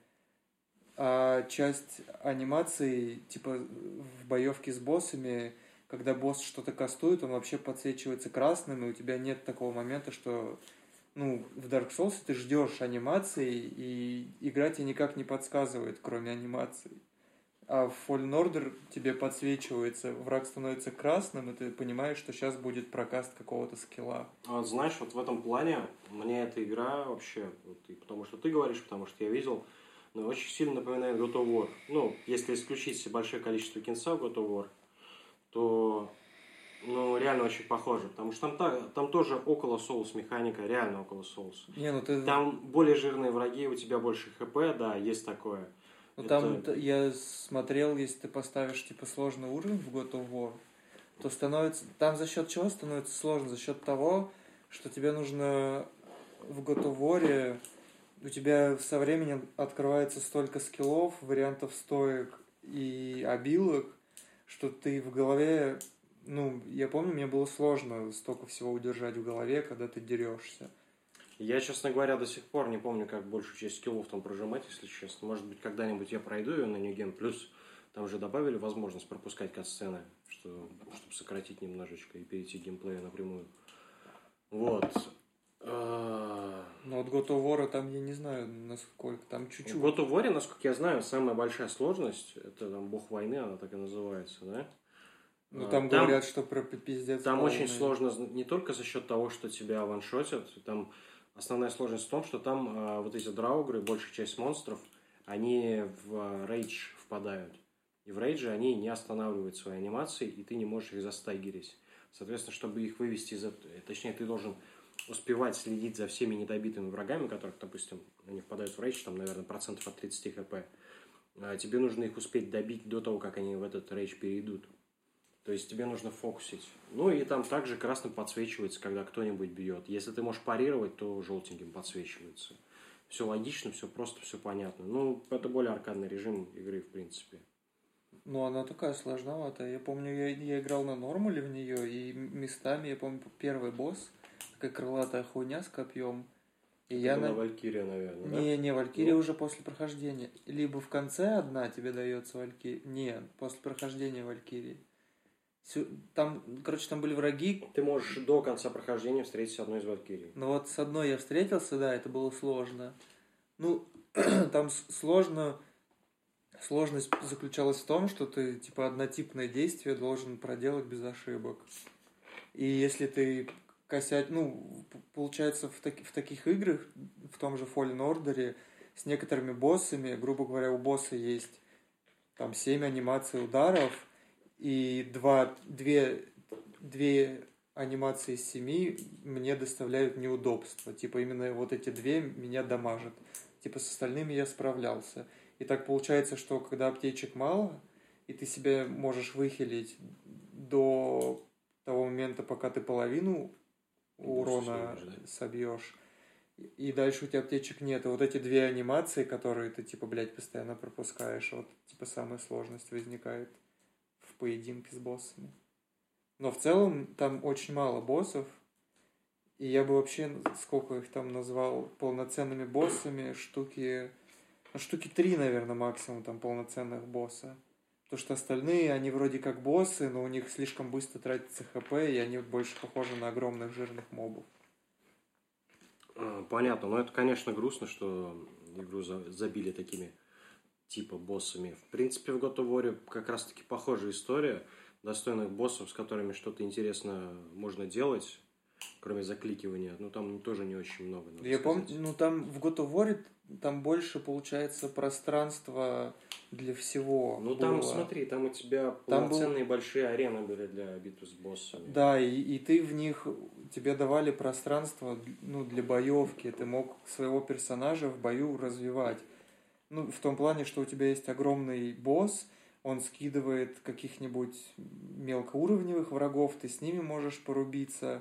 A: а часть анимации, типа, в боевке с боссами, когда босс что-то кастует, он вообще подсвечивается красным, и у тебя нет такого момента, что, ну, в Dark Souls ты ждешь анимации, и игра тебе никак не подсказывает, кроме анимации. А в Fallen Order тебе подсвечивается, враг становится красным, и ты понимаешь, что сейчас будет прокаст какого-то скилла.
B: А, знаешь, вот в этом плане мне эта игра вообще, вот, и потому что ты говоришь, потому что я видел, но очень сильно напоминает God of War. Ну, если исключить большое количество кинца в God of War, то, ну, реально очень похоже. Потому что там тоже около Souls механика, реально около Souls.
A: Не, ну ты...
B: Там более жирные враги, у тебя больше хп, да, есть такое.
A: Ну, там я смотрел, если ты поставишь, типа, сложный уровень в God of War, то становится... Там за счет чего становится сложно? За счет того, что тебе нужно в God of War... У тебя со временем открывается столько скиллов, вариантов стоек и обилок, что ты в голове... Ну, я помню, мне было сложно столько всего удержать в голове, когда ты дерешься.
B: Я, честно говоря, до сих пор не помню, как большую часть скиллов там прожимать, если честно. Может быть, когда-нибудь я пройду ее на New Game Plus. Там же добавили возможность пропускать кат-сцены, чтобы сократить немножечко и перейти к геймплею напрямую. Вот.
A: Но от God of War там я не знаю, насколько, там чуть-чуть.
B: В God of War, насколько я знаю, самая большая сложность, это там бог войны, она так и называется, да?
A: Ну, там говорят, что про пиздец.
B: Там очень сложно не только за счет того, что тебя ваншотят, там основная сложность в том, что там вот эти драугры, большая часть монстров, они в рейдж впадают. И в рейдже они не останавливают свои анимации, и ты не можешь их застагерить. Соответственно, чтобы их вывести из этого... Точнее, ты должен успевать следить за всеми недобитыми врагами, которых, допустим, они впадают в рейдж, там, наверное, процентов от 30 хп. Тебе нужно их успеть добить до того, как они в этот рейдж перейдут. То есть тебе нужно фокусить. Ну и там также красным подсвечивается, когда кто-нибудь бьет. Если ты можешь парировать, то желтеньким подсвечивается. Все логично, все просто, все понятно. Ну, это более аркадный режим игры, в принципе.
A: Ну, она такая сложноватая. Я помню, я играл на нормале в нее, и местами, я помню, первый босс, такая крылатая хуйня с копьем.
B: И это была Валькирия, наверное, да?
A: Не, Валькирия уже после прохождения. Либо в конце одна тебе дается Валькирия. Нет, после прохождения Валькирии. Там, короче, там были враги.
B: Ты можешь до конца прохождения встретить одну из Валькирий.
A: Ну вот с одной я встретился, да, это было сложно. Ну, там сложность заключалась в том, что ты, типа, однотипное действие должен проделать без ошибок. И если ты ну, получается, в таких играх, в том же Fallen Order, с некоторыми боссами, грубо говоря, у босса есть там 7 анимаций ударов, и две анимации из 7 мне доставляют неудобства. Типа именно вот эти 2 меня дамажат. Типа с остальными я справлялся. И так получается, что когда аптечек мало, и ты себя можешь выхилить до того момента, пока ты половину урона собьешь, и дальше у тебя аптечек нет. И вот эти 2 анимации, которые ты, типа, блядь, постоянно пропускаешь, вот, типа, самая сложность возникает в поединке с боссами. Но в целом там очень мало боссов, и я бы вообще, сколько их там назвал, полноценными боссами, штуки 3, наверное, максимум там полноценных босса. Потому что остальные, они вроде как боссы, но у них слишком быстро тратится хп, и они больше похожи на огромных жирных мобов.
B: Понятно, но это, конечно, грустно, что игру забили такими типа боссами. В принципе, в God of War как раз-таки похожая история. Достойных боссов, с которыми что-то интересно можно делать, кроме закликивания. Ну, там тоже не очень много.
A: Я помню, ну, там в God of War там больше, получается, пространства для всего.
B: Ну, там, смотри, там у тебя полноценные большие арены были для битвы с боссами.
A: Да, и ты в них, тебе давали пространство, ну, для боевки. Ты мог своего персонажа в бою развивать. Ну, в том плане, что у тебя есть огромный босс, он скидывает каких-нибудь мелкоуровневых врагов, ты с ними можешь порубиться.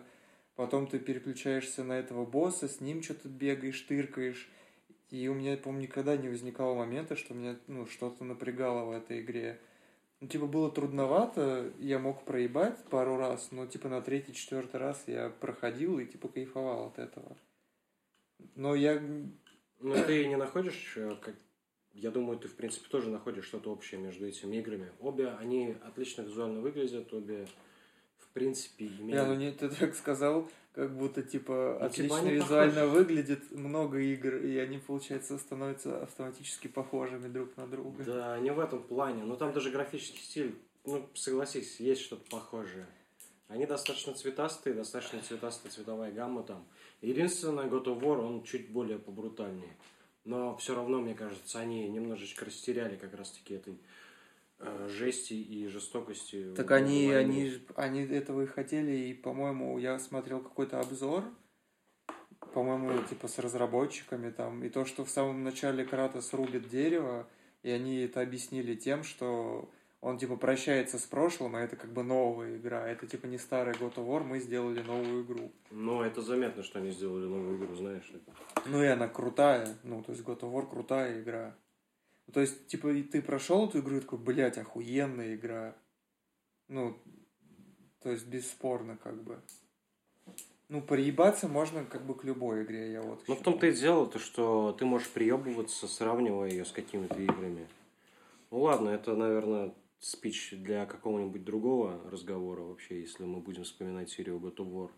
A: потом ты переключаешься на этого босса, с ним что-то бегаешь, тыркаешь. И у меня, по-моему, никогда не возникало момента, что меня, ну, что-то напрягало в этой игре. Ну, типа, было трудновато, я мог проебать пару раз, но, типа, на третий, четвертый раз я проходил и, типа, кайфовал от этого. Но я...
B: Ну, ты не находишь, как... Я думаю, ты, в принципе, тоже находишь что-то общее между этими играми. Обе, они отлично визуально выглядят, обе, в принципе, имеют...
A: ну не, ты так сказал, как будто, типа,
B: ну,
A: отлично
B: типа,
A: визуально выглядит много игр, и они, получается, становятся автоматически похожими друг на друга.
B: Да, не в этом плане. Но там даже графический стиль, ну, согласись, есть что-то похожее. Они достаточно цветастые, достаточно цветастая цветовая гамма там. Единственное, God of War, он чуть более побрутальнее. Но все равно, мне кажется, они немножечко растеряли как раз-таки этой жести и жестокости.
A: Так они этого и хотели, и, по-моему, я смотрел какой-то обзор, по-моему, типа с разработчиками там, и то, что в самом начале Кратос рубит дерево, и они это объяснили тем, что он, типа, прощается с прошлым, а это как бы новая игра. Это, типа, не старый God of War, мы сделали новую игру.
B: Ну, это заметно, что они сделали новую игру, знаешь ли.
A: Ну, и она крутая. Ну, то есть, God of War крутая игра. То есть, типа, и ты прошел эту игру и такой, блядь, охуенная игра. Ну, то есть, бесспорно, как бы. Ну, приебаться можно, как бы, к любой игре, я вот.
B: Ну, в том-то и дело, то, что ты можешь приебываться, сравнивая ее с какими-то играми. Ну, ладно, это, наверное... спич для какого-нибудь другого разговора вообще, если мы будем вспоминать серию God of War.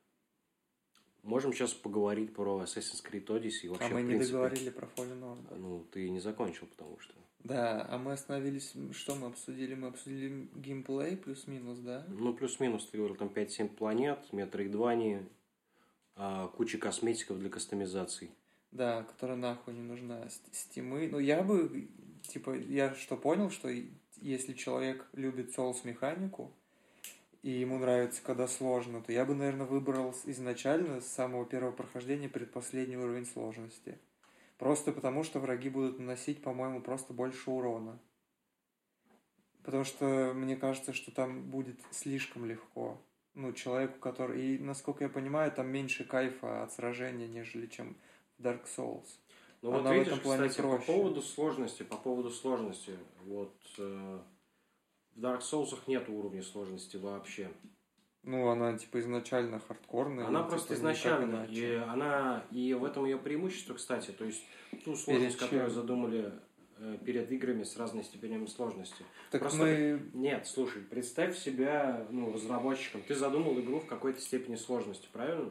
B: Можем сейчас поговорить про Assassin's Creed Odyssey. Вообще,
A: а мы не договорили про Fallen Order.
B: Ну, ты не закончил, потому что...
A: Да, а мы остановились... Что мы обсудили? Мы обсудили геймплей плюс-минус, да?
B: Ну, плюс-минус, ты говорил, там 5-7 планет, Metroidvania, куча косметиков для кастомизаций.
A: Да, которая нахуй не нужна. Стимы. Ну, я бы... Типа, я что понял, что... Если человек любит Souls-механику, и ему нравится, когда сложно, то я бы, наверное, выбрал изначально с самого первого прохождения предпоследний уровень сложности. Просто потому, что враги будут наносить, по-моему, просто больше урона. Потому что мне кажется, что там будет слишком легко. Ну, человеку, который... И, насколько я понимаю, там меньше кайфа от сражения, нежели чем в Dark Souls.
B: Ну вот видишь, в плане кстати, проще. по поводу сложности, вот в Dark Souls нет уровня сложности вообще.
A: Ну, она типа изначально хардкорная.
B: Она просто изначально, и в этом ее преимущество, кстати, то есть ту сложность, которую задумали перед играми с разной степенями сложности.
A: Так просто...
B: Нет, слушай, представь себя, разработчиком, ты задумал игру в какой-то степени сложности, правильно?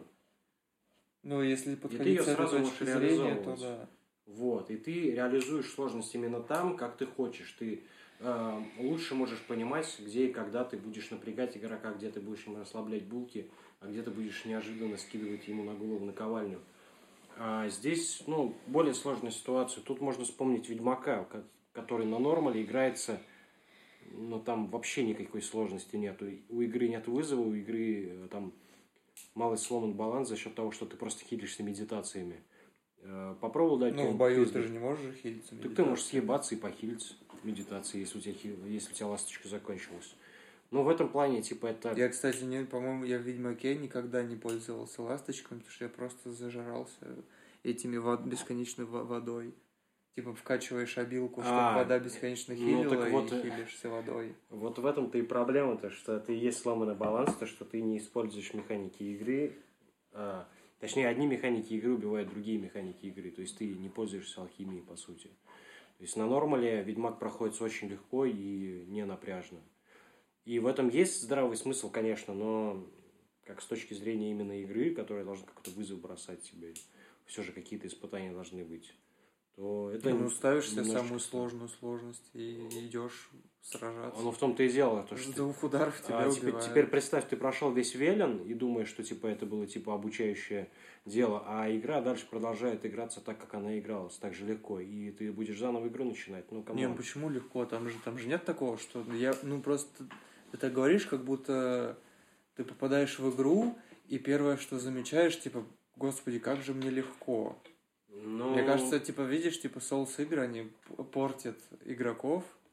A: Ну, если подходить с этой точки зрения, то да.
B: Вот, и ты реализуешь сложность именно там, как ты хочешь. Ты лучше можешь понимать, где и когда ты будешь напрягать игрока, где ты будешь ему расслаблять булки, а где ты будешь неожиданно скидывать ему на голову наковальню. А здесь, более сложная ситуация. Тут можно вспомнить Ведьмака, который на нормале играется, но там вообще никакой сложности нет. У игры нет вызова, у игры там малый сломан баланс за счет того, что ты просто хилишься медитациями. Попробовал дать...
A: в бою ты же не можешь хилиться.
B: Так ты можешь съебаться и похилиться медитацией, если у тебя ласточка закончилась. Но в этом плане, типа, это...
A: Я, кстати, по-моему, я в Ведьмаке никогда не пользовался ласточками, потому что я просто зажирался этими бесконечной водой. Типа, вкачиваешь обилку, чтобы вода бесконечно хилила, и хилишься водой.
B: Вот в этом-то и проблема-то, что ты есть сломанный баланс, то, что ты не используешь механики игры... Точнее, одни механики игры убивают другие механики игры. То есть, ты не пользуешься алхимией, по сути. То есть, на нормале Ведьмак проходится очень легко и не напряжно. И в этом есть здравый смысл, конечно, но как с точки зрения именно игры, которая должна какой-то вызов бросать тебе, все же какие-то испытания должны быть, то это...
A: ставишь себе самую сложную сложность и идешь сражаться.
B: В том-то и дело. То, что
A: с двух ударов тебя убивают.
B: Теперь представь, ты прошел весь Велен и думаешь, что типа это было типа обучающее дело, а игра дальше продолжает играться так, как она игралась, так же легко, и ты будешь заново игру начинать.
A: Почему легко? Там же нет такого, что просто ты так говоришь, как будто ты попадаешь в игру, и первое, что замечаешь, типа, господи, как же мне легко. Мне кажется, типа, видишь, типа, Souls игры, они портят игроков,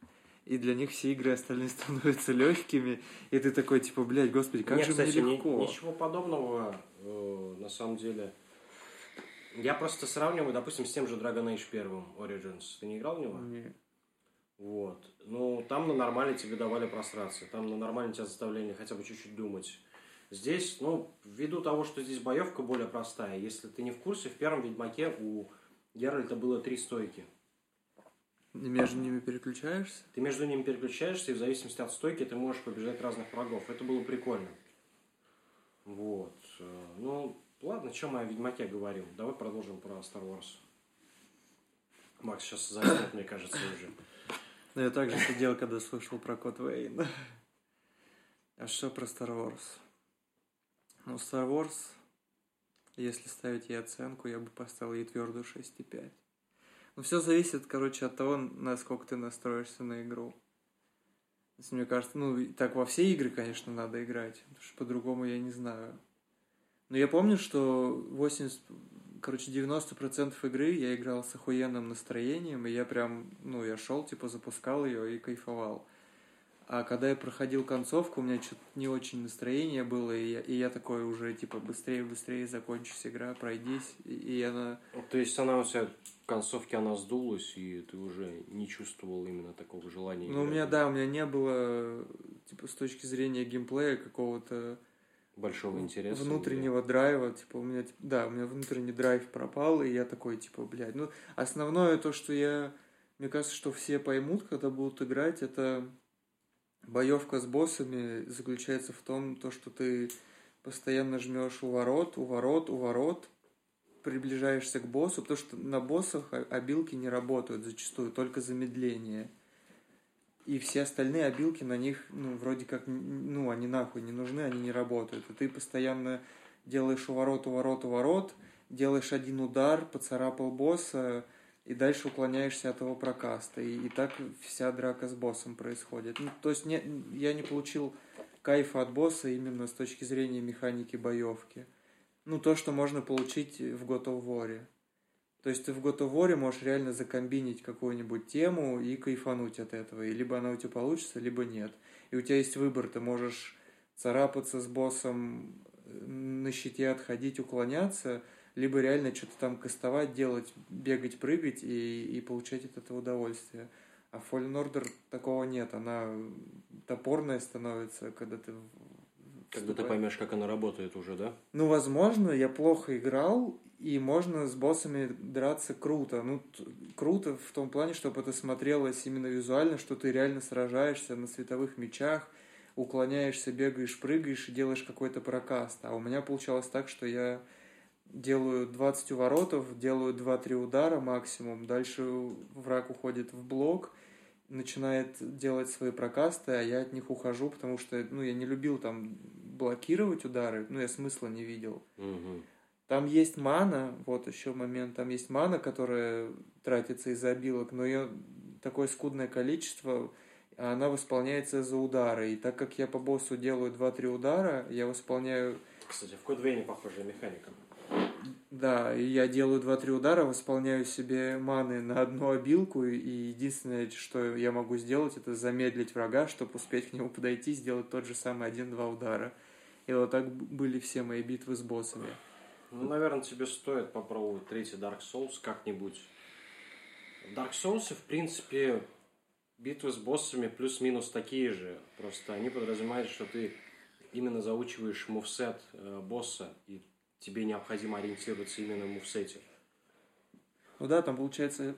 A: и для них все игры остальные становятся легкими, и ты такой, типа, блядь, господи, как же
B: кстати,
A: мне легко.
B: Ничего подобного, на самом деле. Я просто сравниваю, допустим, с тем же Dragon Age 1 Origins. Ты не играл в него?
A: Нет.
B: Вот. Ну, там на нормале тебе давали прострации, там на нормале тебя заставляли хотя бы чуть-чуть думать. Здесь, ну, ввиду того, что здесь боевка более простая, если ты не в курсе, в первом Ведьмаке у Геральта было 3 стойки.
A: И между ними переключаешься?
B: Ты между ними переключаешься, и в зависимости от стойки ты можешь побеждать разных врагов. Это было прикольно. Вот. Ну, ладно, что мы о Ведьмаке говорим. Давай продолжим про Star Wars. Макс сейчас заснет, мне кажется, уже.
A: Ну, я также сидел, когда слышал про Код Вейн. А что про Star Wars? Ну, Star Wars, если ставить ей оценку, я бы поставил ей твердую 6,5. Ну, все зависит, короче, от того, насколько ты настроишься на игру. Если, мне кажется, ну, так во все игры, конечно, надо играть, потому что по-другому я не знаю. Но я помню, что 90% игры я играл с охуенным настроением, и я прям, ну, я шел, типа, запускал ее и кайфовал. А когда я проходил концовку, у меня что-то не очень настроение было, и я такой уже, типа, быстрее закончись игра, пройдись, и она...
B: То есть она у тебя в концовке она сдулась, и ты уже не чувствовал именно такого желания играть?
A: Ну, у меня не было, типа, с точки зрения геймплея какого-то...
B: Большого интереса?
A: Внутреннего драйва, типа, у меня внутренний драйв пропал, и я такой, типа, блядь, ну, основное то, что мне кажется, что все поймут, когда будут играть, это... Боевка с боссами заключается в том, что ты постоянно жмешь у ворот, приближаешься к боссу, потому что на боссах обилки не работают зачастую, только замедление. И все остальные обилки на них, ну, вроде как, ну, они нахуй не нужны, они не работают. И ты постоянно делаешь у ворот, делаешь один удар, поцарапал босса, и дальше уклоняешься от его прокаста. И так вся драка с боссом происходит. Ну, то есть я не получил кайфа от босса именно с точки зрения механики боевки. Ну, то, что можно получить в God of War. То есть ты в God of War можешь реально закомбинить какую-нибудь тему и кайфануть от этого. И либо она у тебя получится, либо нет. И у тебя есть выбор. Ты можешь царапаться с боссом, на щите отходить, уклоняться, либо реально что-то там кастовать, делать, бегать, прыгать и получать от этого удовольствие. А в Fallen Order такого нет. Она топорная становится, когда ты...
B: Когда ты поймешь, как она работает уже, да?
A: Ну, возможно, я плохо играл, и можно с боссами драться круто. Ну, круто в том плане, чтобы это смотрелось именно визуально, что ты реально сражаешься на световых мечах, уклоняешься, бегаешь, прыгаешь и делаешь какой-то прокаст. А у меня получалось так, что я делаю 20 уворотов, делаю 2-3 удара максимум, дальше враг уходит в блок, начинает делать свои прокасты, а я от них ухожу, потому что, ну, я не любил там блокировать удары, ну, я смысла не видел.
B: Угу.
A: Там есть мана, вот еще момент, там есть мана, которая тратится из-за обилок, но ее такое скудное количество, она восполняется за удары, и так как я по боссу делаю 2-3 удара, я восполняю...
B: Кстати, в Код Вейне похожая механика.
A: Да, и я делаю 2-3 удара, восполняю себе маны на одну обилку, и единственное, что я могу сделать, это замедлить врага, чтобы успеть к нему подойти, сделать тот же самый 1-2 удара. И вот так были все мои битвы с боссами.
B: Ну, наверное, тебе стоит попробовать третий Dark Souls как-нибудь. В Dark Souls, в принципе, битвы с боссами плюс-минус такие же. Просто они подразумевают, что ты именно заучиваешь мувсет босса, и тебе необходимо ориентироваться именно в мувсете.
A: Ну да, там получается,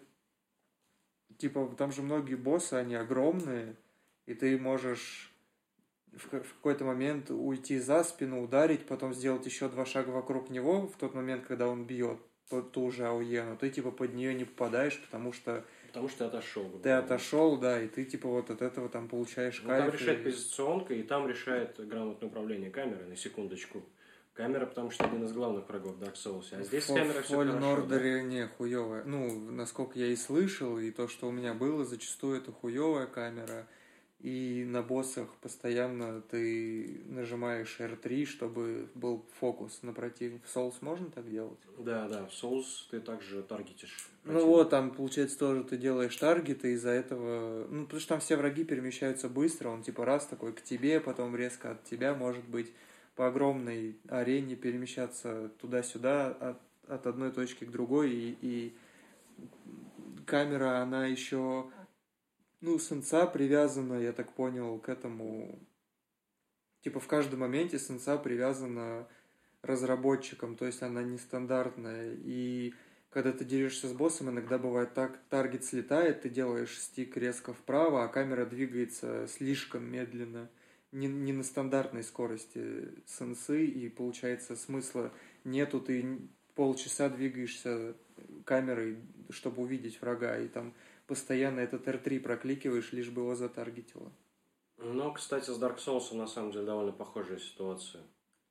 A: типа, там же многие боссы, они огромные, и ты можешь в какой-то момент уйти за спину, ударить, потом сделать еще 2 шага вокруг него в тот момент, когда он бьет ту же ауену. Ты, типа, под нее не попадаешь, потому что ты
B: отошел.
A: Ты отошел, да, и ты, типа, вот от этого там получаешь кайф.
B: Там решает позиционка, и там решает грамотное управление камерой, на секундочку. Камера, потому что один из главных врагов Dark Souls. А здесь камера все хорошо. В
A: Fallen Order не хуевая. Ну, насколько я и слышал, и то, что у меня было, зачастую это хуевая камера. и на боссах постоянно ты нажимаешь R3, чтобы был фокус на противника. В Souls можно так делать?
B: Да, в Souls ты также таргетишь
A: противника. Ну вот, там, получается, тоже ты делаешь таргеты, из-за этого... Ну, потому что там все враги перемещаются быстро, он типа раз такой к тебе, потом резко от тебя, может быть, по огромной арене перемещаться туда-сюда, от одной точки к другой, и камера, она еще... Ну, сенса привязана, я так понял, к этому... Типа в каждом моменте сенса привязана разработчикам, то есть она нестандартная. И когда ты дерешься с боссом, иногда бывает так, таргет слетает, ты делаешь стик резко вправо, а камера двигается слишком медленно, не на стандартной скорости сенсы, и получается смысла нету, ты полчаса двигаешься камерой, чтобы увидеть врага, и там постоянно этот R3 прокликиваешь, лишь бы его затаргетило.
B: Ну, кстати, с Dark Souls на самом деле довольно похожая ситуация.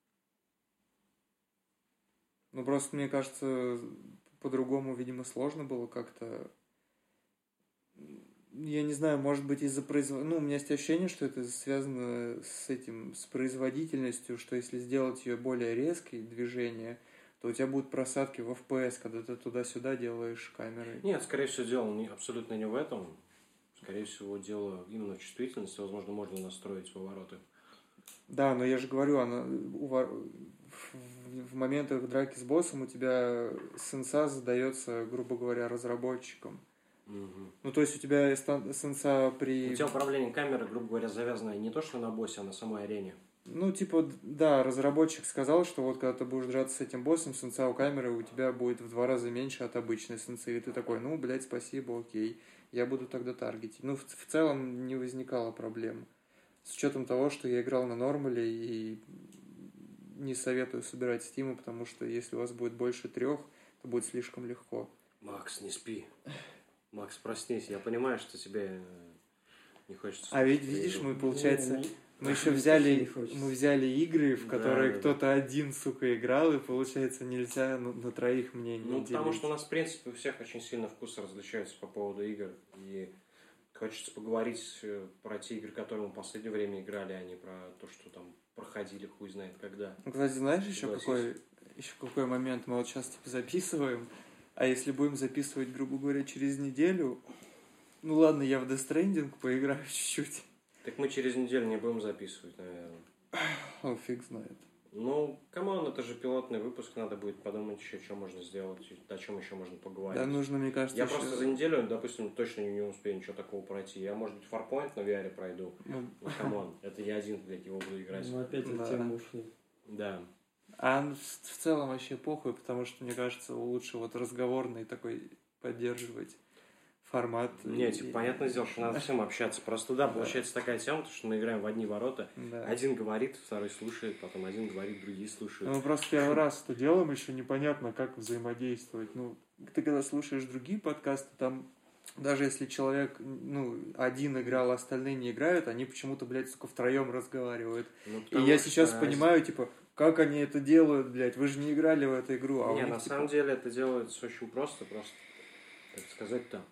A: Ну, просто, мне кажется, по-другому, видимо, сложно было как-то. Я не знаю, может быть, из-за Ну, у меня есть ощущение, что это связано с этим, с производительностью, что если сделать ее более резкой, движение, то у тебя будут просадки в FPS, когда ты туда-сюда делаешь камерой.
B: Нет, скорее всего, дело абсолютно не в этом. Скорее всего, дело именно в чувствительности. Возможно, можно настроить повороты.
A: Да, но я же говорю, в моментах драки с боссом у тебя сенса задается, грубо говоря, разработчиком.
B: Угу.
A: Ну, то есть у тебя сенса при...
B: У тебя управление камерой, грубо говоря, завязано не то, что на боссе, а на самой арене.
A: Ну, типа, да, разработчик сказал, что вот когда ты будешь драться с этим боссом, сенса у камеры у тебя будет в 2 раза меньше от обычной сенсы. И ты такой, ну, блядь, спасибо, окей, я буду тогда таргетить. Ну, в целом не возникало проблем. С учетом того, что я играл на нормале и не советую собирать стимы, потому что если у вас будет больше 3, то будет слишком легко.
B: Макс, не спи. Макс, проснись. Я понимаю, что тебе не хочется...
A: А ведь видишь, мы, получается... Мы еще взяли игры, в которые кто-то один, сука, играл, и, получается, нельзя на 3 мнений делить.
B: Потому что у нас, в принципе, у всех очень сильно вкусы различаются по поводу игр. И хочется поговорить про те игры, которые мы в последнее время играли, а не про то, что там проходили хуй знает когда.
A: Кстати, знаешь, еще какой момент? Мы вот сейчас типа записываем, а если будем записывать, грубо говоря, через неделю... Ну ладно, я в Death Stranding поиграю чуть-чуть.
B: Так мы через неделю не будем записывать, наверное.
A: О, фиг знает.
B: Ну, камон, это же пилотный выпуск, надо будет подумать еще, что можно сделать, о чем еще можно поговорить.
A: Да, нужно, мне кажется,
B: я просто за неделю, допустим, точно не успею ничего такого пройти. Я, может быть, Farpoint на VR пройду. Ну, камон, это я один, блядь, его буду играть.
C: Ну, опять от темы ушли.
B: Да.
A: А в целом вообще похуй, потому что, мне кажется, лучше вот разговорный такой поддерживать формат.
B: Не, типа, понятное дело, что надо всем общаться. Просто, да, получается такая тема, что мы играем в одни ворота. Да. Один говорит, второй слушает, потом один говорит, другие слушают.
A: Ну, мы просто первый раз это делаем, еще непонятно, как взаимодействовать. Ну, ты когда слушаешь другие подкасты, там, даже если человек, ну, один играл, а остальные не играют, они почему-то, блядь, сука, втроем разговаривают. Ну, и я сейчас понимаю, типа, как они это делают, блядь, вы же не играли в эту игру.
B: Не, на самом деле это делается очень просто, как сказать-то.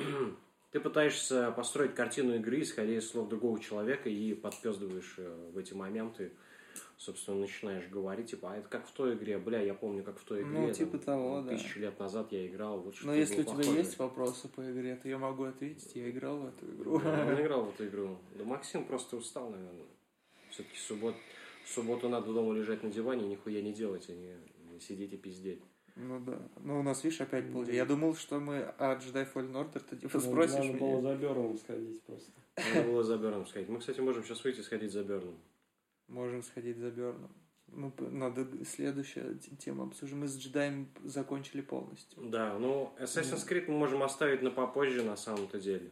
B: Ты пытаешься построить картину игры, исходя из слов другого человека, и подпёздываешь в эти моменты, собственно, начинаешь говорить, типа, а это как в той игре, бля, я помню, как в той игре.
A: Ну, типа того, да.
B: 1000 лет назад я играл, вот что.
A: Но если у тебя есть вопросы по игре, то я могу ответить, я играл в эту игру.
B: Он играл в эту игру. Да Максим просто устал, наверное. Все-таки в субботу надо дома лежать на диване и нихуя не делать, а не сидеть и пиздеть.
A: Ну да. Ну у нас, видишь, опять получилось. Я думал, что мы от Jedi Fallen Order-то типа спросишь
C: меня. Надо было за Берном сходить просто.
B: Надо было за Берном сходить. Мы, кстати, можем сейчас выйти и сходить за Берном.
A: Можем сходить за Берном. Ну, надо следующую тему обсужим. Мы с джедаем закончили полностью.
B: Да, ну, Assassin's Creed мы можем оставить на попозже, на самом-то деле.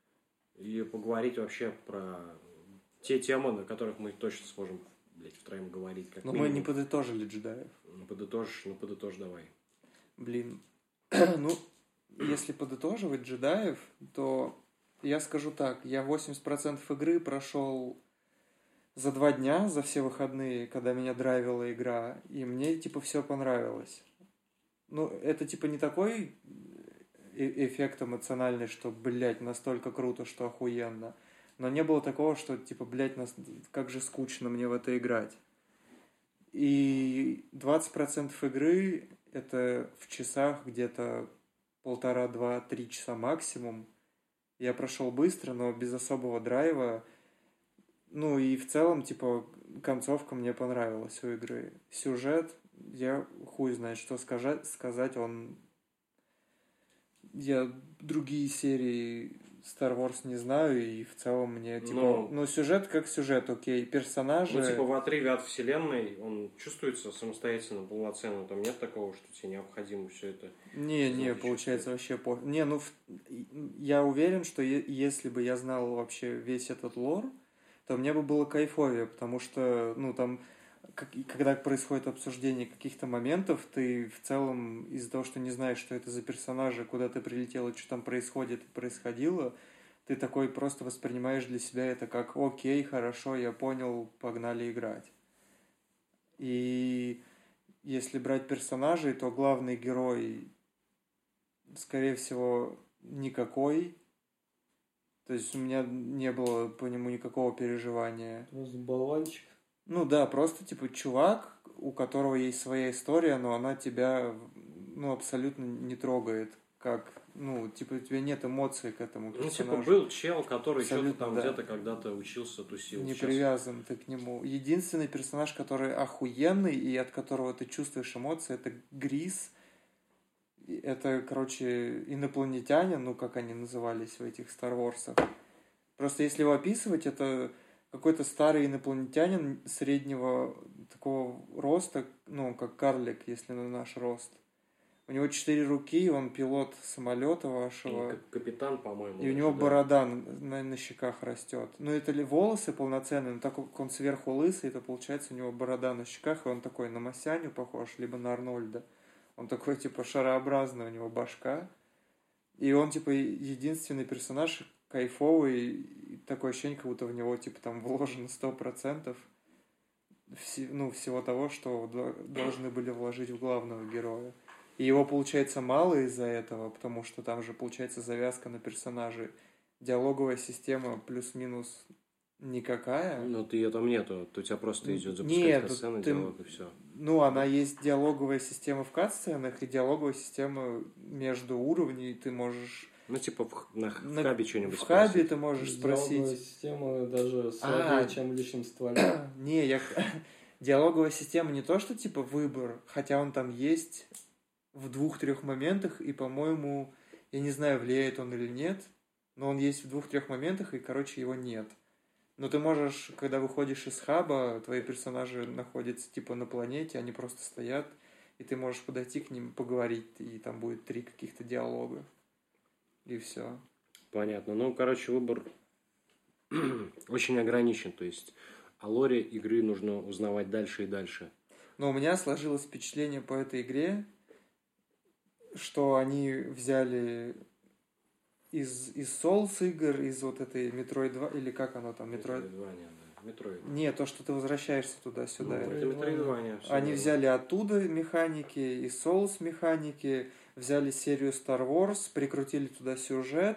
B: И поговорить вообще про те темы, на которых мы точно сможем, блядь, втроем говорить.
A: Но мы не подытожили джедаев.
B: Подытожь давай.
A: Блин. Ну, если подытоживать джедаев, то я скажу так. Я 80% игры прошел за 2 дня, за все выходные, когда меня драйвила игра. И мне, типа, все понравилось. Ну, это, типа, не такой эффект эмоциональный, что, блядь, настолько круто, что охуенно. Но не было такого, что, типа, блядь, как же скучно мне в это играть. И 20% игры – это в часах где-то 1,5, 2, 3 часа максимум. Я прошел быстро, но без особого драйва. Ну и в целом, типа, концовка мне понравилась у игры. Сюжет, я хуй знает, что сказать. Я другие серии Star Wars не знаю, и в целом мне, типа... Ну, сюжет как сюжет, окей. Персонажи...
B: Ну, типа, в отрыве от вселенной он чувствуется самостоятельно, полноценно. Там нет такого, что тебе необходимо все это...
A: Не, получается вообще... Не, ну, я уверен, что если бы я знал вообще весь этот лор, то мне бы было кайфовее, потому что, ну, там, когда происходит обсуждение каких-то моментов, ты в целом из-за того, что не знаешь, что это за персонажи, куда ты прилетел и что там происходило, ты такой просто воспринимаешь для себя это как окей, хорошо, я понял, погнали играть. И если брать персонажей, то главный герой, скорее всего, никакой. То есть у меня не было по нему никакого переживания.
C: Просто болванчик.
A: Ну да, просто типа чувак, у которого есть своя история, но она тебя, ну, абсолютно не трогает. Как, ну, типа, у тебя нет эмоций к этому персонажу.
B: Ну, типа, был чел, который
A: абсолютно,
B: что-то там
A: да.
B: где-то когда-то учился, тусил.
A: Не привязан ты к нему. Единственный персонаж, который охуенный и от которого ты чувствуешь эмоции, это Грис. Это, короче, инопланетянин, ну, как они назывались в этих Star Wars'ах. Просто если его описывать, это какой-то старый инопланетянин среднего такого роста, ну, как карлик, если на наш рост. У него 4 руки, он пилот самолета вашего.
B: И капитан, по-моему.
A: И у него борода на щеках растет. Ну, это ли волосы полноценные, но так как он сверху лысый, то получается у него борода на щеках, и он такой на Масяню похож, либо на Арнольда. Он такой, типа, шарообразный, у него башка. И он, типа, единственный персонаж кайфовый. И такое ощущение, как будто в него, типа, там вложено 100% всего того, что должны были вложить в главного героя. И его, получается, мало из-за этого, потому что там же, получается, завязка на персонажей. Диалоговая система плюс-минус никакая.
B: Ну, ее там нету. У тебя просто идет запускать катсцены, диалог и все.
A: Ну, она есть диалоговая система в катсценах и диалоговая система между уровней. Ты можешь...
B: Ну, типа в хабе что-нибудь
A: спросить. В хабе ты можешь спросить.
C: Диалоговая система даже слабее, чем в личном стволе.
A: Не, диалоговая система не то, что типа выбор, хотя он там есть в 2-3 моментах, и, по-моему, я не знаю, влияет он или нет, но он есть в 2-3 моментах, и, короче, его нет. Но ты можешь, когда выходишь из хаба, твои персонажи находятся типа на планете, они просто стоят, и ты можешь подойти к ним, поговорить, и там будет 3 каких-то диалога. И все.
B: Понятно. Ну, короче, выбор очень ограничен. То есть о лоре игры нужно узнавать дальше и дальше.
A: Но у меня сложилось впечатление по этой игре, что они взяли из Souls игр, из вот этой Metroid 2, или как оно там, Metroid... Не, то, что ты возвращаешься туда-сюда.
B: Ну, это Metroidvania.
A: Они взяли оттуда механики, из Souls механики, взяли серию Star Wars, прикрутили туда сюжет,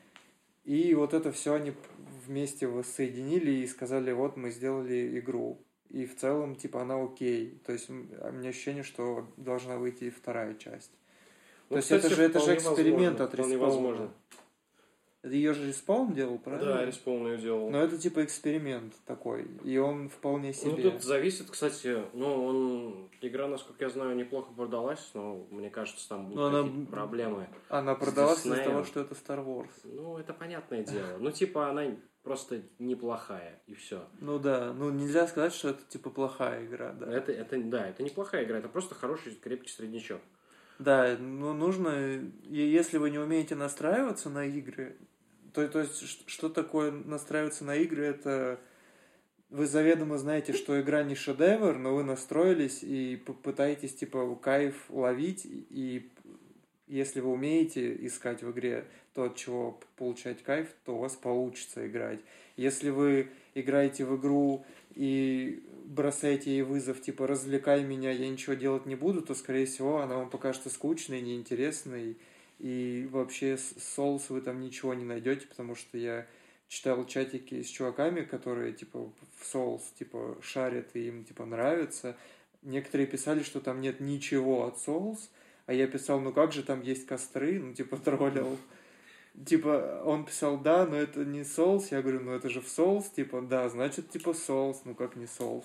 A: и вот это все они вместе воссоединили и сказали, вот мы сделали игру. И в целом, типа, она окей. То есть, у меня ощущение, что должна выйти и вторая часть.
B: Ну,
A: то
B: кстати,
A: есть, это же эксперимент
B: возможно,
A: от Respawn. Это ее же Respawn делал, правильно?
B: Да, Respawn ее делал.
A: Но это типа эксперимент такой, и он вполне себе...
B: Ну, тут зависит, кстати, игра, насколько я знаю, неплохо продалась, но мне кажется, там будут какие-то проблемы.
A: Она продалась из-за того, что это Star Wars.
B: Ну, это понятное дело. Ну, типа, она просто неплохая, и все.
A: Ну да, нельзя сказать, что это типа плохая игра, да.
B: Это неплохая игра, это просто хороший, крепкий среднячок.
A: Да, нужно, если вы не умеете настраиваться на игры, то есть, что такое настраиваться на игры, это вы заведомо знаете, что игра не шедевр, но вы настроились и пытаетесь, типа, кайф ловить, и если вы умеете искать в игре то, от чего получать кайф, то у вас получится играть. Если вы играете в игру и бросаете ей вызов, типа, развлекай меня, я ничего делать не буду, то, скорее всего, она вам покажется скучной, неинтересной, и вообще с Souls вы там ничего не найдете, потому что я читал чатики с чуваками, которые, типа, в Souls, типа, шарят и им, типа, нравится. Некоторые писали, что там нет ничего от Souls, а я писал, ну как же там есть костры, ну, типа, троллил. Типа, он писал, да, но это не Souls. Я говорю, ну это же в Souls, типа, да, значит, типа, Souls, ну как не Souls.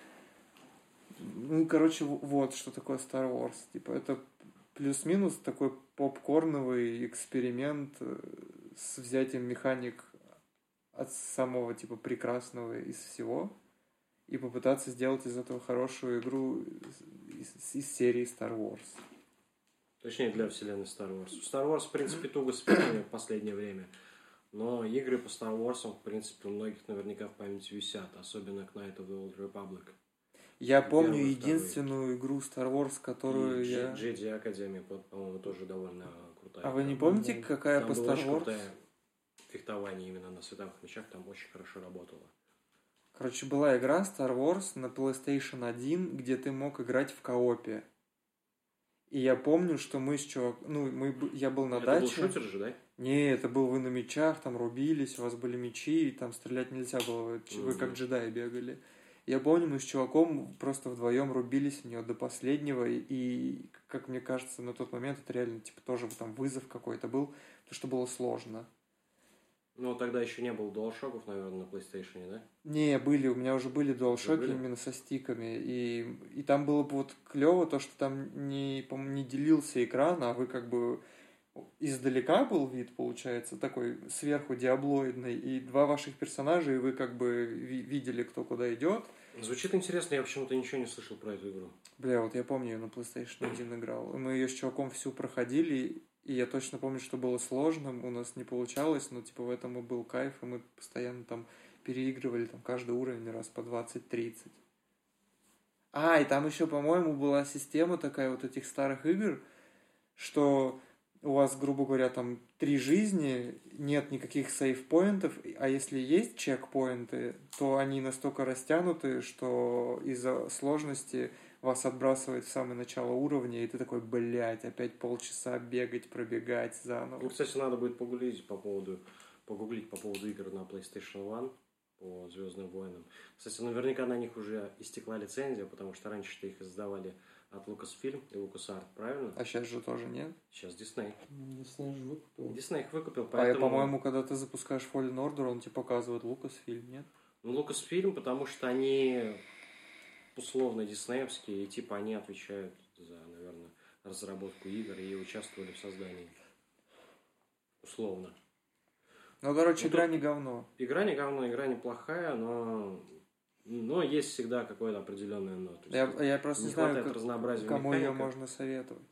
A: Ну, короче, вот что такое Star Wars. Типа, это плюс-минус такой попкорновый эксперимент с взятием механик от самого, типа, прекрасного из всего и попытаться сделать из этого хорошую игру из серии Star Wars.
B: Точнее, для вселенной Star Wars. Star Wars, в принципе, туго с фильмами в последнее время. Но игры по Star Wars, в принципе, у многих наверняка в памяти висят. Особенно Knight of the Old Republic.
A: Я помню единственную игру Star Wars, которую я...
B: Jedi Academy, по-моему, тоже довольно крутая.
A: А вы не помните, какая по Star Wars?
B: Там было очень крутое фехтование именно на световых мечах. Там очень хорошо работало.
A: Короче, была игра Star Wars на PlayStation 1, где ты мог играть в коопе. И я помню, что мы с чуваком... Ну, я был на даче.
B: Это был шутер же, да?
A: Не, это был вы на мечах, там рубились, у вас были мечи, и там стрелять нельзя было. Вы как джедаи бегали. Я помню, мы с чуваком просто вдвоем рубились в нее до последнего, и, как мне кажется, на тот момент это реально, типа, тоже там вызов какой-то был, потому что было сложно.
B: Ну, тогда еще не было DualShock'ов, наверное, на PlayStation, да?
A: Не, были, у меня уже были DualShock'и именно со стиками, и там было бы вот клево то, что там по-моему, не делился экран, а вы как бы издалека был вид, получается, такой сверху диаблоидный, и два ваших персонажа, и вы как бы видели, кто куда идет.
B: Звучит интересно, я почему-то ничего не слышал про эту игру.
A: Бля, вот я помню, я на PlayStation 1 играл. Мы ее с чуваком всю проходили, и я точно помню, что было сложно, у нас не получалось, но типа в этом и был кайф, и мы постоянно там переигрывали там каждый уровень раз по 20-30. И там еще, по-моему, была система такая вот этих старых игр, что у вас, грубо говоря, там 3 жизни, нет никаких сейф-поинтов, а если есть чекпоинты, то они настолько растянуты, что из-за сложности вас отбрасывает в самое начало уровня, и ты такой, блядь, опять полчаса бегать, пробегать заново.
B: Ну, кстати, надо будет погуглить по поводу игр на PlayStation 1 по Звездным войнам. Кстати, наверняка на них уже истекла лицензия, потому что раньше-то их издавали от Lucasfilm и LucasArts, правильно?
A: А сейчас же тоже нет?
B: Сейчас Disney.
C: Disney же выкупил.
B: Disney их выкупил,
A: поэтому... по-моему, когда ты запускаешь Fallen Order, он тебе показывает Lucasfilm, нет?
B: Ну, Lucasfilm, потому что они условно диснеевские, и типа они отвечают за, наверное, разработку игр и участвовали в создании. Условно.
A: Ну, короче, игра не говно.
B: Игра не говно, игра неплохая, но есть всегда какое-то определенное но.
A: Я просто не знаю, кому ее
B: механиков.
A: можно советовать.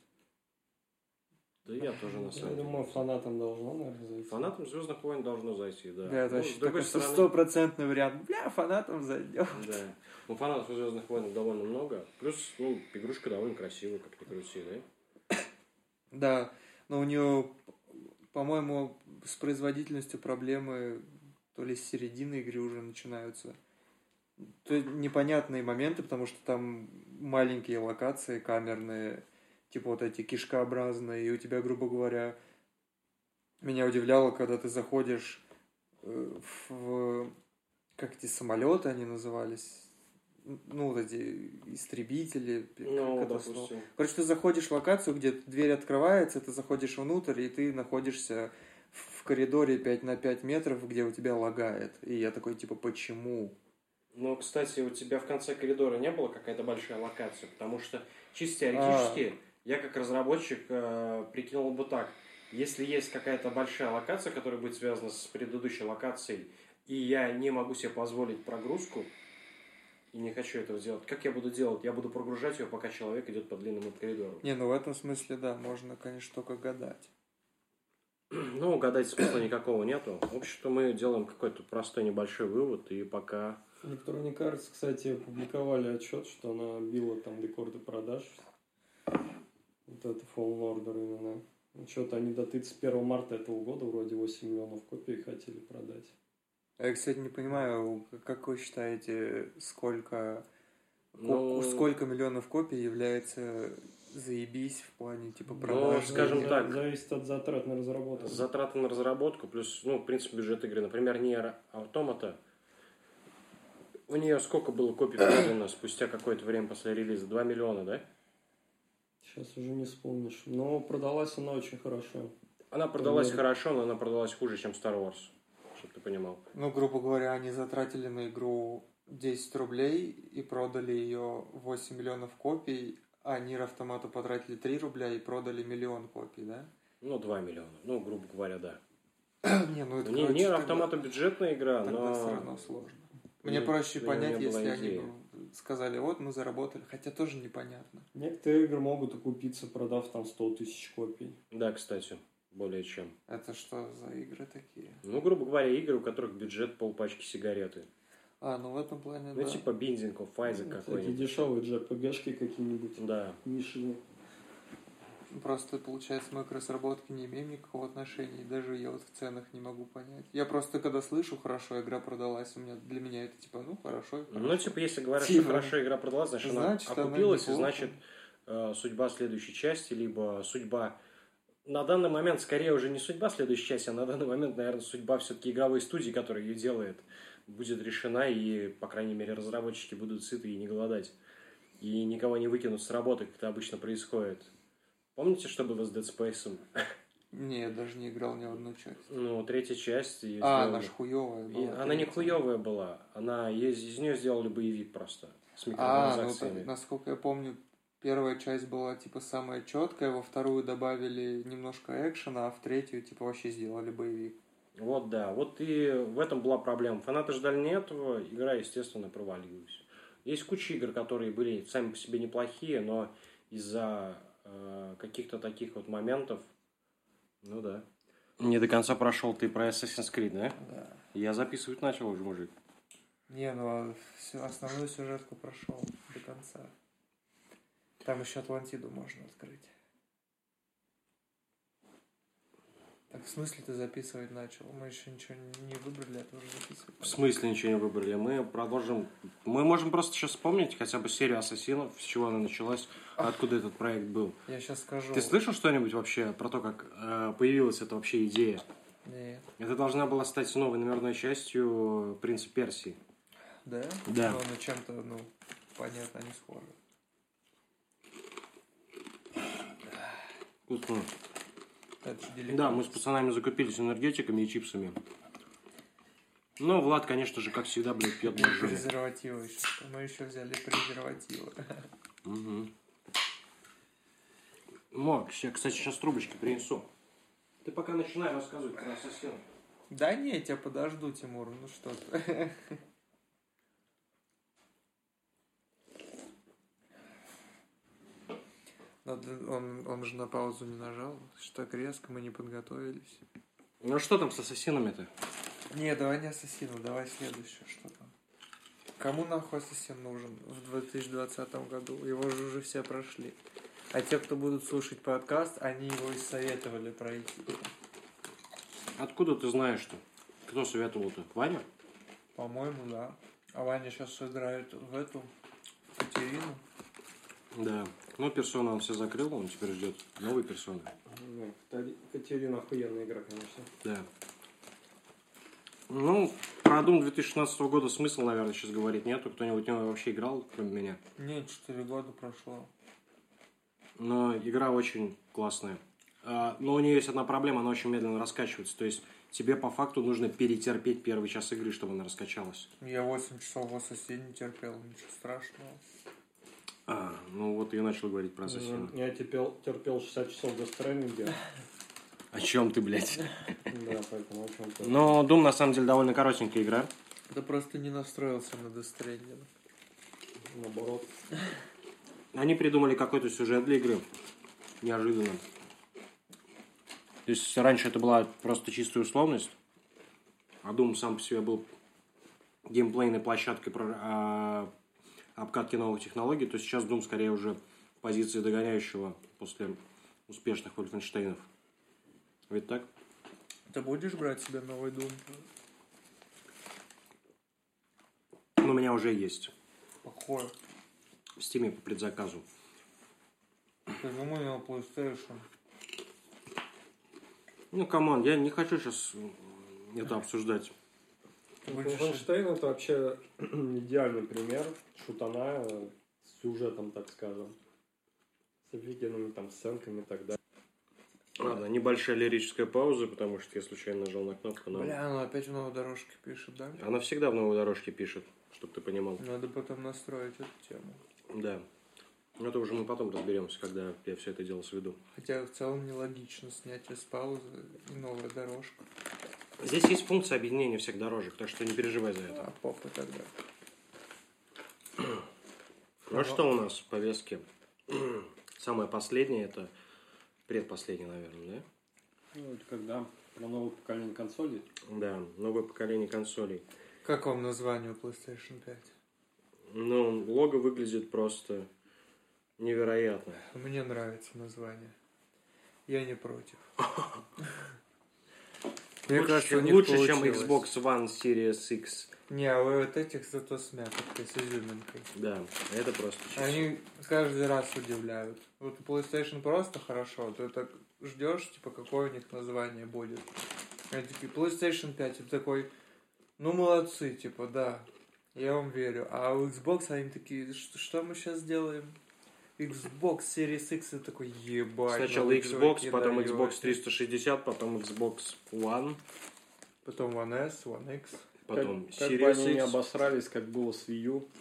B: Да я тоже на самом
C: деле. Я думаю, фанатам должно, наверное, зайти.
B: Фанатам «Звездных войн» должно зайти, да.
A: Да, это вообще такой стопроцентный вариант. Бля, фанатам зайдет.
B: Да. Ну, фанатов «Звездных войн» довольно много. Плюс, игрушка довольно красивая, как ни крути, да?
A: Да, но у нее, по-моему, с производительностью проблемы то ли с середины игры уже начинаются. То непонятные моменты, потому что там маленькие локации камерные, типа вот эти кишкообразные, и у тебя, грубо говоря, меня удивляло, когда ты заходишь в... Как эти самолеты они назывались? Ну, вот эти истребители.
B: Допустим.
A: Короче, ты заходишь в локацию, где дверь открывается, ты заходишь внутрь, и ты находишься в коридоре 5 на 5 метров, где у тебя лагает. И я такой, типа, почему?
B: Ну, кстати, у тебя в конце коридора не было какая-то большая локация, потому что чисто теоретически я как разработчик прикинул бы так. Если есть какая-то большая локация, которая будет связана с предыдущей локацией, и я не могу себе позволить прогрузку, и не хочу этого делать, как я буду делать? Я буду прогружать ее, пока человек идет по длинному коридору.
A: Не, в этом смысле, да, можно, конечно, только гадать.
B: Ну, гадать смысла никакого нету. В общем-то, мы делаем какой-то простой небольшой вывод, и пока...
C: Electronic Arts, кстати, опубликовали отчет, что она била там рекорды продаж. Вот это Fallen Order именно. Что-то они до 31 марта этого года вроде 8 миллионов копий хотели продать.
A: Я, кстати, не понимаю, как вы считаете, сколько миллионов копий является заебись в плане, типа,
B: Ну,
A: продаж.
B: скажем так.
C: Зависит от затрат на разработку.
B: Затраты на разработку, плюс, в принципе, бюджет игры. Например, Nier Automata. У нее сколько было копий продано спустя какое-то время после релиза? 2 миллиона, да?
C: Сейчас уже не вспомнишь. Но продалась она очень хорошо.
B: Она продалась хорошо, но она продалась хуже, чем Star Wars. Чтобы ты понимал.
A: Ну, грубо говоря, они затратили на игру 10 рублей и продали ее 8 миллионов копий, а Nier Automata потратили 3 рубля и продали 1 миллион копий, да?
B: 2 миллиона. Грубо говоря, да.
A: Не, ну это,
B: Nier Automata бюджетная игра,
A: тогда
B: но...
A: все равно сложно. Мне проще понять, если они сказали, вот мы заработали, хотя тоже непонятно.
C: Некоторые игры могут окупиться, продав там 100 тысяч копий.
B: Да, кстати, более чем.
A: Это что за игры такие?
B: Грубо говоря, игры, у которых бюджет полпачки сигареты.
A: Ну в этом плане, да.
B: Типа Binding of Isaac какой-нибудь.
C: Такие дешевые JPG-шки какие-нибудь.
B: Да.
C: Нишевые.
A: Просто, получается, мы к разработке не имеем никакого отношения, и даже я вот в ценах не могу понять. Я просто, когда слышу, хорошо, игра продалась, для меня это типа, хорошо.
B: Если говорят, что хорошо игра продалась, значит она окупилась, и
A: неплохо.
B: значит судьба следующей части, либо судьба... На данный момент, скорее, уже не судьба следующей части, а на данный момент, наверное, судьба все-таки игровой студии, которая ее делает, будет решена, и, по крайней мере, разработчики будут сыты и не голодать. И никого не выкинут с работы, как это обычно происходит. Помните, что было с Dead Space?
A: Не, я даже не играл ни в одну часть.
B: Третья часть...
A: она ж хуёвая была.
B: Она не хуёвая была. Из нее сделали боевик просто. С микротранзакциями.
A: Насколько я помню, первая часть была типа самая четкая, во вторую добавили немножко экшена, а в третью типа вообще сделали боевик.
B: Вот да. Вот и в этом была проблема. Фанаты ждали не этого, игра, естественно, провалилась. Есть куча игр, которые были сами по себе неплохие, но из-за каких-то таких вот моментов, да. Не до конца прошел ты про Assassin's Creed, да?
A: Да.
B: Я записывать начал уже, мужик.
A: Не, основную сюжетку прошел до конца. Там еще Атлантиду можно открыть. Так, в смысле ты записывать начал? Мы еще ничего не выбрали, а ты уже записывать.
B: В смысле ничего не выбрали? Мы продолжим. Мы можем просто сейчас вспомнить хотя бы серию Ассасинов, с чего она началась, откуда этот проект был.
A: Я сейчас скажу.
B: Ты слышал что-нибудь вообще про то, как появилась эта вообще идея?
A: Нет.
B: Это должна была стать новой номерной частью «Принца Персии».
A: Да?
B: Да.
A: Но чем-то, понятно, они схожи.
B: Вкусно.
A: Это
B: да, мы с пацанами закупились энергетиками и чипсами. Но Влад, конечно же, как всегда, пьет боржоми.
A: Презервативы еще. Мы еще взяли презервативы.
B: Угу. Я, кстати, сейчас трубочки принесу. Ты пока начинай рассказывать про Ассасина.
A: Да не, я тебя подожду, Тимур, что ты. Он же на паузу не нажал, что так резко мы не подготовились.
B: Что там с Ассасинами-то?
A: Не, давай не Ассасину, давай следующее, что там. Кому нахуй Ассасин нужен в 2020 году? Его же уже все прошли. А те, кто будут слушать подкаст, они его и советовали пройти.
B: Откуда ты знаешь, что? Кто советовал-то? Ваня?
A: По-моему, да. А Ваня сейчас играет в эту Катерину.
B: Да. Персону он все закрыл, он теперь ждет новой персоны.
C: Катерина охуенная игра, конечно.
B: Да. Про Doom 2016 года смысла, наверное, сейчас говорить нету. Кто-нибудь в него вообще играл, кроме меня?
A: Нет, 4 года прошло.
B: Но игра очень классная. Но у нее есть одна проблема, она очень медленно раскачивается. То есть тебе по факту нужно перетерпеть первый час игры, чтобы она раскачалась.
A: Я 8 часов в Ассасине не терпел, ничего страшного.
B: Я начал говорить про Ассасина.
C: Я терпел 60 часов до Stranding.
B: О чем ты, блядь?
C: Да, поэтому о чем ты.
B: Но Doom на самом деле довольно коротенькая игра.
A: Да просто не настроился на Death Stranding.
C: Наоборот.
B: Они придумали какой-то сюжет для игры. Неожиданно. То есть раньше это была просто чистая условность. А Doom сам по себе был геймплейной площадкой обкатки новых технологий, то сейчас Doom скорее уже в позиции догоняющего после успешных Wolfenstein'ов. Ведь так?
A: Ты будешь брать себе новый Doom?
B: У меня уже есть.
A: Какой?
B: В Steam по предзаказу.
A: Почему не на PlayStation?
B: Ну, камон, я не хочу сейчас это обсуждать.
C: Wolfenstein это вообще идеальный пример шутана с сюжетом, так скажем. С офигенными там сценками и так далее.
B: Ладно, небольшая лирическая пауза, потому что я случайно нажал на кнопку. Но...
A: Бля, она опять в новой дорожке пишет, да?
B: Она всегда в новой дорожке пишет, чтобы ты понимал.
A: Надо потом настроить эту тему.
B: Да. Но это уже мы потом разберемся, когда я все это дело сведу.
A: Хотя в целом нелогично снятие с паузы и новая дорожка.
B: Здесь есть функция объединения всех дорожек, так что не переживай за это.
A: А попа тогда.
B: Ну а что у нас в повестке? Самое последнее, это предпоследнее, наверное, да?
C: Ну, это когда про новое поколение консолей.
B: Да, новое поколение консолей.
A: Как вам название PlayStation 5?
B: Ну, лого выглядит просто невероятно.
A: Мне нравится название. Я не против. Мне кажется, у них
B: лучше, чем
A: получилось.
B: Xbox One Series X.
A: Не, а у вот этих зато с мякоткой, с изюминкой.
B: Да, это просто чуть-чуть.
A: Они каждый раз удивляют. Вот у PlayStation просто хорошо. Ты так ждешь, типа, какое у них название будет. Они такие, PlayStation 5. И ты такой, ну молодцы, типа, да. Я вам верю. А у Xbox они такие, что мы сейчас сделаем? Xbox Series X, и такой, ебать.
B: Сначала Xbox, потом Xbox 360, потом Xbox One.
A: Потом One S, One X.
B: Потом
C: как
B: Series
C: бы они не
B: X.
C: обосрались, как было с Wii U.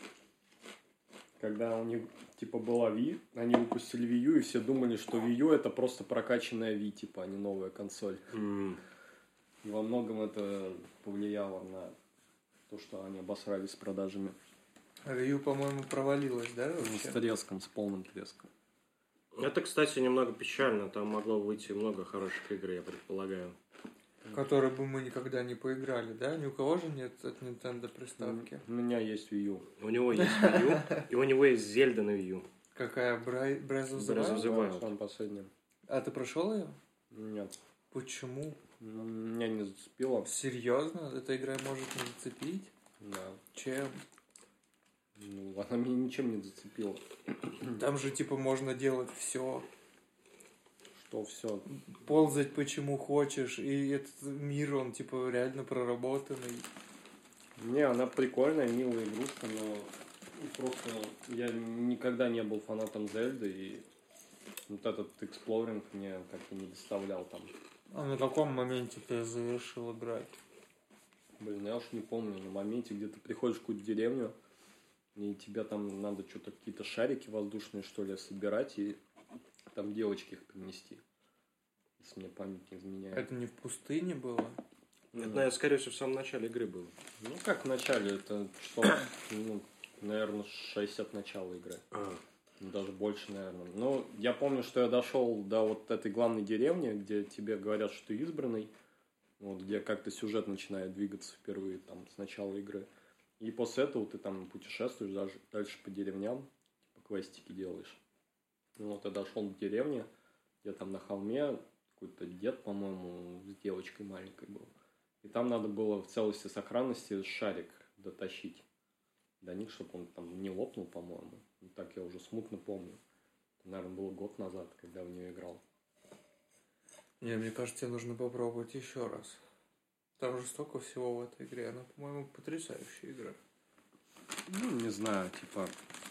C: Когда у них, типа, была Wii, они выпустили Wii U, и все думали, что Wii U это просто прокачанная Wii, типа, а не новая консоль. И во многом это повлияло на то, что они обосрались с продажами.
A: А Wii U, по-моему, провалилась, да,
C: С
A: вообще?
C: треском, с полным треском.
B: Это, кстати, немного печально. Там могло выйти много хороших игр, я предполагаю.
A: Которые бы мы никогда не поиграли, да? Ни у кого же нет от Nintendo приставки.
C: У меня есть Wii U.
B: У него есть Wii U, и у него есть Зельда на Wii U.
A: Какая? Breath of the
B: Breath of
A: Wild?
B: the Wild.
C: Самым последним.
A: А ты прошел ее?
C: Нет.
A: Почему?
C: Меня не зацепило.
A: Серьезно? Эта игра может не зацепить?
C: Да.
A: Чем?
C: Ну, она меня ничем не зацепила.
A: Там же, типа, можно делать все.
C: Что все.
A: Ползать почему хочешь. И этот мир, он, типа, реально проработанный.
C: Не, она прикольная, милая игрушка, но просто я никогда не был фанатом Зельды, и вот этот эксплоринг мне как-то не доставлял там.
A: А на каком моменте ты завершил играть?
C: Блин, я уж не помню, на моменте, где ты приходишь в какую-то деревню, и тебе там надо что-то, какие-то шарики воздушные, что ли, собирать, и там девочке их принести. Если мне память не изменяет.
A: Это не в пустыне было?
B: Это, наверное, скорее всего, в самом начале игры было.
C: Ну, как в начале, это часов, ну, наверное, 6 от начала игры. Даже больше, наверное. Но я помню, что я дошел до вот этой главной деревни, где тебе говорят, что ты избранный. Вот, где как-то сюжет начинает двигаться впервые там, с начала игры. И после этого ты там путешествуешь дальше по деревням, типа квестики делаешь. Ну, вот я дошел до деревни, где там на холме какой-то дед, по-моему, с девочкой маленькой был. И там надо было в целости и сохранности шарик дотащить до них, чтобы он там не лопнул, по-моему. Ну, так я уже смутно помню. Это, наверное, было год назад, когда в нее играл.
A: Не, мне кажется, тебе нужно попробовать еще раз. Там же столько всего в этой игре. Она, по-моему, потрясающая игра.
C: Ну, не знаю, типа...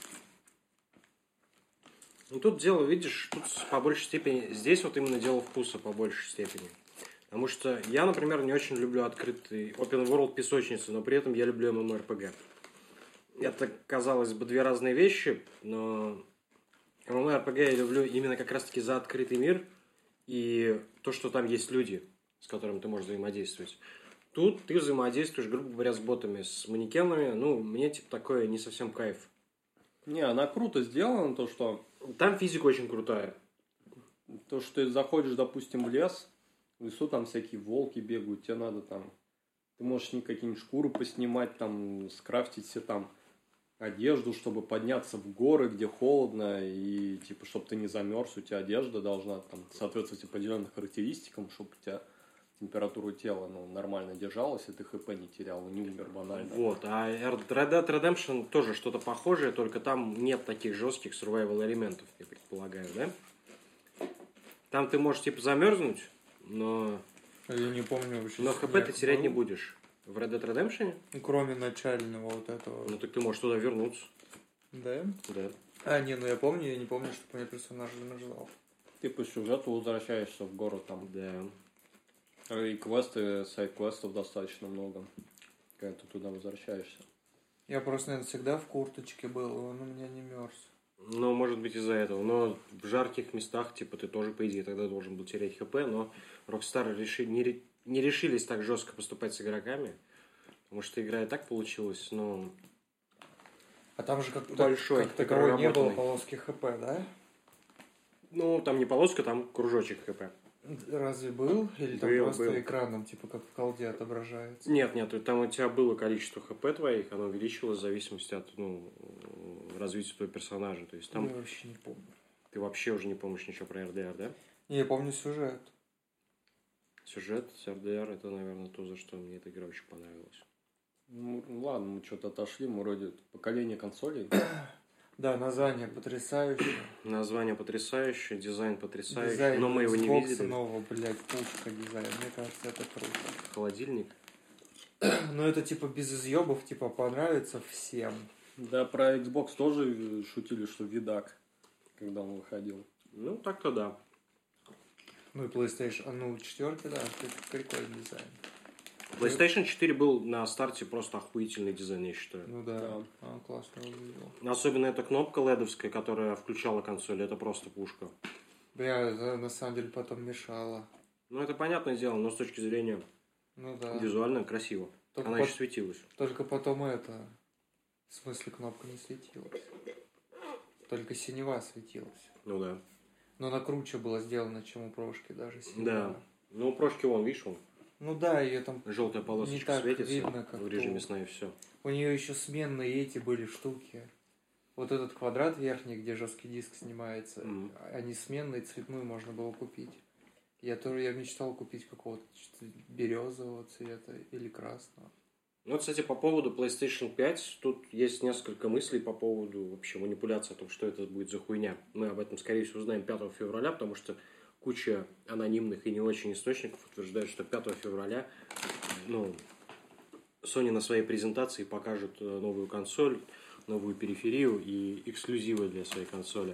B: Ну, тут дело, видишь, тут по большей степени... Здесь вот именно дело вкуса по большей степени. Потому что я, например, не очень люблю открытый open world песочницы, но при этом я люблю MMORPG. Это, казалось бы, две разные вещи, но MMORPG я люблю именно как раз-таки за открытый мир и то, что там есть люди, с которыми ты можешь взаимодействовать. Тут ты взаимодействуешь, грубо говоря, с ботами, с манекенами. Ну, мне типа такое не совсем кайф.
C: Не, она круто сделана, то, что...
B: Там физика очень крутая.
C: То, что ты заходишь, допустим, в лес, в лесу там всякие волки бегают, тебе надо там... Ты можешь какие-нибудь шкуры поснимать, там, скрафтить себе там одежду, чтобы подняться в горы, где холодно, и, типа, чтобы ты не замерз, у тебя одежда должна там соответствовать определенным характеристикам, чтобы у тебя температура тела, ну, нормально держалась, и ты ХП не терял, не умер банально.
B: Вот, а Red Dead Redemption тоже что-то похожее, только там нет таких жестких survival элементов, я предполагаю, да? Там ты можешь, типа, замерзнуть, но...
A: Я не помню вообще.
B: Но ХП ты терять не будешь. В Red Dead Redemption?
A: Кроме начального вот этого.
B: Ну, так ты можешь туда вернуться.
A: Да?
B: Да.
A: Не, ну я помню, я не помню, что мне персонаж замерзал.
C: Ты по сюжету возвращаешься в город там.
B: Да.
C: И квесты, сайд-квестов достаточно много, когда ты туда возвращаешься.
A: Я просто, наверное, всегда в курточке был, он у меня не мерз.
B: Ну, может быть, из-за этого. Но в жарких местах, типа, ты тоже, по идее, тогда должен был терять ХП, но Rockstar не решились так жестко поступать с игроками, потому что игра и так получилась, но...
A: А там же
B: большой,
A: как таковой не было полоски ХП, да?
B: Ну, там не полоска, там кружочек ХП.
A: Разве был? Или там
B: был,
A: просто
B: был.
A: Экраном, типа как в колде отображается?
B: Нет, там у тебя было количество ХП твоих, оно увеличивалось в зависимости от развития твоего персонажа. То есть там...
A: Я вообще не помню.
B: Ты вообще уже не помнишь ничего про РДР, да?
A: Не, я помню сюжет.
B: Сюжет с РДР, это, наверное, то, за что мне эта игра очень понравилась.
C: Ну, ладно, мы что-то отошли, мы вроде поколение консолей.
A: Да, название потрясающее.
B: Название потрясающее, дизайн потрясающий,
A: Дизайн
B: но мы его не
A: Xbox
B: видели.
A: нового, блядь, пушка дизайн. Мне кажется, это круто.
B: Холодильник.
A: Ну, это типа без изъебов, типа понравится всем.
C: Да, про Xbox тоже шутили, что видак, когда он выходил.
B: Ну, так-то да.
A: Ну и PlayStation, ну, 4, да, прикольный дизайн.
B: PlayStation 4 был на старте просто охуительный дизайн, я считаю.
A: Ну да. Он классно выглядел.
B: Особенно эта кнопка ледовская, которая включала консоль, это просто пушка.
A: Бля, на самом деле потом мешало.
B: Ну, это понятное дело, но с точки зрения визуально красиво.
A: Только
B: она еще светилась.
A: Только потом в смысле, кнопка не светилась. Только синева светилась.
B: Ну да.
A: Но она круче была сделана, чем у прошки даже синева.
B: Да. Ну, у прошки видишь,
A: Ну да, ее там
B: желтая полосочка светится
A: видно, как
B: в режиме сна и все.
A: У нее еще сменные эти были штуки. Вот этот квадрат верхний, где жесткий диск снимается, они сменные, цветную можно было купить. Я мечтал купить какого-то березового цвета или красного.
B: Ну, кстати, по поводу PlayStation 5, тут есть несколько мыслей по поводу вообще манипуляции о том, что это будет за хуйня. Мы об этом, скорее всего, узнаем 5 февраля, потому что куча анонимных и не очень источников утверждают, что 5 февраля Sony на своей презентации покажет новую консоль, новую периферию и эксклюзивы для своей консоли.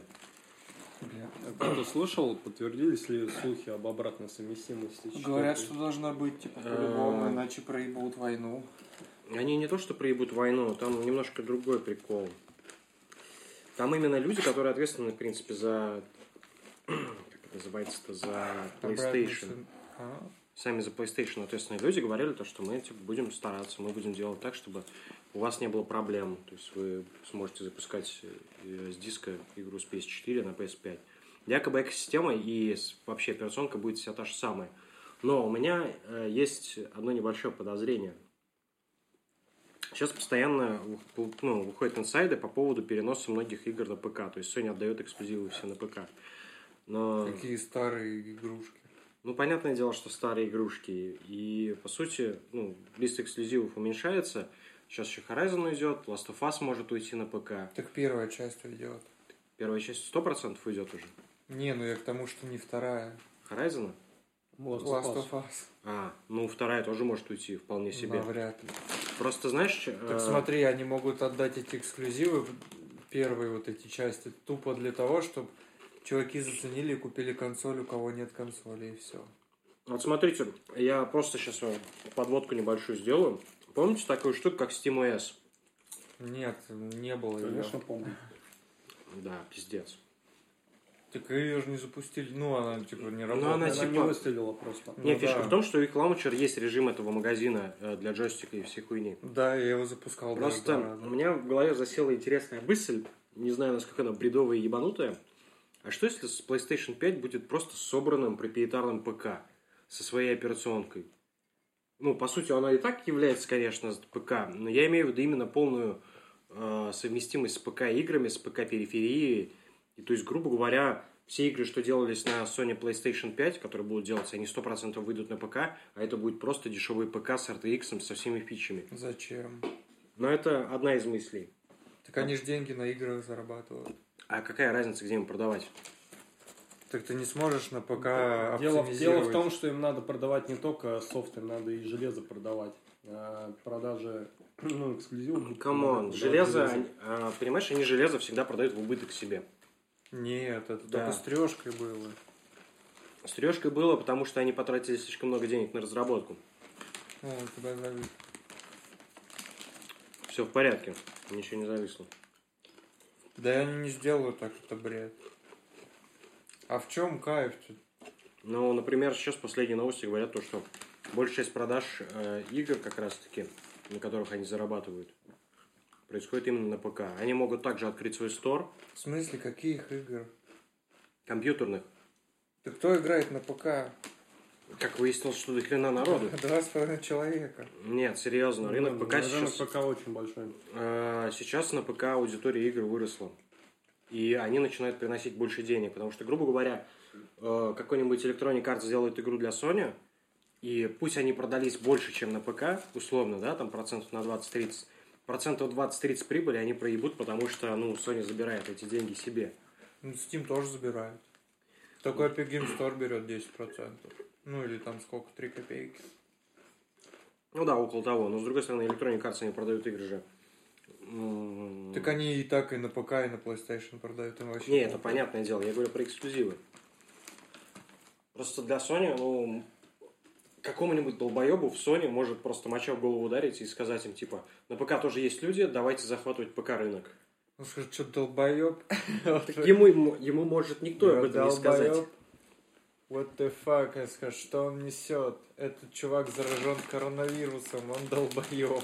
C: Кто-то слышал, подтвердились ли слухи об обратной совместимости?
A: Говорят, что должна быть, типа, по-любому, иначе проебут войну.
B: Они не то, что проебут войну, там немножко другой прикол. Там именно люди, которые ответственны, в принципе, за... Как это называется-то? За PlayStation. Сами за PlayStation ответственные люди говорили, то, что мы будем стараться, мы будем делать так, чтобы у вас не было проблем. То есть вы сможете запускать с диска игру с PS4 на PS5. Якобы экосистема и вообще операционка будет вся та же самая. Но у меня есть одно небольшое подозрение. Сейчас постоянно выходят инсайды по поводу переноса многих игр на ПК. То есть Sony отдает эксклюзивы все на ПК. Но...
A: Какие старые игрушки.
B: Ну, понятное дело, что старые игрушки. И, по сути, лист эксклюзивов уменьшается. Сейчас еще Horizon уйдет, Last of Us может уйти на ПК.
A: Так первая часть уйдет.
B: Первая часть 100% уйдет уже?
A: Не, я к тому, что не вторая.
B: Horizon?
A: Last of Us.
B: Вторая тоже может уйти, вполне себе.
A: Вряд ли.
B: Просто, знаешь...
A: Так смотри, они могут отдать эти эксклюзивы, первые вот эти части, тупо для того, чтобы чуваки заценили и купили консоль, у кого нет консоли, и все.
B: Вот смотрите, я просто сейчас подводку небольшую сделаю. Помните такую штуку, как SteamOS?
A: Нет, не было.
C: Конечно, помню.
B: Да, пиздец.
A: Так ее же не запустили. Она не работает.
C: Она не выстрелила просто.
B: Нет, фишка в том, что у их лаунчер есть режим этого магазина для джойстика и всей хуйни.
A: Да, я его запускал.
B: Просто у меня в голове засела интересная мысль, не знаю, насколько она бредовая и ебанутая. А что если с PlayStation 5 будет просто собранным проприетарным ПК со своей операционкой? По сути, она и так является, конечно, ПК, но я имею в виду именно полную совместимость с ПК-играми, с ПК-периферией. И, то есть, грубо говоря, все игры, что делались на Sony PlayStation 5, которые будут делаться, они 100% выйдут на ПК, а это будет просто дешевый ПК с RTX, со всеми фичами.
A: Зачем?
B: Но это одна из мыслей.
A: Так они же деньги на играх зарабатывают.
B: А какая разница, где им продавать?
A: Так ты не сможешь на ПК
C: Дело
A: оптимизировать.
C: в том, что им надо продавать не только софт, им надо и железо продавать. Продажи, эксклюзивов.
B: Камон, железо, понимаешь, они железо всегда продают в убыток себе.
A: Нет, это
B: Да.
A: только с трешкой было.
B: С трешкой было, потому что они потратили слишком много денег на разработку.
A: О, куда завис.
B: Все в порядке, ничего не зависло.
A: Да я не сделаю так, это бред. А в чем кайф-то?
B: Ну, например, сейчас последние новости говорят то, что большая часть продаж игр, как раз-таки, на которых они зарабатывают, происходит именно на ПК. Они могут также открыть свой стор.
A: В смысле, каких игр?
B: Компьютерных.
A: Да кто играет на ПК?
B: Как выяснилось, что до хрена народу.
A: 2,5 человека.
B: Нет, серьезно, рынок ПК
C: Рынок
B: сейчас...
C: ПК очень большой.
B: Сейчас на ПК аудитория игр выросла. И они начинают приносить больше денег. Потому что, грубо говоря, какой-нибудь Electronic Arts сделает игру для Sony, и пусть они продались больше, чем на ПК, условно, да, там процентов на 20-30, процентов 20-30 прибыли они проебут, потому что, Sony забирает эти деньги себе.
A: Steam тоже забирает. Только Epic Games Store берет 10%. Или там сколько, 3 копейки.
B: Ну да, около того. Но с другой стороны, Electronic Arts они продают игры же.
A: Так они и так и на ПК, и на PlayStation продают. Им вообще
B: Не, это понятное дело. Я говорю про эксклюзивы. Просто для Sony, какому-нибудь долбоебу в Sony может просто моча в голову ударить и сказать им, типа, на ПК тоже есть люди, давайте захватывать ПК-рынок.
A: Ну, скажи, что долбоеб?
B: Ему может никто об этом не сказать.
A: What the fuck, я скажу, что он несет? Этот чувак заражен коронавирусом, он долбоеб.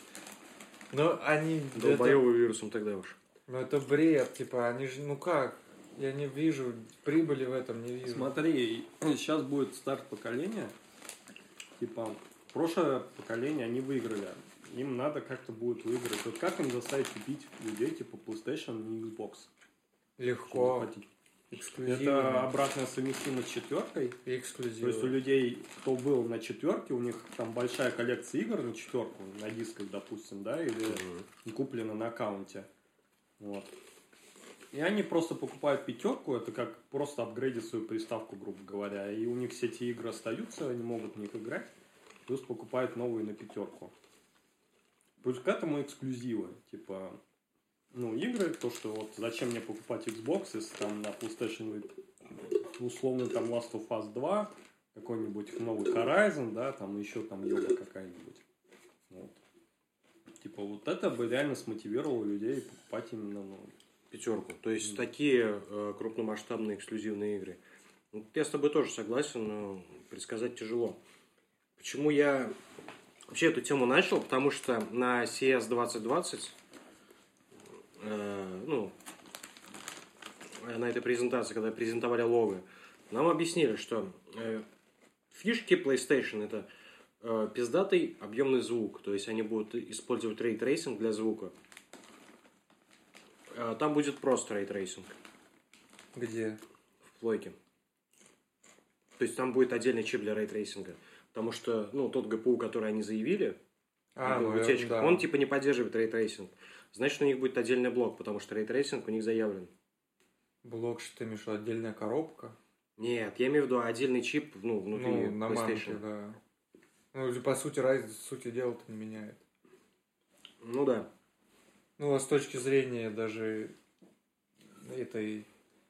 A: Но они...
B: Долбоебым вирусом тогда уж.
A: Ну это бред, типа, они же, как? Я не вижу, прибыли в этом не вижу.
C: Смотри, сейчас будет старт поколения. Типа, прошлое поколение они выиграли. Им надо как-то будет выиграть. Вот как им заставить купить людей типа PlayStation и Xbox?
A: Легко.
C: Это обратная совместимость с четверкой.
A: Эксклюзивно.
C: То есть у людей, кто был на четверке, у них там большая коллекция игр на четверку, на дисках, допустим, да, или куплено на аккаунте. Вот. И они просто покупают пятерку, это как просто апгрейдить свою приставку, грубо говоря. И у них все эти игры остаются, они могут в них играть, плюс покупают новые на пятерку. Плюс к этому эксклюзивы, типа, игры, то, что вот зачем мне покупать Xbox, если там на PlayStation условно там Last of Us 2, какой-нибудь новый Horizon, да, там еще там йога какая-нибудь. Вот. Типа вот это бы реально смотивировало людей покупать именно
B: пятерку. То есть такие крупномасштабные эксклюзивные игры. Я с тобой тоже согласен, но предсказать тяжело. Почему я вообще эту тему начал? Потому что на CES 2020 на этой презентации, когда презентовали лого, нам объяснили, что фишки PlayStation это пиздатый объемный звук. То есть они будут использовать рейтрейсинг для звука. Там будет просто рейтрейсинг.
A: Где?
B: В плойке. То есть там будет отдельный чип для рейтрейсинга. Потому что, тот GPU, который они заявили, утечка, он типа не поддерживает рейтрейсинг. Значит, у них будет отдельный блок, потому что рейтрейсинг у них заявлен.
A: Блок, что ты имеешь, что отдельная коробка?
B: Нет, я имею в виду отдельный чип внутри
A: на
B: PlayStation.
A: Мамке, да. По сути, разницы, сути дела это не меняет.
B: Ну да.
A: А с точки зрения даже этой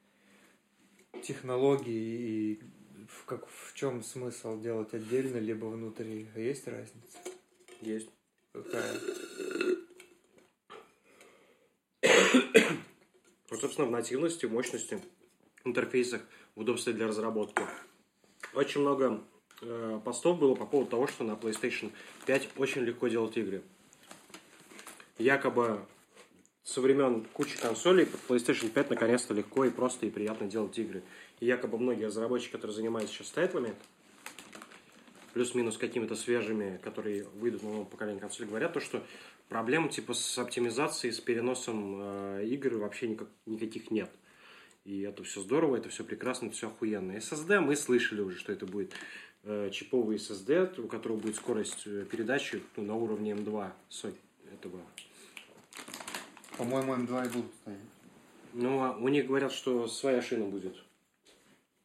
A: технологии и в чем смысл делать отдельно, либо внутри, есть разница?
B: Есть.
A: Какая?
B: Собственно, в нативности, в мощности, в интерфейсах, в удобстве для разработки. Очень много постов было по поводу того, что на PlayStation 5 очень легко делать игры. Якобы со времен кучи консолей под PlayStation 5 наконец-то легко и просто и приятно делать игры. И якобы многие разработчики, которые занимаются сейчас тайтлами, плюс-минус какими-то свежими, которые выйдут на новом поколении консолей, говорят то, что проблем типа с оптимизацией, с переносом игр вообще никаких нет. И это все здорово, это все прекрасно, это все охуенно. SSD мы слышали уже, что это будет чиповый SSD, у которого будет скорость передачи на уровне M2 этого.
D: По-моему, M2 и будут стоять.
B: У них говорят, что своя шина будет.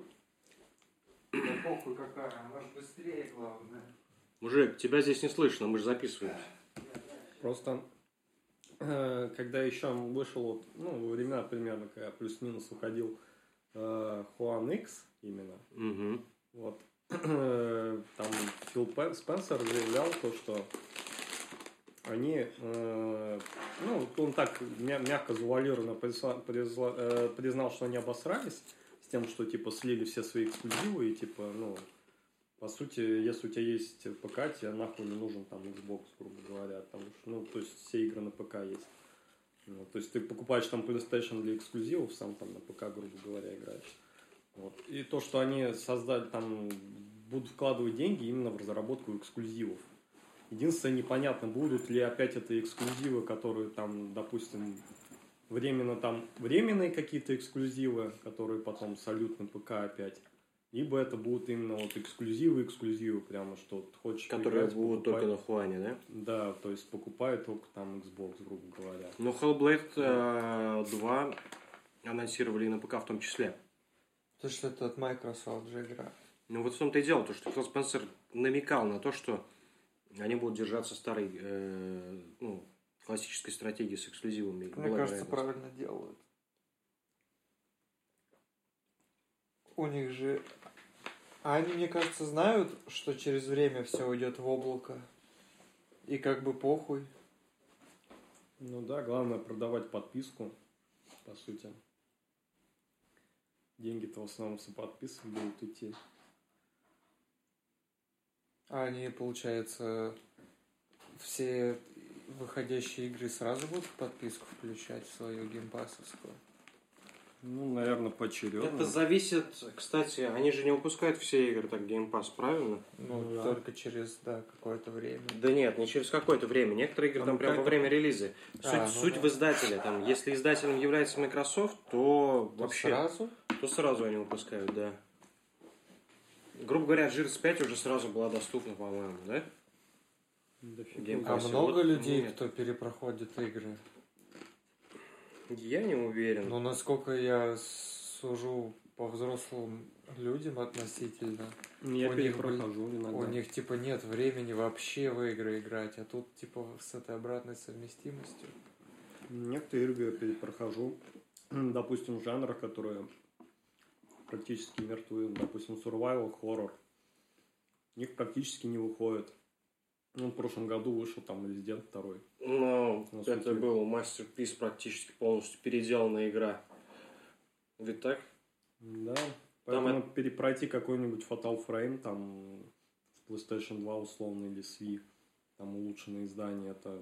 A: похуй какая, может быстрее, главное.
B: Мужик, тебя здесь не слышно, мы же записываемся.
C: Просто, когда еще вышел, во времена примерно, когда плюс-минус уходил Хуан X именно, вот, там Фил Спенсер заявлял то, что они, он так мягко завуалированно признал, что они обосрались с тем, что, типа, слили все свои эксклюзивы и, типа, по сути, если у тебя есть ПК, тебе нахуй не нужен там Xbox, грубо говоря, потому что, то есть все игры на ПК есть. То есть ты покупаешь там PlayStation для эксклюзивов, сам там на ПК, грубо говоря, играешь. Вот. И то, что они создали там, будут вкладывать деньги именно в разработку эксклюзивов. Единственное, непонятно, будут ли опять это эксклюзивы, которые там, допустим, временные какие-то эксклюзивы, которые потом сольют на ПК опять. Либо это будут именно вот эксклюзивы, прямо что хочешь
B: которые
C: поиграть,
B: будут только на Хуане, да?
C: Да, то есть покупают только там Xbox, грубо говоря.
B: Но Hellblade 2 анонсировали и на ПК в том числе.
A: То, что это от Microsoft же игра.
B: Ну вот в том-то и дело, то, что Фил Спенсер намекал на то, что они будут держаться старой, классической стратегии с эксклюзивами.
A: Мне кажется, правильно делают. У них же... А они, мне кажется, знают, что через время все уйдет в облако. И как бы похуй.
C: Ну да, главное продавать подписку, по сути. Деньги-то в основном с подписок будут идти.
A: А они, получается, все выходящие игры сразу будут в подписку включать в свою геймпассовскую?
C: Ну, наверное, поочередно.
B: Это зависит, кстати, они же не выпускают все игры так Game Pass, правильно?
A: Ну, да. Только через, какое-то время.
B: Да нет, не через какое-то время. Некоторые игры там прямо во время релиза. Суть в издателе. Там, если издателем является Microsoft, то вообще...
A: Сразу?
B: То сразу они выпускают, да. Грубо говоря, Gears 5 уже сразу была доступна, по-моему, да?
A: А много людей, кто перепроходит игры?
B: Я не уверен.
A: Ну, насколько я сужу по взрослым людям относительно,
C: я перепрохожу иногда.
A: У них, типа, нет времени вообще в игры играть, а тут, типа, с этой обратной совместимостью.
C: Некоторые игры я перепрохожу, допустим, в жанрах, которые практически мертвы, допустим, survival, horror. В них практически не выходит. Ну, в прошлом году вышел там Resident 2.
B: Ну, это был мастерпис, практически полностью переделанная игра. Ведь так?
C: Да. Поэтому перепройти какой-нибудь Fatal Frame там с PlayStation 2 условно или с Wii, там улучшенное издание, это,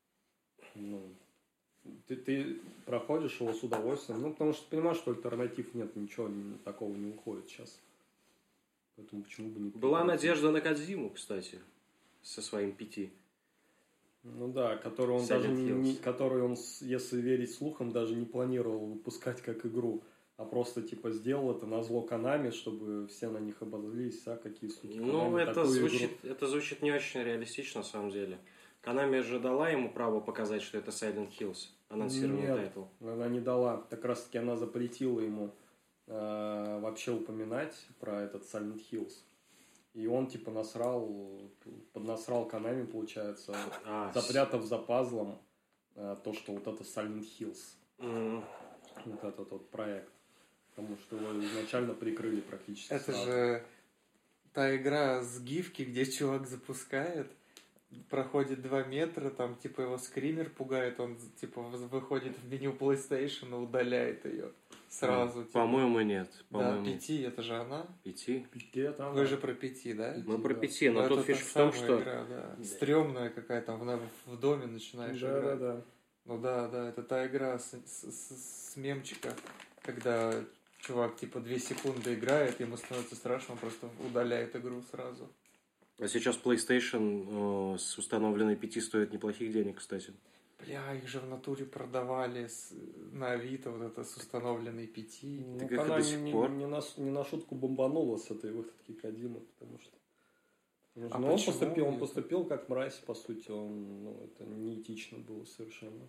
C: ты проходишь его с удовольствием, потому что ты понимаешь, что альтернатив нет, ничего такого не выходит сейчас. Поэтому почему бы не...
B: Была надежда на Кодзиму, кстати, со своим 5.
C: Ну да, который он даже который он, если верить слухам, даже не планировал выпускать как игру, а просто типа сделал это назло Konami, чтобы все на них обозлились, какие суки.
B: Ну, это звучит не очень реалистично, на самом деле. Konami же дала ему право показать, что это Silent Hills, анонсирование тайтла.
C: Она не дала. Так раз таки она запретила ему вообще упоминать про этот Silent Hills. И он типа поднасрал Konami, получается, запрятав за пазлом то, что вот это Silent Hills. Вот этот вот проект. Потому что его изначально прикрыли практически
A: это
C: сразу.
A: Же та игра с гифки, где чувак запускает, проходит 2 метра, там типа его скример пугает, он типа выходит в меню PlayStation и удаляет ее сразу. Типа.
B: По-моему, нет.
A: Да, 5, это же она.
B: 5?
C: Это
A: Вы же про 5, да?
B: Мы про 5, но тут фишка в том, что...
A: Игра, да. Стрёмная какая-то, в доме начинаешь играть.
C: Да.
A: Ну да, это та игра с мемчика, когда чувак типа 2 секунды играет, ему становится страшно, он просто удаляет игру сразу.
B: А сейчас PlayStation с установленной 5 стоит неплохих денег, кстати.
A: Бля, их же в натуре продавали на Авито, вот это с установленной 5.
C: Ну, она не на шутку бомбанула с этой выходки Кодзимы, потому что... он поступил как мразь, по сути, это неэтично было совершенно.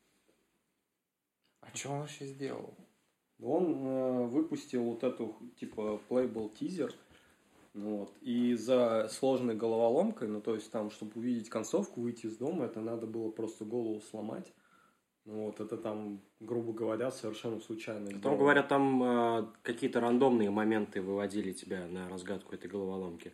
A: А что он вообще сделал?
C: Он выпустил вот эту, типа, playable тизер, Вот. И за сложной головоломкой, ну, то есть там, чтобы увидеть концовку, выйти из дома, это надо было просто голову сломать. Ну, вот это там, грубо говоря, совершенно случайно.
B: Потом, говорят, там какие-то рандомные моменты выводили тебя на разгадку этой головоломки.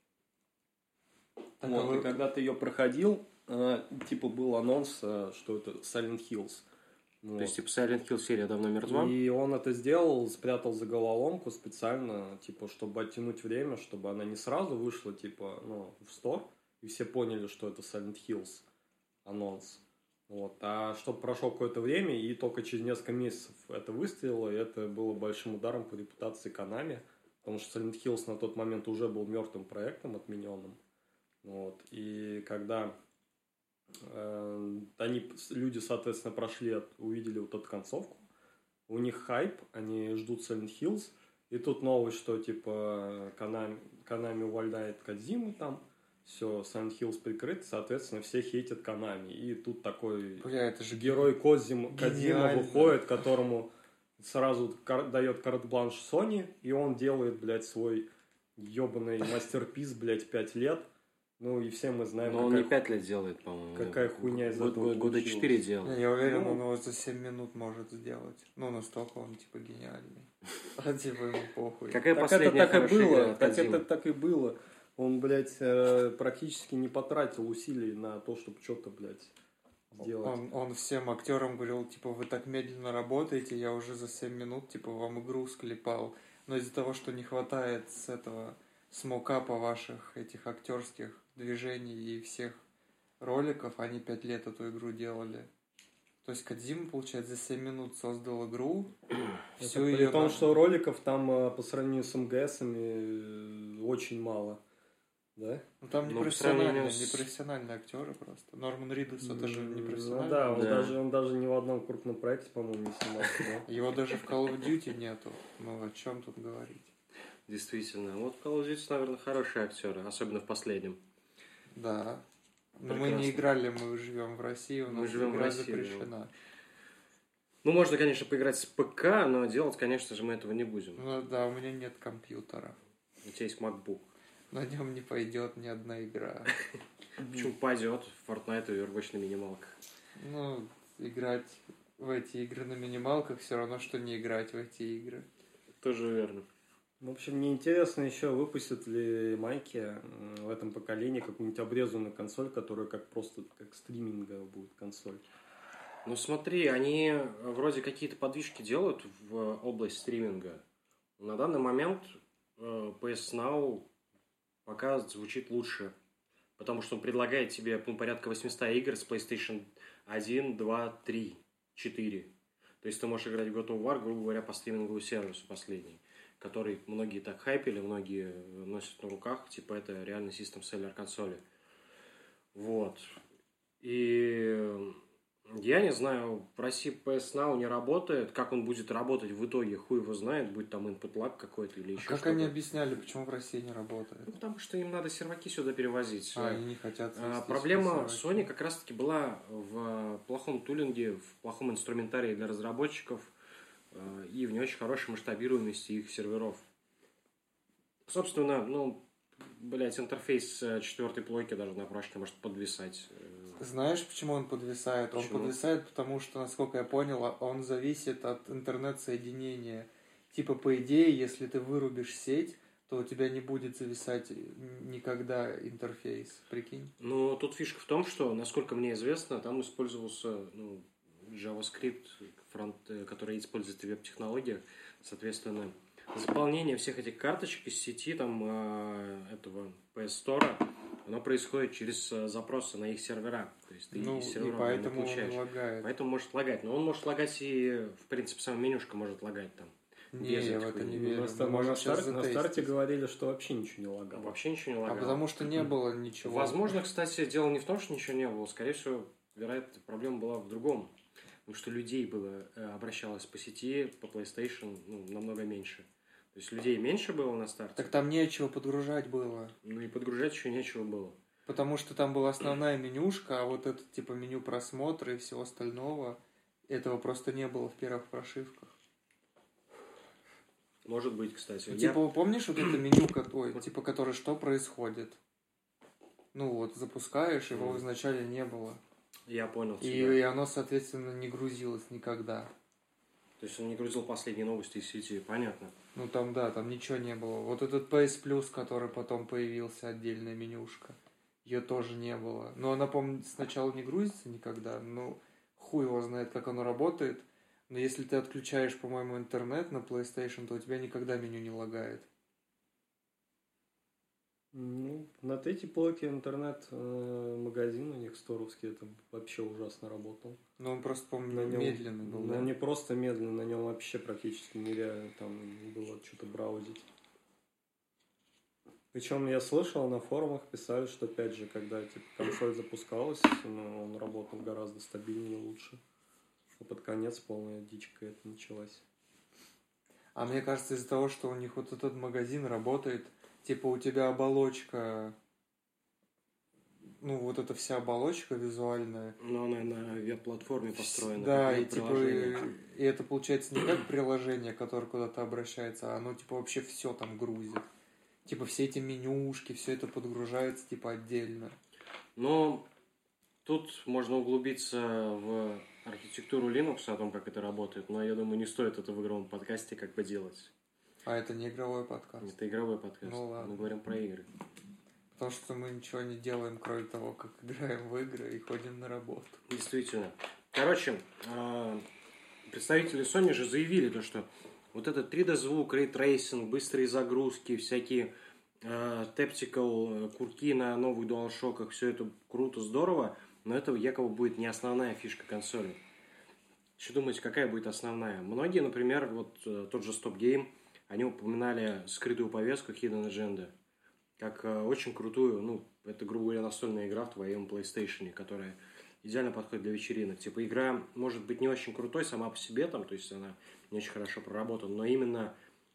C: Вот, и когда ты ее проходил, типа был анонс, что это Silent Hills.
B: Вот. То есть, типа, Silent Hill серия давно мертва?
C: И он это сделал, спрятал за головоломку специально, типа, чтобы оттянуть время, чтобы она не сразу вышла, типа, ну, в стор, и все поняли, что это Silent Hills анонс. Вот. А чтобы прошло какое-то время, и только через несколько месяцев это выстрелило, и это было большим ударом по репутации Konami, потому что Silent Hills на тот момент уже был мертвым проектом, отмененным. Вот. И когда люди, соответственно, прошли, увидели вот эту концовку, у них хайп, они ждут Silent Hills, и тут новость, что типа Konami увольняет Кодзиму там, все, Silent Hills прикрыт, соответственно, все хейтят Konami, и тут такой
A: это же
C: герой Кодзима выходит, которому сразу дает карт-бланш Sony, и он делает, блядь, свой ебаный мастерпис, блядь, 5 лет. Ну, и все мы знаем,
B: но он не 5 лет делает, по-моему.
C: Какая хуйня из этого
B: года 4 делал.
A: Я уверен, он его за 7 минут может сделать. Ну, настолько он, типа, гениальный. А типа ему похуй.
B: Какая последняя хорошая игра от Кодзимы?
C: Это так и было. Он, блядь, практически не потратил усилий на то, чтобы что-то, блядь, сделать.
A: Он всем актерам говорил, типа, вы так медленно работаете, я уже за 7 минут, типа, вам игру склепал. Но из-за того, что не хватает с этого смокапа ваших этих актерских движений и всех роликов, они 5 лет эту игру делали. То есть Кодзима, получается, за 7 минут создал игру.
C: Все при том, что роликов там по сравнению с МГСами очень мало. Да?
A: Ну там непрофессиональные актеры просто. Норман Ридус, это же непрофессиональный.
C: Ну да, он даже ни в одном крупном проекте, по-моему, не снимался. Да?
A: Его даже в Call of Duty нету. Ну о чем тут говорить?
B: Действительно. Вот Call of Duty, наверное, хорошие актеры, особенно в последнем.
A: Да. Но мы не играли, мы живем в России, у нас игра запрещена. Да.
B: Ну, можно, конечно, поиграть с ПК, но делать, конечно же, мы этого не будем.
A: Ну да, у меня нет компьютера.
B: У тебя есть MacBook.
A: На нем не пойдет ни одна игра.
B: Почему пойдет? Fortnite и Overwatch на минималках.
A: Ну, играть в эти игры на минималках все равно, что не играть в эти игры.
B: Тоже верно.
C: В общем, мне интересно еще, выпустят ли майки в этом поколении какую-нибудь обрезанную консоль, которая как стриминговая будет консоль.
B: Ну смотри, они вроде какие-то подвижки делают в область стриминга. На данный момент PS Now пока звучит лучше, потому что он предлагает тебе порядка 800 игр с PlayStation 1, 2, 3, 4. То есть ты можешь играть в God of War, грубо говоря, по стриминговому сервису последний, который многие так хайпили, многие носят на руках, типа это реально систем-селлер консоли. Вот. И я не знаю, в России PS Now не работает. Как он будет работать в итоге, хуй его знает. Будет там input lag какой-то или еще
A: как
B: что-то.
A: Они объясняли, почему в России не работает?
B: Ну, потому что им надо серваки сюда перевозить.
A: Они не хотят.
B: Проблема Sony как раз-таки была в плохом тулинге, в плохом инструментарии для разработчиков и в не очень хорошей масштабируемости их серверов. Собственно, интерфейс четвертой плойки даже на прошке может подвисать.
A: Знаешь, почему он подвисает?
B: Почему?
A: Он подвисает, потому что, насколько я понял, он зависит от интернет-соединения. Типа, по идее, если ты вырубишь сеть, то у тебя не будет зависать никогда интерфейс. Прикинь?
B: Ну, тут фишка в том, что, насколько мне известно, там использовался JavaScript, который использует в веб-технологиях. Соответственно, заполнение всех этих карточек из сети этого PS Store, оно происходит через запросы на их сервера. То есть ты из сервера
A: поэтому
B: получаешь.
A: Он лагает.
B: Поэтому может лагать. Но он может лагать и, в принципе, сама менюшка может лагать там.
A: Не, я в это не верю.
C: На старте говорили, что вообще ничего не лагало.
B: Вообще ничего не лагало.
A: А потому что не было ничего.
B: Возможно, кстати, дело не в том, что ничего не было. Скорее всего, вероятно, проблема была в другом. Потому что людей обращалось по сети, по PlayStation намного меньше. То есть людей меньше было на старте.
A: Так там нечего подгружать было.
B: Ну и подгружать еще нечего было.
A: Потому что там была основная менюшка, а вот это типа меню просмотра и всего остального, этого просто не было в первых прошивках.
B: Может быть, кстати.
A: Типа, помнишь вот это меню, типа, которое что происходит? Ну вот, запускаешь, его вначале не было.
B: Я понял
A: тебя. И оно, соответственно, не грузилось никогда.
B: То есть он не грузил последние новости из сети, понятно.
A: Ну там, да, там ничего не было. Вот этот PS Plus, который потом появился, отдельная менюшка, ее тоже не было. Но она, по-моему, сначала не грузится никогда, ну, хуй его знает, как оно работает. Но если ты отключаешь, по-моему, интернет на PlayStation, то у тебя никогда меню не лагает.
C: Ну, на третьей полке интернет-магазин у них сторовский, это вообще ужасно работал.
A: Но он просто, по-моему, медленный был,
C: да? Он не просто медленный, на нем вообще практически нереально там было что-то браузить. Причем я слышал, на форумах писали, что опять же, когда типа консоль запускалась, он работал гораздо стабильнее и лучше. А под конец полная дичка это началась.
A: А мне кажется, из-за того, что у них вот этот магазин работает, типа у тебя оболочка, ну вот эта вся оболочка визуальная.
B: Но она на веб-платформе построена.
A: Да, и типа и это получается не как приложение, которое куда-то обращается, а оно типа вообще все там грузит. Типа все эти менюшки, все это подгружается типа отдельно.
B: Но тут можно углубиться в архитектуру Linux, о том, как это работает, но я думаю, не стоит это в игровом подкасте как бы делать.
A: А это не игровой подкаст?
B: Это игровой подкаст.
A: Ну ладно.
B: Мы говорим про игры.
A: Потому что мы ничего не делаем, кроме того, как играем в игры и ходим на работу.
B: Действительно. Короче, представители Sony же заявили то, что вот этот 3D-звук, рейтрейсинг, быстрые загрузки, всякие tactical курки на новых DualShock'ах, все это круто, здорово, но это якобы будет не основная фишка консоли. Что думаете, какая будет основная? Многие, например, вот тот же Stop Game, они упоминали скрытую повестку Hidden Agenda как очень крутую, ну, это, грубо говоря, настольная игра в твоем PlayStation, которая идеально подходит для вечеринок. Типа, игра может быть не очень крутой сама по себе, там, то есть она не очень хорошо проработана, но именно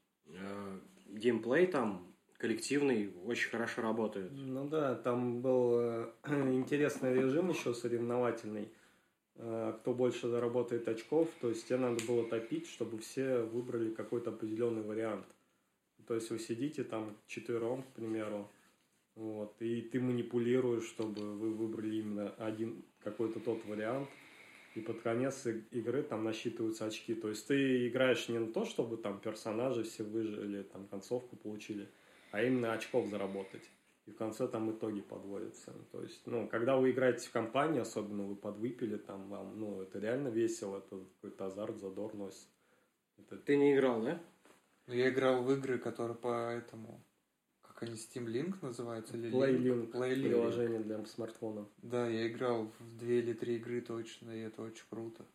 B: геймплей там коллективный очень хорошо работает.
C: Ну да, там был интересный режим еще соревновательный. Кто больше заработает очков, то есть тебе надо было топить, чтобы все выбрали какой-то определенный вариант. То есть вы сидите там четвером, к примеру, вот, и ты манипулируешь, чтобы вы выбрали именно один какой-то тот вариант, и под конец игры там насчитываются очки. То есть ты играешь не на то, чтобы там персонажи все выжили, там концовку получили, а именно очков заработать. И в конце там итоги подводятся. То есть, ну, когда вы играете в компании, особенно вы подвыпили, там вам, ну, это реально весело, это какой-то азарт, задор носит.
B: Ты не играл, да?
A: Ну, я играл в игры, которые по этому, как они, Steam Link называются? Или
C: PlayLink, приложение для смартфона.
A: Да, я играл в 2 или 3 игры точно, и это очень круто.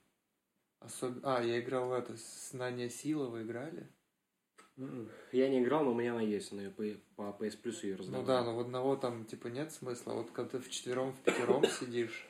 A: Я играл в это, Знание силы, вы играли?
B: Я не играл, но у меня она есть, она по PS Plus ее раздавали.
A: Ну да, но в одного там типа нет смысла. Вот когда ты вчетвером, в пятером сидишь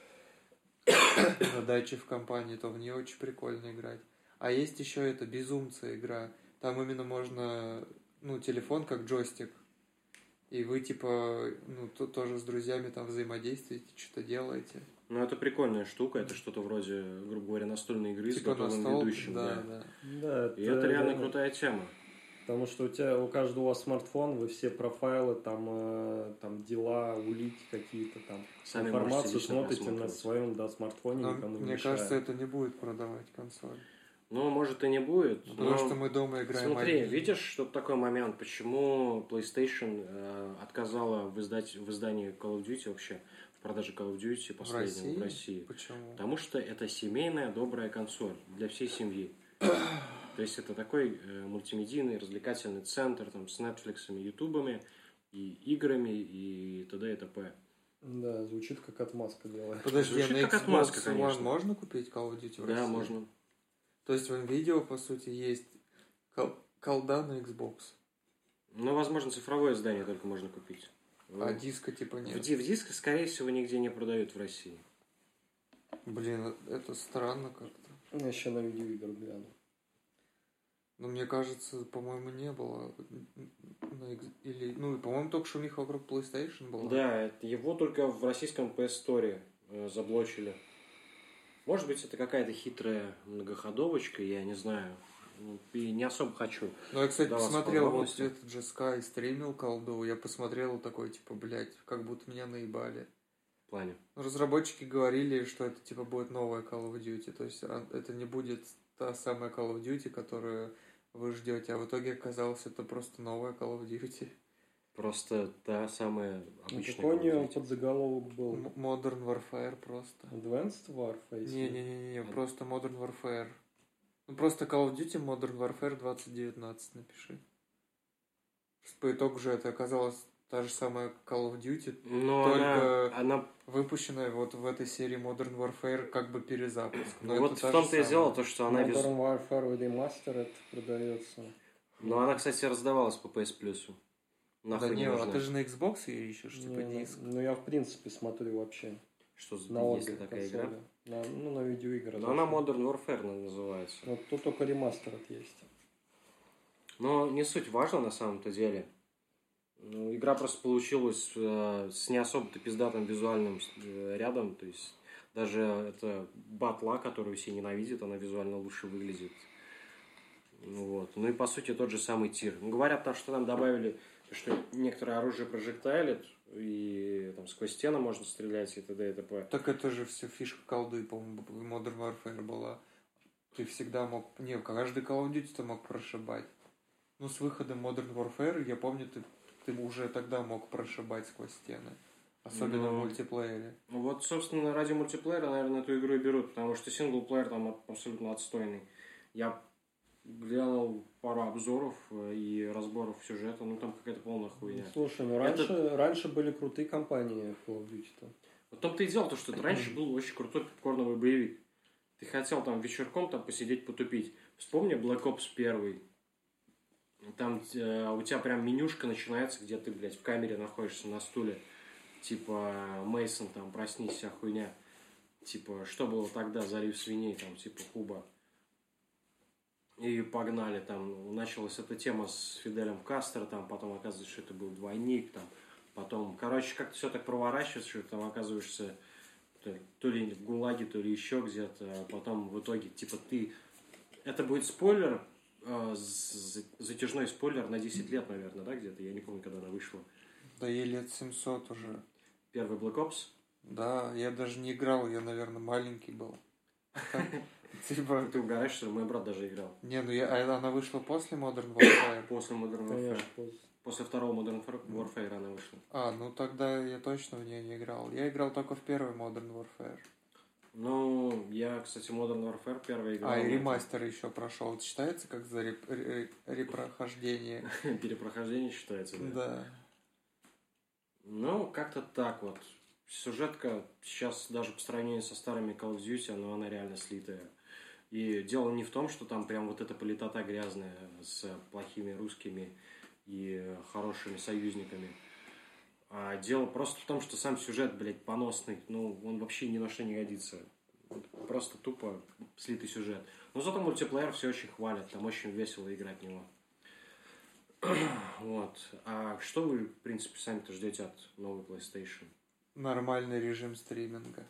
A: на даче в компании, то в нее очень прикольно играть. А есть еще это Безумцы игра. Там именно можно, ну, телефон как джойстик. И вы типа, ну, тоже с друзьями там взаимодействуете, что-то делаете.
B: Ну, это прикольная штука, это что-то вроде, грубо говоря, настольной игры
A: типа
B: с готовым ведущим.
C: Да,
B: и это реально крутая тема.
C: Потому что у каждого у вас смартфон, вы все профайлы, там дела, улики какие-то там,
B: сами
C: информацию смотрите на своем смартфоне, никому не
A: мне
C: мешает.
A: кажется, это не будет продавать консоль.
B: Ну, может и не будет.
A: Потому что мы дома играем.
B: Смотри, видишь, что такой момент, почему PlayStation отказала в издании Call of Duty вообще, в продаже Call of Duty последнего в России?
A: Почему?
B: Потому что это семейная добрая консоль для всей семьи. То есть это такой мультимедийный развлекательный центр там, с Netflix, ютубами, и играми, и т.д. и т.п.
C: Да, звучит как отмазка делает.
A: Подожди, на Xbox One можно купить Call of Duty в России?
B: Да, можно.
A: То есть в NVIDIA, по сути, есть колда на Xbox?
B: Ну, возможно, цифровое издание только можно купить.
A: А диска типа нет?
B: В диск, скорее всего, нигде не продают в России.
A: Блин, это странно как-то.
C: Я еще на видеоигры гляну.
A: Но мне кажется, по-моему, не было. Или, ну, по-моему, только что у них вокруг PlayStation было.
B: Да, его только в российском PS Store заблочили. Может быть, это какая-то хитрая многоходовочка, я не знаю. И не особо хочу.
A: Ну, я, кстати, посмотрел, вот этот же Sky стримил колду, я посмотрел такой, типа, блядь, как будто меня наебали.
B: В плане?
A: Разработчики говорили, что это, типа, будет новая Call of Duty, то есть это не будет та самая Call of Duty, которую вы ждете, а в итоге оказалось, это просто новая Call of Duty.
B: Просто та самая обычная.
C: Какой у нее подзаголовок был?
A: Modern Warfare просто.
C: Advanced Warfare?
A: Не, просто Modern Warfare. Ну, просто Call of Duty Modern Warfare 2019 напиши. По итогу же это оказалось та же самая Call of Duty,
B: но
A: только
B: она
A: выпущенная вот в этой серии Modern Warfare как бы перезапуск.
B: Но вот в том-то и дело, то, что она...
C: Modern Warfare Remastered продается.
B: Но она, кстати, раздавалась по PS Plus.
A: Да не, а ты же на Xbox ее ищешь, типа диск.
C: Ну я в принципе смотрю вообще.
B: Что за
C: есть
B: такая игра?
C: На видеоигры.
B: Но она Modern Warfare называется.
C: Вот тут только Remastered есть.
B: Но не суть важно на самом-то деле. Ну, игра просто получилась с не особо-то пиздатым визуальным рядом. То есть даже эта батла, которую все ненавидят, она визуально лучше выглядит. Вот. Ну и по сути тот же самый тир. Ну, говорят там, что там добавили, что некоторое оружие прожектайлит, и там сквозь стены можно стрелять и т.д. и т.п.
A: Так это же все фишка колды, по-моему, в Modern Warfare была. Ты всегда мог... Не, каждый Call of Duty ты мог прошибать. Ну, с выходом Modern Warfare, я помню, ты уже тогда мог прошибать сквозь стены. Особенно в мультиплеере.
B: Ну вот, собственно, ради мультиплеера, наверное, эту игру и берут, потому что синглплеер там абсолютно отстойный. Я глянул пару обзоров и разборов сюжета, ну там какая-то полная хуйня.
C: Слушай, ну раньше были крутые компании в Call of Duty-то.
B: Вот в том-то и дело, то, что раньше был очень крутой попкорновый боевик. Ты хотел там вечерком там посидеть, потупить. Вспомни Black Ops 1. Там у тебя прям менюшка начинается, где ты, блядь, в камере находишься на стуле. Типа Мейсон, там, проснись, вся хуйня. Типа, что было тогда, залив свиней, там, типа, Куба. И погнали, там, началась эта тема с Фиделем Кастро, там, потом оказывается, что это был двойник, там, потом, короче, как-то все так проворачивается, что там оказываешься то ли в ГУЛАГе, то ли еще где-то, а потом в итоге, типа, это будет спойлер, затяжной спойлер на 10 лет, наверное, да, где-то, я не помню, когда она вышла.
A: Да ей лет 700 уже.
B: Первый Black Ops?
A: Да, я даже не играл, я, наверное, маленький был.
B: Типа... Ты угораешь, что мой брат даже играл.
A: Не, ну она вышла после Modern Warfare?
B: После Modern Warfare. После второго Modern Warfare она вышла.
A: Ну тогда я точно в нее не играл. Я играл только в первый Modern Warfare.
B: Ну, я, кстати, Modern Warfare первый играл.
A: И ремастер еще прошел. Это считается как за репрохождение?
B: Перепрохождение считается, да?
A: Да.
B: Ну, как-то так вот. Сюжетка сейчас даже по сравнению со старыми Call of Duty, она реально слитая. И дело не в том, что там прям вот эта политота грязная с плохими русскими и хорошими союзниками. А дело просто в том, что сам сюжет, блядь, поносный. Ну, он вообще ни на что не годится. Просто тупо слитый сюжет. Но зато мультиплеер все очень хвалят. Там очень весело играть в него. Вот. А что вы, в принципе, сами-то ждете от новой PlayStation?
A: Нормальный режим стриминга.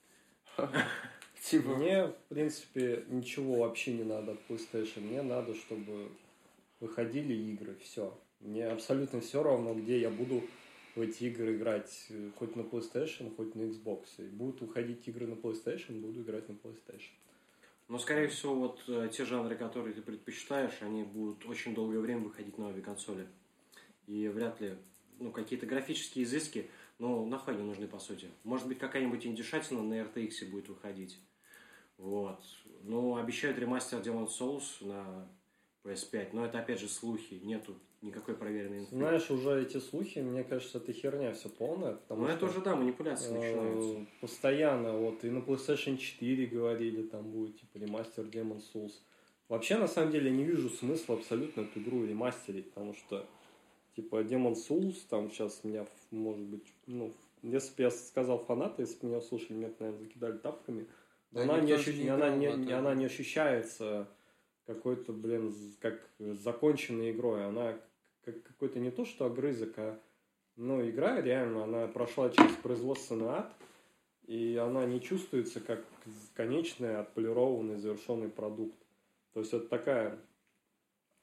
C: Мне, в принципе, ничего вообще не надо от PlayStation. Мне надо, чтобы выходили игры. Все. Мне абсолютно все равно, где я буду в эти игры играть, хоть на PlayStation, хоть на Xbox. И будут выходить игры на PlayStation, буду играть на PlayStation.
B: Но, скорее всего, вот те жанры, которые ты предпочитаешь, они будут очень долгое время выходить на обе консоли. И вряд ли, какие-то графические изыски, нахуй не нужны, по сути. Может быть, какая-нибудь индюшатина на RTX будет выходить. Вот. Обещают ремастер Demon's Souls на PS5, но это, опять же, слухи. Нету никакой проверенной информации.
C: Знаешь, уже эти слухи, мне кажется, это херня все полная.
B: Это уже, да, манипуляции начинаются.
C: Постоянно, и на PlayStation 4 говорили, там будет, ремастер Demon's Souls. Вообще, на самом деле, я не вижу смысла абсолютно эту игру ремастерить, потому что, Demon's Souls, там сейчас меня, может быть, если бы я сказал фанаты, если бы меня услышали, меня, наверное, закидали тапками, да, она не ощущается какой-то, как законченной игрой. Она какой-то не то, что огрызок, а игра реально, она прошла через производственный ад, и она не чувствуется как конечный, отполированный, завершенный продукт. То есть это такая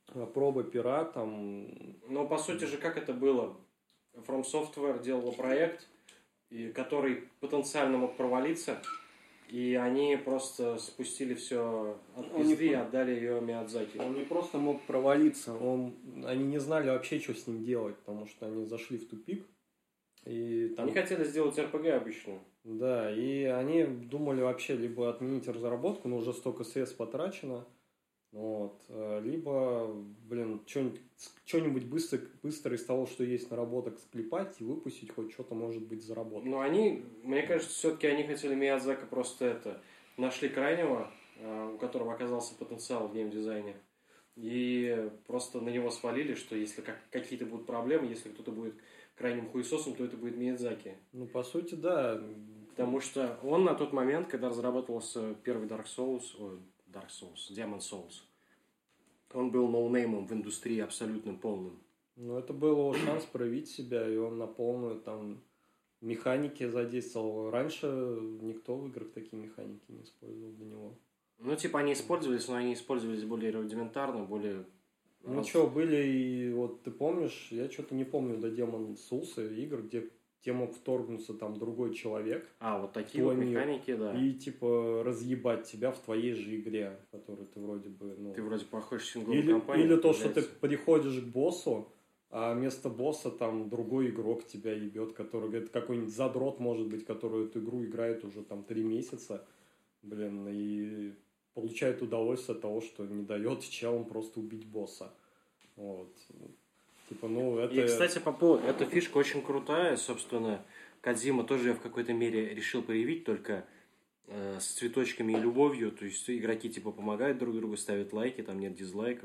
C: проба пера там...
B: Ну, по сути же, как это было? From Software делала проект, который потенциально мог провалиться, и они просто спустили все от пизды и отдали ее Миядзаки.
C: Он не просто мог провалиться, они не знали вообще, что с ним делать, потому что они зашли в тупик. И там...
B: Они хотели сделать РПГ обычную.
C: Да, и они думали вообще либо отменить разработку, но уже столько средств потрачено, вот, либо, что-нибудь быстро из того, что есть наработок, склепать и выпустить, хоть что-то, может быть, заработать.
B: Но мне кажется, все-таки они хотели Миядзаки просто нашли крайнего, у которого оказался потенциал в геймдизайне, и просто на него свалили, что если какие-то будут проблемы, если кто-то будет крайним хуесосом, то это будет Миядзаки.
C: Ну, по сути, да.
B: Потому что он на тот момент, когда разрабатывался первый Dark Souls, Demon Souls, он был ноунеймом в индустрии абсолютно полным.
C: Ну, это был его шанс проявить себя, и он на полную там механики задействовал. Раньше никто в играх такие механики не использовал до него.
B: Ну, типа, они использовались, но они использовались более рудиментарно, более...
C: Ну, что, были и... Вот, ты помнишь, я что-то не помню до Demon Souls игр, где тебе мог вторгнуться там другой человек.
B: Вот такие вот механики, да.
C: И, типа, разъебать тебя в твоей же игре, в которой ты вроде бы... Ну...
B: Ты вроде проходишь сингловую кампанию.
C: Или то, что ты приходишь к боссу, а вместо босса там другой игрок тебя ебет, который говорит, какой-нибудь задрот, может быть, который эту игру играет уже там 3 месяца, и получает удовольствие от того, что не дает челам просто убить босса. Вот. Типа, это...
B: И, кстати, по поводу... Эта фишка очень крутая, собственно, Кодзима тоже ее в какой-то мере решил проявить, только с цветочками и любовью, то есть игроки типа помогают друг другу, ставят лайки, там нет дизлайков.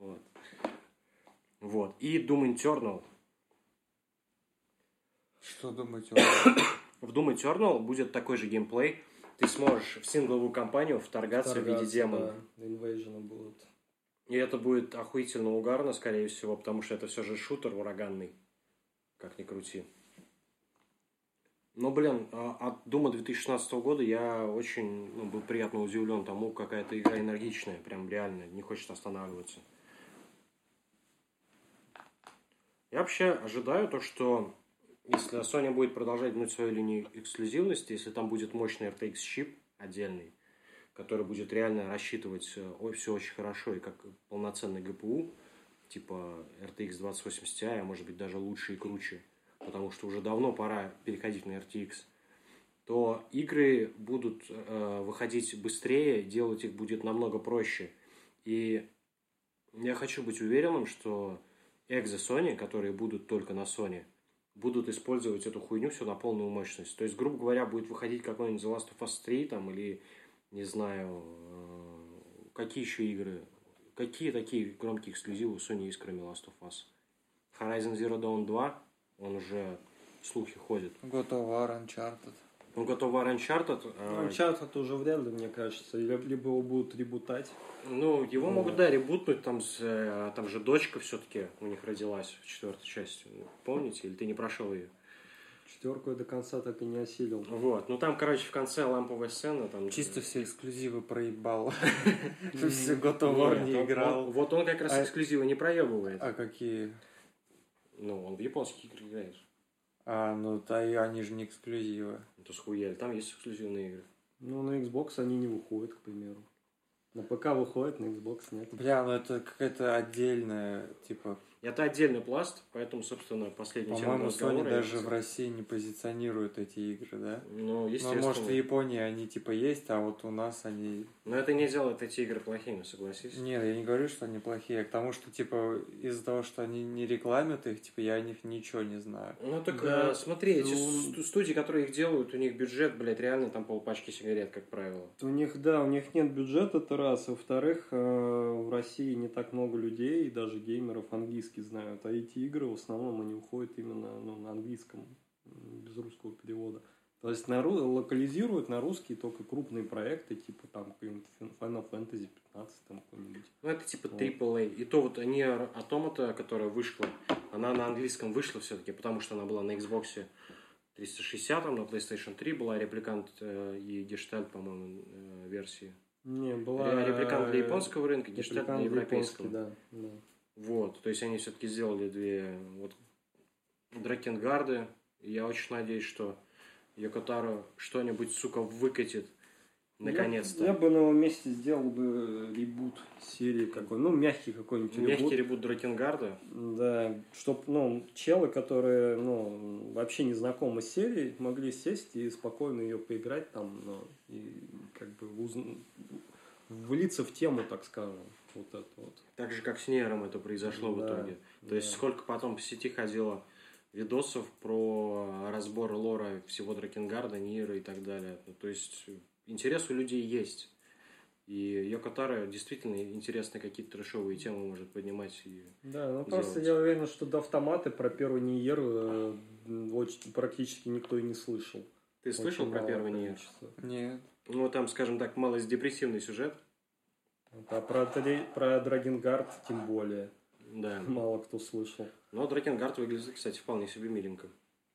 B: Вот. И Doom Eternal.
A: Что Doom Eternal?
B: В Doom Eternal будет такой же геймплей. Ты сможешь в сингловую кампанию вторгаться в виде демона.
C: Да, инвейжены будут.
B: И это будет охуительно угарно, скорее всего, потому что это все же шутер ураганный. Как ни крути. Но, от Дума 2016 года я очень был приятно удивлен тому, какая-то игра энергичная, прям реально, не хочет останавливаться. Я вообще ожидаю то, что если Sony будет продолжать гнуть свою линию эксклюзивности, если там будет мощный RTX-чип отдельный, который будет реально рассчитывать все очень хорошо и как полноценный GPU, типа RTX 2080 Ti, а может быть даже лучше и круче, потому что уже давно пора переходить на RTX, то игры будут выходить быстрее, делать их будет намного проще. И я хочу быть уверенным, что экзо Sony, которые будут только на Sony, будут использовать эту хуйню все на полную мощность. То есть, грубо говоря, будет выходить какой-нибудь The Last of Us 3 там, или, не знаю, какие еще игры, какие такие громкие эксклюзивы у Sony есть, кроме Last of Us. Horizon Zero Dawn 2, он уже слухи ходят.
A: God of War, Uncharted.
B: Ну, God of War Uncharted...
C: Uncharted уже вряд ли, мне кажется. Либо его будут ребутать.
B: Ну, его могут, да, ребутнуть. Там же дочка все-таки у них родилась в 4-й части. Помните? Или ты не прошел ее?
C: 4-ку я до конца так и не осилил.
B: Вот. Ну, там, короче, в конце ламповая сцена. Там...
A: Чисто все эксклюзивы проебал. Все God of War не играл.
B: Вот он как раз эксклюзивы не проебывает.
A: А какие?
B: Ну, он в японские игры играет.
A: Они же не эксклюзивы.
B: Это схуяли. Там есть эксклюзивные игры.
C: Ну, на Xbox они не выходят, к примеру. На ПК выходит, на Xbox нет.
A: Это какая-то отдельная, типа...
B: Это отдельный пласт, поэтому, собственно, последний тема
A: По-моему,
B: разговора...
A: Sony даже в России не позиционирует эти игры, да?
B: Ну, естественно.
A: Ну, может, в Японии они, типа, есть, а вот у нас они...
B: Но это не делает эти игры плохими, согласись?
A: Нет, я не говорю, что они плохие, к тому, что, типа, из-за того, что они не рекламят их, типа, я о них ничего не знаю.
B: Ну, так смотри, эти студии, которые их делают, у них бюджет, блядь, реально там полпачки сигарет, как правило.
C: У них нет бюджета, это раз. Во-вторых, в России не так много людей, и даже геймеров английский знают, а эти игры в основном они уходят именно на английском, без русского перевода. То есть локализируют на русский только крупные проекты, типа там какой-нибудь Final Fantasy 15 там какой-нибудь.
B: Ну, это типа AAA. И то вот Nier Automata, которая вышла, она на английском вышла все-таки, потому что она была на Xbox 360, на PlayStation 3 была репликант и гештальт, по-моему, версии.
C: Не, была
B: репликант для японского рынка, гештальт для европейского.
C: Да.
B: Вот, то есть они все-таки сделали две вот Дракенгарды. И я очень надеюсь, что Йокотаро что-нибудь, сука, выкатит наконец-то.
C: Я бы на его месте сделал бы ребут серии какой, мягкий какой-нибудь ребут.
B: Мягкий ребут Дракенгарда?
C: Да, чтобы, челы, которые, вообще не знакомы с серией, могли сесть и спокойно ее поиграть там, и как бы влиться в тему, так скажем. Вот это вот.
B: Так же, как с Нейром это произошло в итоге. То есть, сколько потом по сети ходило видосов про разбор лора всего Дракенгарда, Нейра и так далее. То есть, интерес у людей есть. И Йокотаро действительно интересные какие-то трэшовые темы может поднимать.
C: Да, просто я уверен, что до автомата про первый Нейр практически никто и не слышал.
B: Ты слышал про первый Нейр?
A: Нет.
B: Там, скажем так, малость депрессивный сюжет.
C: А про Драгенгард тем более.
B: Да.
C: Мало кто слышал.
B: Но Дракенгард выглядит, кстати, вполне себе миленько.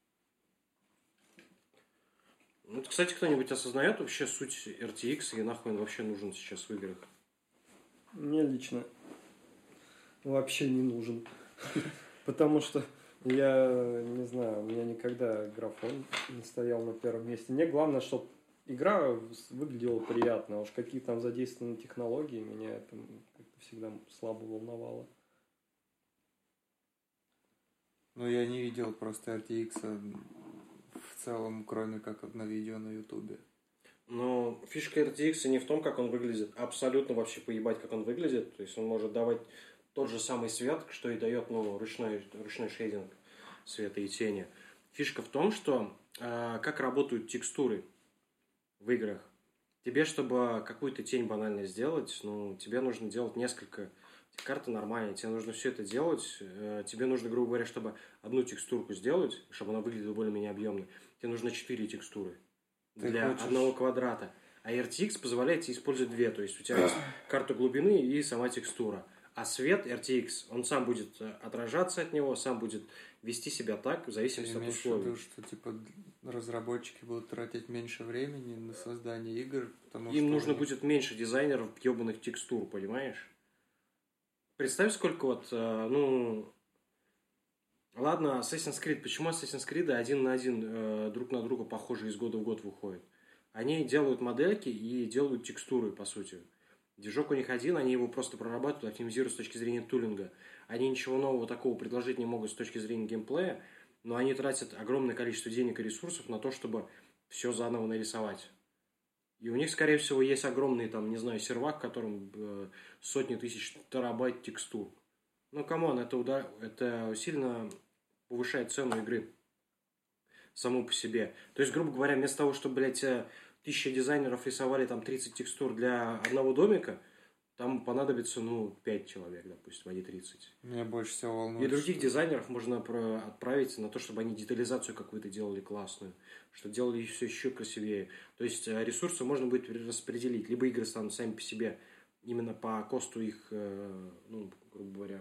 B: Кстати, кто-нибудь осознает вообще суть RTX и нахуй он вообще нужен сейчас в играх?
C: Мне лично вообще не нужен. Потому что я не знаю, у меня никогда графон не стоял на первом месте. Мне главное, чтобы игра выглядела приятно. А уж какие там задействованы технологии, меня это как-то всегда слабо волновало.
A: Я не видел просто RTX в целом, кроме как на видео на ютубе.
B: Но фишка RTX не в том, как он выглядит. Абсолютно вообще поебать, как он выглядит. То есть он может давать тот же самый свет, что и дает ручной шейдинг света и тени. Фишка в том, что как работают текстуры в играх. Тебе, чтобы какую-то тень банально сделать, тебе нужно делать несколько. Карта нормальная, тебе нужно все это делать. Тебе нужно, грубо говоря, чтобы одну текстурку сделать, чтобы она выглядела более-менее объемной, тебе нужно 4 текстуры для одного квадрата. А RTX позволяет тебе использовать 2. То есть у тебя есть карта глубины и сама текстура. А свет RTX, он сам будет отражаться от него, сам будет вести себя так, в зависимости от условий.
A: Ты имеешь в виду, что разработчики будут тратить меньше времени на создание игр, потому
B: им нужно будет меньше дизайнеров ебаных текстур, понимаешь? Представь, сколько ладно, Assassin's Creed. Почему Assassin's Creed один на один друг на друга похожи из года в год выходят? Они делают модельки и делают текстуры, по сути. Движок у них один, они его просто прорабатывают, оптимизируют с точки зрения тулинга. Они ничего нового такого предложить не могут с точки зрения геймплея, но они тратят огромное количество денег и ресурсов на то, чтобы все заново нарисовать. И у них, скорее всего, есть огромный, сервак, в котором сотни тысяч терабайт текстур. Камон, это сильно повышает цену игры саму по себе. То есть, грубо говоря, вместо того, чтобы, 1000 дизайнеров рисовали 30 текстур для одного домика, там понадобится, 5 человек, допустим, а не 30.
A: Меня больше всего волнует.
B: И других дизайнеров можно отправить на то, чтобы они детализацию какую-то делали классную, что делали все еще красивее. То есть ресурсы можно будет распределить. Либо игры станут сами по себе именно по косту их, грубо говоря,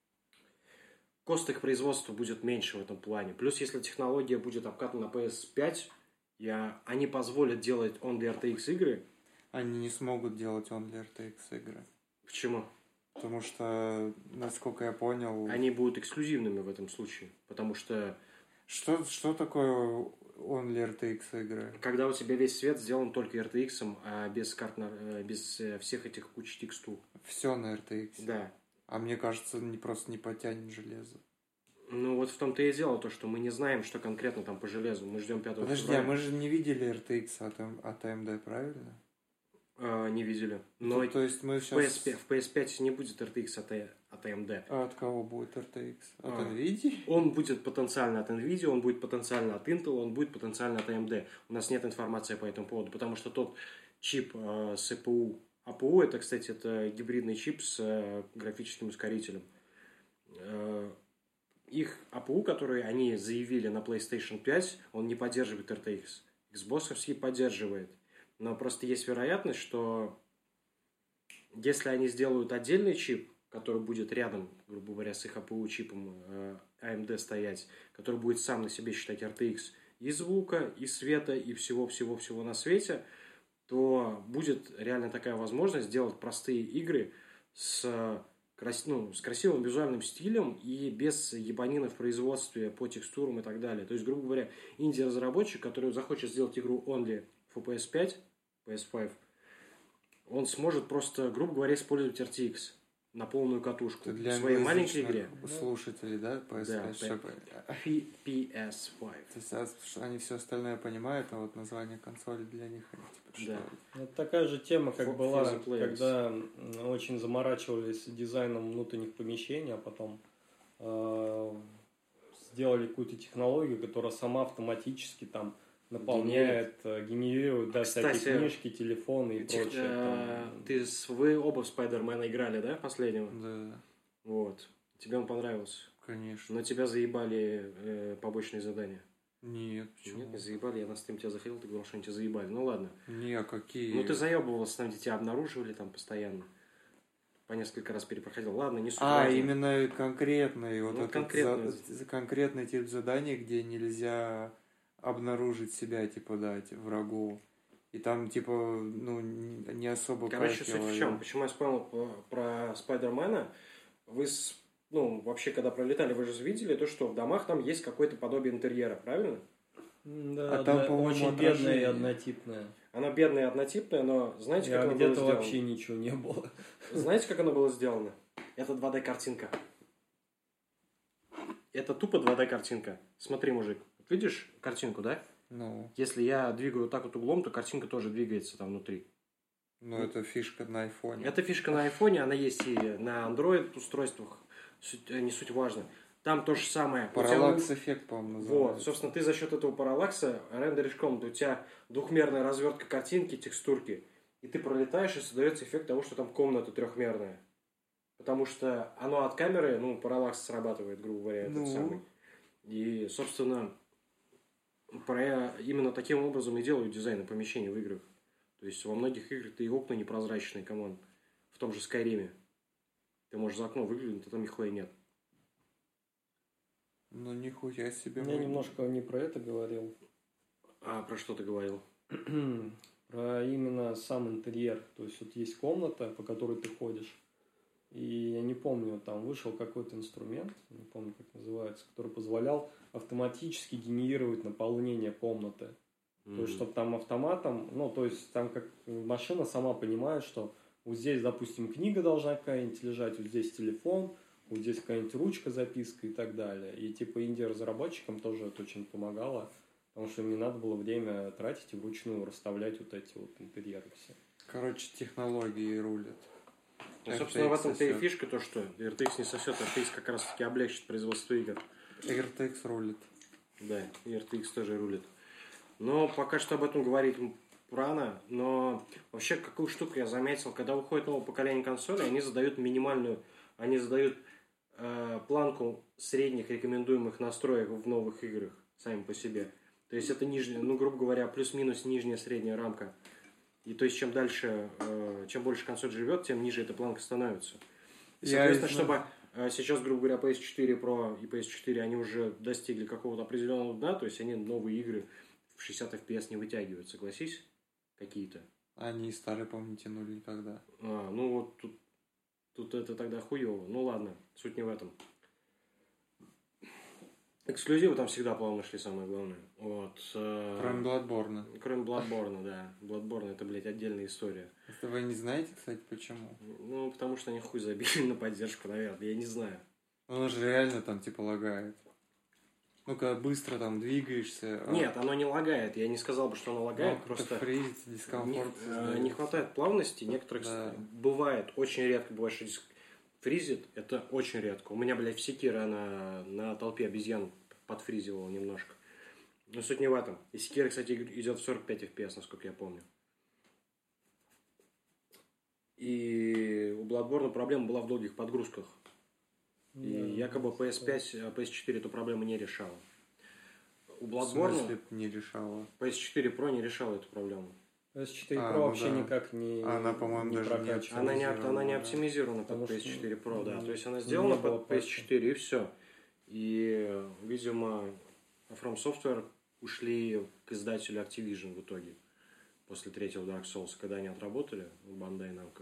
B: кост их производства будет меньше в этом плане. Плюс, если технология будет обкатана на PS5, они позволят делать only RTX игры.
A: Они не смогут делать only RTX игры.
B: Почему?
A: Потому что, насколько я понял...
B: Они будут эксклюзивными в этом случае. Потому что...
A: Что такое only RTX игры?
B: Когда у тебя весь свет сделан только RTX, а без всех этих куч текстур.
A: Все на RTX?
B: Да.
A: А мне кажется, просто не потянет железо.
B: В том-то и дело, то, что мы не знаем, что конкретно там по железу. Мы ждем 5
A: февраля. Подожди, а мы же не видели RTX от AMD, правильно?
B: Не видели. Но
A: то есть мы сейчас...
B: в PS5 не будет RTX от AMD.
A: А от кого будет RTX? От NVIDIA?
B: Он будет потенциально от NVIDIA, он будет потенциально от Intel, он будет потенциально от AMD. У нас нет информации по этому поводу, потому что тот чип с APU... APU, это, кстати, это гибридный чип с графическим ускорителем. Их APU, который они заявили на PlayStation 5, он не поддерживает RTX. Xbox поддерживает. Но просто есть вероятность, что если они сделают отдельный чип, который будет рядом, грубо говоря, с их APU чипом AMD стоять, который будет сам на себе считать RTX и звука, и света, и всего-всего-всего на свете, то будет реально такая возможность сделать простые игры с красивым визуальным стилем и без ебанины в производстве по текстурам и так далее. То есть, грубо говоря, инди-разработчик, который захочет сделать игру only for PS5, PS5, он сможет просто, грубо говоря, использовать RTX на полную катушку в своей маленькой игре.
A: Слушателей, да, PS5?
B: Да, PS5.
A: То есть они все остальное понимают, а вот название консоли для них они типа
C: что? Это такая же тема, как была, когда очень заморачивались дизайном внутренних помещений, а потом сделали какую-то технологию, которая сама автоматически там наполняет, генерирует, да,
B: кстати,
C: всякие книжки, телефоны и прочее.
B: Вы оба в Спайдермена играли, да, последнего?
A: Да.
B: Вот. Тебе он понравился?
A: Конечно.
B: Но тебя заебали побочные задания?
A: Нет, почему?
B: Нет, не заебали. Я на стрим тебя заходил, ты говорил, что они тебя заебали. Ну ладно.
A: Не, а какие?
B: Ну ты заебывался там, где тебя обнаруживали там постоянно. По несколько раз перепроходил. Ладно, не суть.
A: Именно конкретный. Вот конкретный тип заданий, где нельзя обнаружить себя, типа, дать врагу. И там, типа, ну, не особо...
B: Короче, суть в чем? Почему я вспомнил про Спайдермена? Вы, вообще, когда пролетали, вы же видели то, что в домах там есть какое-то подобие интерьера, правильно?
C: Да, там, по-моему, очень бедная и однотипная.
B: Она бедная и однотипная, но знаете, как оно было сделано?
C: Где-то вообще ничего не было.
B: Знаете, как оно было сделано? Это 2D-картинка. Это тупо 2D-картинка. Смотри, мужик. Видишь картинку, да?
A: Ну.
B: Если я двигаю вот так вот углом, то картинка тоже двигается там внутри.
A: Ну, это фишка на айфоне.
B: Это фишка на айфоне, она есть и на Android устройствах. Не суть важно. Там то же самое.
A: Параллакс-эффект, по-моему, называется.
B: Вот, собственно, ты за счет этого параллакса рендеришь комнату. У тебя двухмерная развертка картинки, текстурки. И ты пролетаешь, и создается эффект того, что там комната трехмерная. Потому что оно от камеры, параллакс срабатывает, грубо говоря, этот самый. И, собственно, именно таким образом и делают дизайн помещений в играх. То есть во многих играх и окна непрозрачные, камон. В том же Скайриме. Ты можешь за окно выглянуть, а там нихуя нет.
A: Ну, нихуя себе.
C: Я немножко не про это говорил.
B: А про что ты говорил?
C: Про именно сам интерьер. То есть вот есть комната, по которой ты ходишь. И я не помню, там вышел какой-то инструмент, не помню, как называется, который позволял автоматически генерировать наполнение комнаты. То есть, чтобы там автоматом, то есть там как машина сама понимает, что вот здесь, допустим, книга должна какая-нибудь лежать, вот здесь телефон, вот здесь какая-нибудь ручка, записка и так далее. И типа инди-разработчикам тоже это очень помогало, потому что им не надо было время тратить и вручную расставлять вот эти вот интерьеры все.
A: Короче, технологии рулят.
B: Ну, собственно, в этом-то и фишка, то, что RTX не сосет, RTX как раз-таки облегчит производство игр.
A: RTX рулит.
B: Да, и RTX тоже рулит. Но пока что об этом говорить рано, но вообще какую штуку я заметил, когда выходит новое поколение консолей, они задают планку средних рекомендуемых настроек в новых играх сами по себе. То есть это нижняя, грубо говоря, плюс-минус нижняя средняя рамка. И то есть чем дальше, чем больше консоль живет, тем ниже эта планка становится. И, соответственно, чтобы сейчас, грубо говоря, PS4 Pro и PS4, они уже достигли какого-то определенного дна, то есть они новые игры в 60 FPS не вытягивают, согласись? Какие-то.
A: Они старые, по-моему, не тянули никогда.
B: Вот тут это тогда хуево. Ну ладно, суть не в этом. Эксклюзивы там всегда плавно шли, самое главное. Вот.
A: Кроме Bloodborne.
B: Кроме Bloodborne, да. Bloodborne это, блядь, отдельная история.
A: Это вы не знаете, кстати, почему?
B: Потому что они хуй забили на поддержку, наверное. Я не знаю.
A: Оно же реально там типа лагает. Когда быстро там двигаешься.
B: Нет, оно не лагает. Я не сказал бы, что оно лагает. Просто
A: фризит, дискомфорт.
B: Не хватает плавности. Некоторых бывает, очень редко бывает, что фризит. Это очень редко. У меня, блядь, в Секиро на толпе обезьян подфризивало немножко. Но суть не в этом. И Секиро, кстати, идет в 45 FPS, насколько я помню. И у Bloodborne проблема была в долгих подгрузках. И якобы PS5, PS4 эту проблему не решала. У Bloodborne...
A: В смысле не решала?
B: PS4 Pro не решала эту проблему.
C: PS4 Pro вообще никак не...
A: Она, по-моему, даже не
B: оптимизирована. Она не оптимизирована под PS4 Pro, да. То есть она сделана под PS4 и все. И, видимо, From Software ушли к издателю Activision в итоге. после третьего Dark Souls, когда они отработали, Bandai Namco.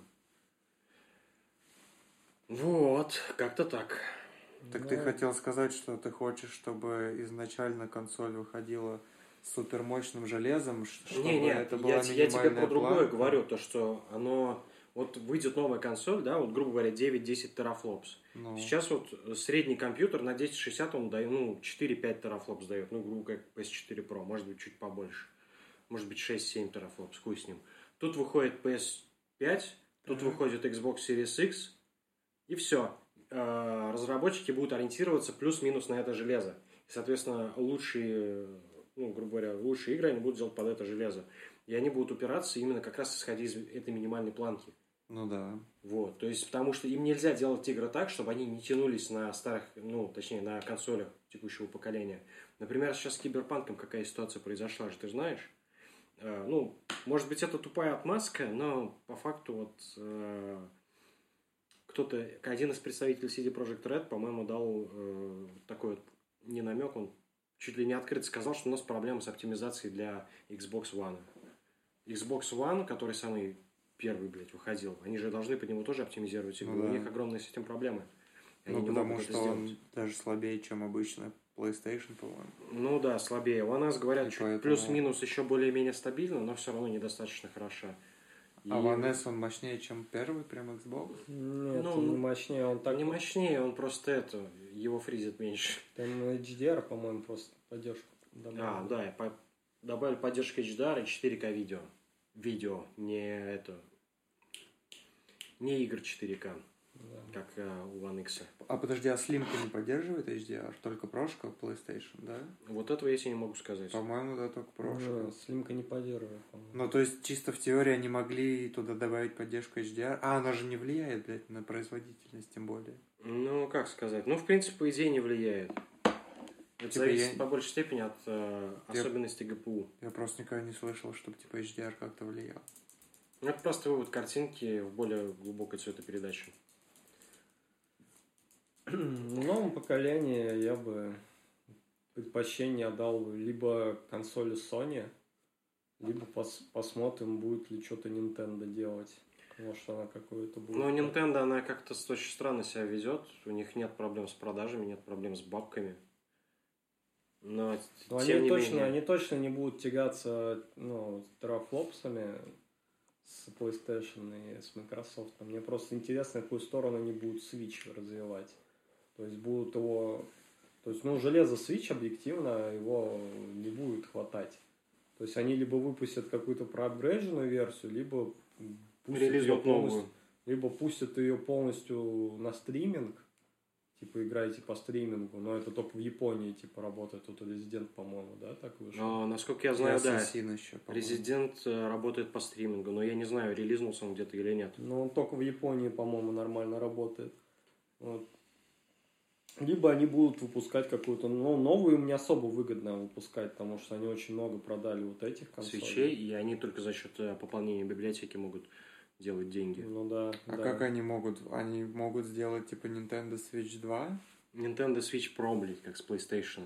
B: Вот, как-то так.
A: Так ты хотел сказать, что ты хочешь, чтобы изначально консоль выходила с супермощным железом, чтобы это была минимальная
B: я тебе про другое
A: планка?
B: говорю, то что оно... Вот выйдет новая консоль, да, вот грубо говоря, 9-10 терафлопс.
A: Ну.
B: Сейчас вот средний компьютер на 1060 он дает, 4-5 терафлопс дает, грубо как PS4 Pro, может быть чуть побольше. Может быть 6-7 терафлопс, хуй с ним. Тут выходит PS5, тут выходит Xbox Series X, и все. Разработчики будут ориентироваться плюс-минус на это железо. И, соответственно, лучшие, грубо говоря, лучшие игры они будут делать под это железо. И они будут упираться именно как раз исходя из этой минимальной планки.
A: Ну да.
B: Вот, то есть, потому что им нельзя делать игры так, чтобы они не тянулись на старых, точнее, на консолях текущего поколения. Например, сейчас с Киберпанком какая ситуация произошла, ты знаешь? Может быть, это тупая отмазка, но по факту кто-то, один из представителей CD Projekt Red, по-моему, дал такой вот не намек, он чуть ли не открыто сказал, что у нас проблемы с оптимизацией для Xbox One. Xbox One, который самый первый, выходил, они же должны под него тоже оптимизировать игру. У них огромные с этим проблемы.
A: Они не потому что он даже слабее, чем обычно PlayStation, по-моему.
B: Ну да, слабее. У нас, говорят, плюс-минус еще более-менее стабильно, но все равно недостаточно хороша.
A: А One S он мощнее, чем первый, прям Xbox?
C: Нет, он не мощнее, он так...
B: Не мощнее, он просто его фризит меньше.
C: Там HDR, по-моему, просто поддержку добавили.
B: Добавили поддержку HDR и 4К видео. Видео, не игр 4К, как у One X.
A: А подожди, а Slim не поддерживает HDR? Только прошка PlayStation, да?
B: Вот этого я тебе не могу сказать.
A: По-моему, да, только прошка.
C: Slim не поддерживает, по-моему.
A: Ну, то есть, чисто в теории они могли туда добавить поддержку HDR. А, она же не влияет, блядь, на производительность, тем более.
B: Ну, как сказать? В принципе, по идее, не влияет. Это зависит по большей степени от особенностей ГПУ.
A: Я просто никогда не слышал, чтобы типа HDR как-то влиял.
B: Это просто вывод картинки в более глубокой цветопередаче.
C: В новом поколении я бы предпочтение отдал либо консоли Sony, либо посмотрим, будет ли что-то Nintendo делать. Может, она какое-то будет.
B: Но Nintendo, она как-то очень странно себя ведет. У них нет проблем с продажами, нет проблем с бабками. Но
C: они точно не будут тягаться терафлопсами с PlayStation и с Microsoft. Мне просто интересно, в какую сторону они будут Switch развивать. То есть будут его... То есть, железо Switch объективно его не будет хватать. То есть они либо выпустят какую-то проапгрейдженную версию, либо пустят ее полностью на стриминг. Типа играете по стримингу, но это только в Японии типа работает. Тут Resident, по-моему, да, так вышло?
B: Насколько я знаю, да. Resident работает по стримингу, но я не знаю, релизнулся он где-то или нет.
C: Но он только в Японии, по-моему, нормально работает. Вот. Либо они будут выпускать какую-то... новую им не особо выгодно выпускать, потому что они очень много продали вот этих консолей.
B: Свитчей, и они только за счет пополнения библиотеки могут делать деньги.
C: Ну да.
A: Как они могут? Они могут сделать типа Nintendo Switch 2?
B: Nintendo Switch Pro, блядь, как с PlayStation.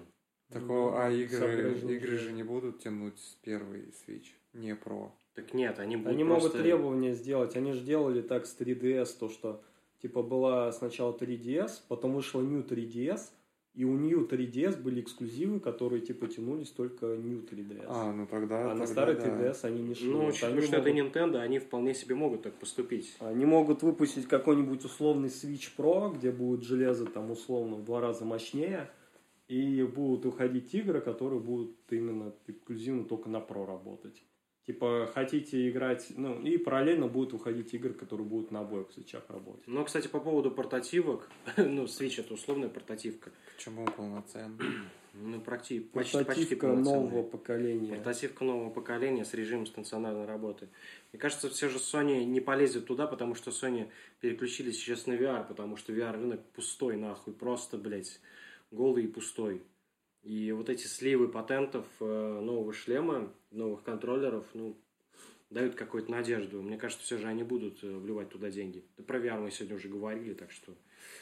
A: Игры же не будут тянуть с первой Switch, не Pro.
B: Так нет, они будут
C: Они могут требования сделать. Они же делали так с 3DS, то что типа была сначала 3DS, потом вышла New 3DS, и у New 3DS были эксклюзивы, которые типа тянулись только New 3DS.
A: Тогда...
C: А на старый 3DS они не шли.
B: Учитывая, что это Nintendo, они вполне себе могут так поступить.
C: Они могут выпустить какой-нибудь условный Switch Pro, где будет железо там условно в 2 раза мощнее, и будут уходить игры, которые будут именно эксклюзивно только на Pro работать. Типа, хотите играть... и параллельно будут уходить игры, которые будут на обоих свечах работать.
B: Кстати, по поводу портативок... Switch это условная портативка.
A: Почему полноценная?
B: Почти
C: нового поколения.
B: Портативка нового поколения с режимом стационарной работы. Мне кажется, все же Sony не полезет туда, потому что Sony переключились сейчас на VR, потому что VR-рынок пустой нахуй. Просто, блядь, голый и пустой. И вот эти сливы патентов нового шлема, новых контроллеров, дают какую-то надежду. Мне кажется, все же они будут вливать туда деньги. Да про VR мы сегодня уже говорили, так что...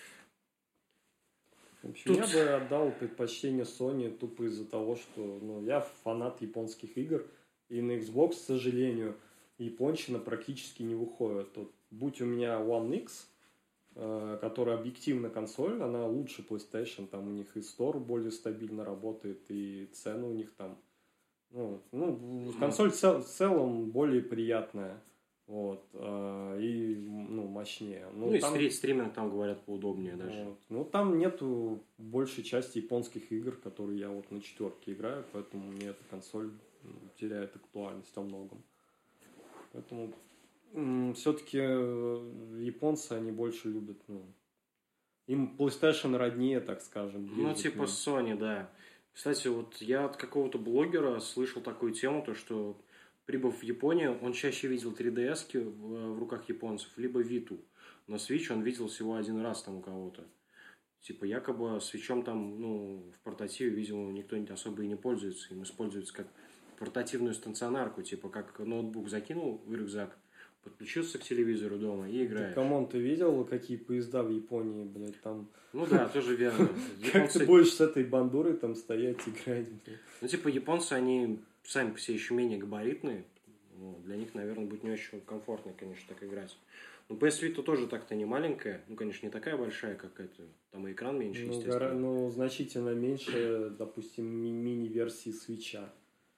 C: В общем, я бы отдал предпочтение Sony тупо из-за того, что я фанат японских игр. И на Xbox, к сожалению, японщина практически не выходит. Вот, будь у меня One X, которая объективно консоль, она лучше PlayStation, там у них и Store более стабильно работает, и цены у них там. Консоль в целом более приятная. Вот, и, мощнее.
B: И стриминг там, говорят, поудобнее даже.
C: Вот. Там нету большей части японских игр, которые я вот на 4 играю, поэтому мне эта консоль теряет актуальность во многом. Поэтому все-таки японцы, они больше любят, им PlayStation роднее, так скажем.
B: Типа Sony, да. Кстати, вот я от какого-то блогера слышал такую тему, то что прибыв в Японию, он чаще видел 3DS-ки в руках японцев, либо Vita. Но Switch он видел всего один раз там у кого-то. Типа, якобы свитчом там, в портативе, видимо, никто особо и не пользуется. Им используется как портативную станционарку. Типа, как ноутбук закинул в рюкзак, подключился к телевизору дома и играешь.
C: Камон, ты видел, какие поезда в Японии, блядь, там...
B: Да, тоже верно.
C: Как ты будешь с этой бандурой там стоять, играть?
B: Японцы, они сами по себе еще менее габаритные. Для них, наверное, будет не очень комфортно, конечно, так играть. PS Vita тоже так-то не маленькая. Конечно, не такая большая, как это. Там и экран меньше, естественно.
C: Значительно меньше, допустим, мини-версии Switch'а.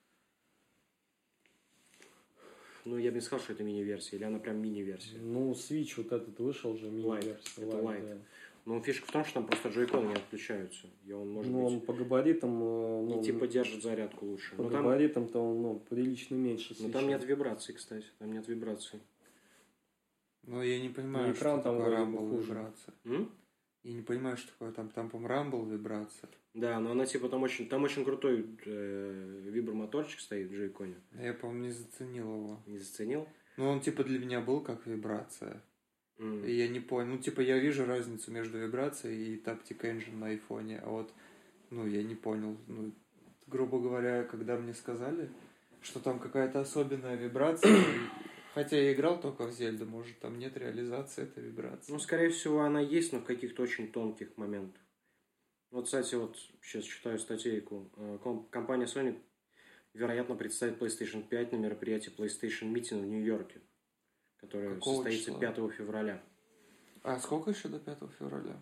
B: Я бы не сказал, что это мини-версия, или она прям мини-версия.
C: Switch вот этот вышел же, мини-версия.
B: Это Lite. Фишка в том, что там просто джойконы не отключаются. И он может быть...
C: он по габаритам...
B: и типа держит зарядку лучше.
C: По габаритам-то он, прилично меньше.
B: Но там нет вибраций, кстати. Там нет вибраций.
A: Я не понимаю,
C: экран
A: что
C: там
A: такое Rumble вибрация. Я не понимаю, что такое там по-моему, Rumble вибрация.
B: Да, но она типа там очень крутой вибромоторчик стоит в джойконе.
A: Я, по-моему, не заценил его.
B: Не заценил?
A: Он типа для меня был как вибрация. И я не понял. Я вижу разницу между вибрацией и Taptic Engine на айфоне. А вот, я не понял. Грубо говоря, когда мне сказали, что там какая-то особенная вибрация, хотя я играл только в Зельду, может, там нет реализации этой вибрации.
B: Скорее всего, она есть, но в каких-то очень тонких моментах. Кстати, сейчас читаю статейку. Компания Sony, вероятно, представит PlayStation 5 на мероприятии PlayStation Meeting в Нью-Йорке, которое состоится 5 февраля.
A: А сколько еще до 5 февраля?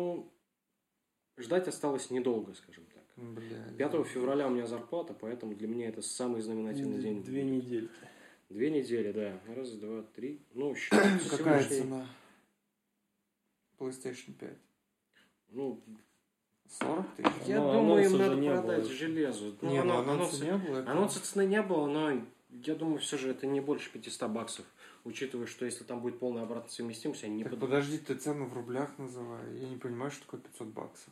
B: Ждать осталось недолго, скажем так. 5 февраля у меня зарплата, поэтому для меня это самый знаменательный день.
C: 2 недельки.
B: 2 недели, да. Раз, два, три.
A: Какая цена PlayStation 5? 40 тысяч?
B: Я думаю, им надо продать железо.
A: Анонса не было.
B: Анонса цены не было, но я думаю, все же это не больше $500. Учитывая, что если там будет полная обратная совместимость, они не подумают.
A: Подожди, ты цену в рублях называй. Я не понимаю, что такое $500.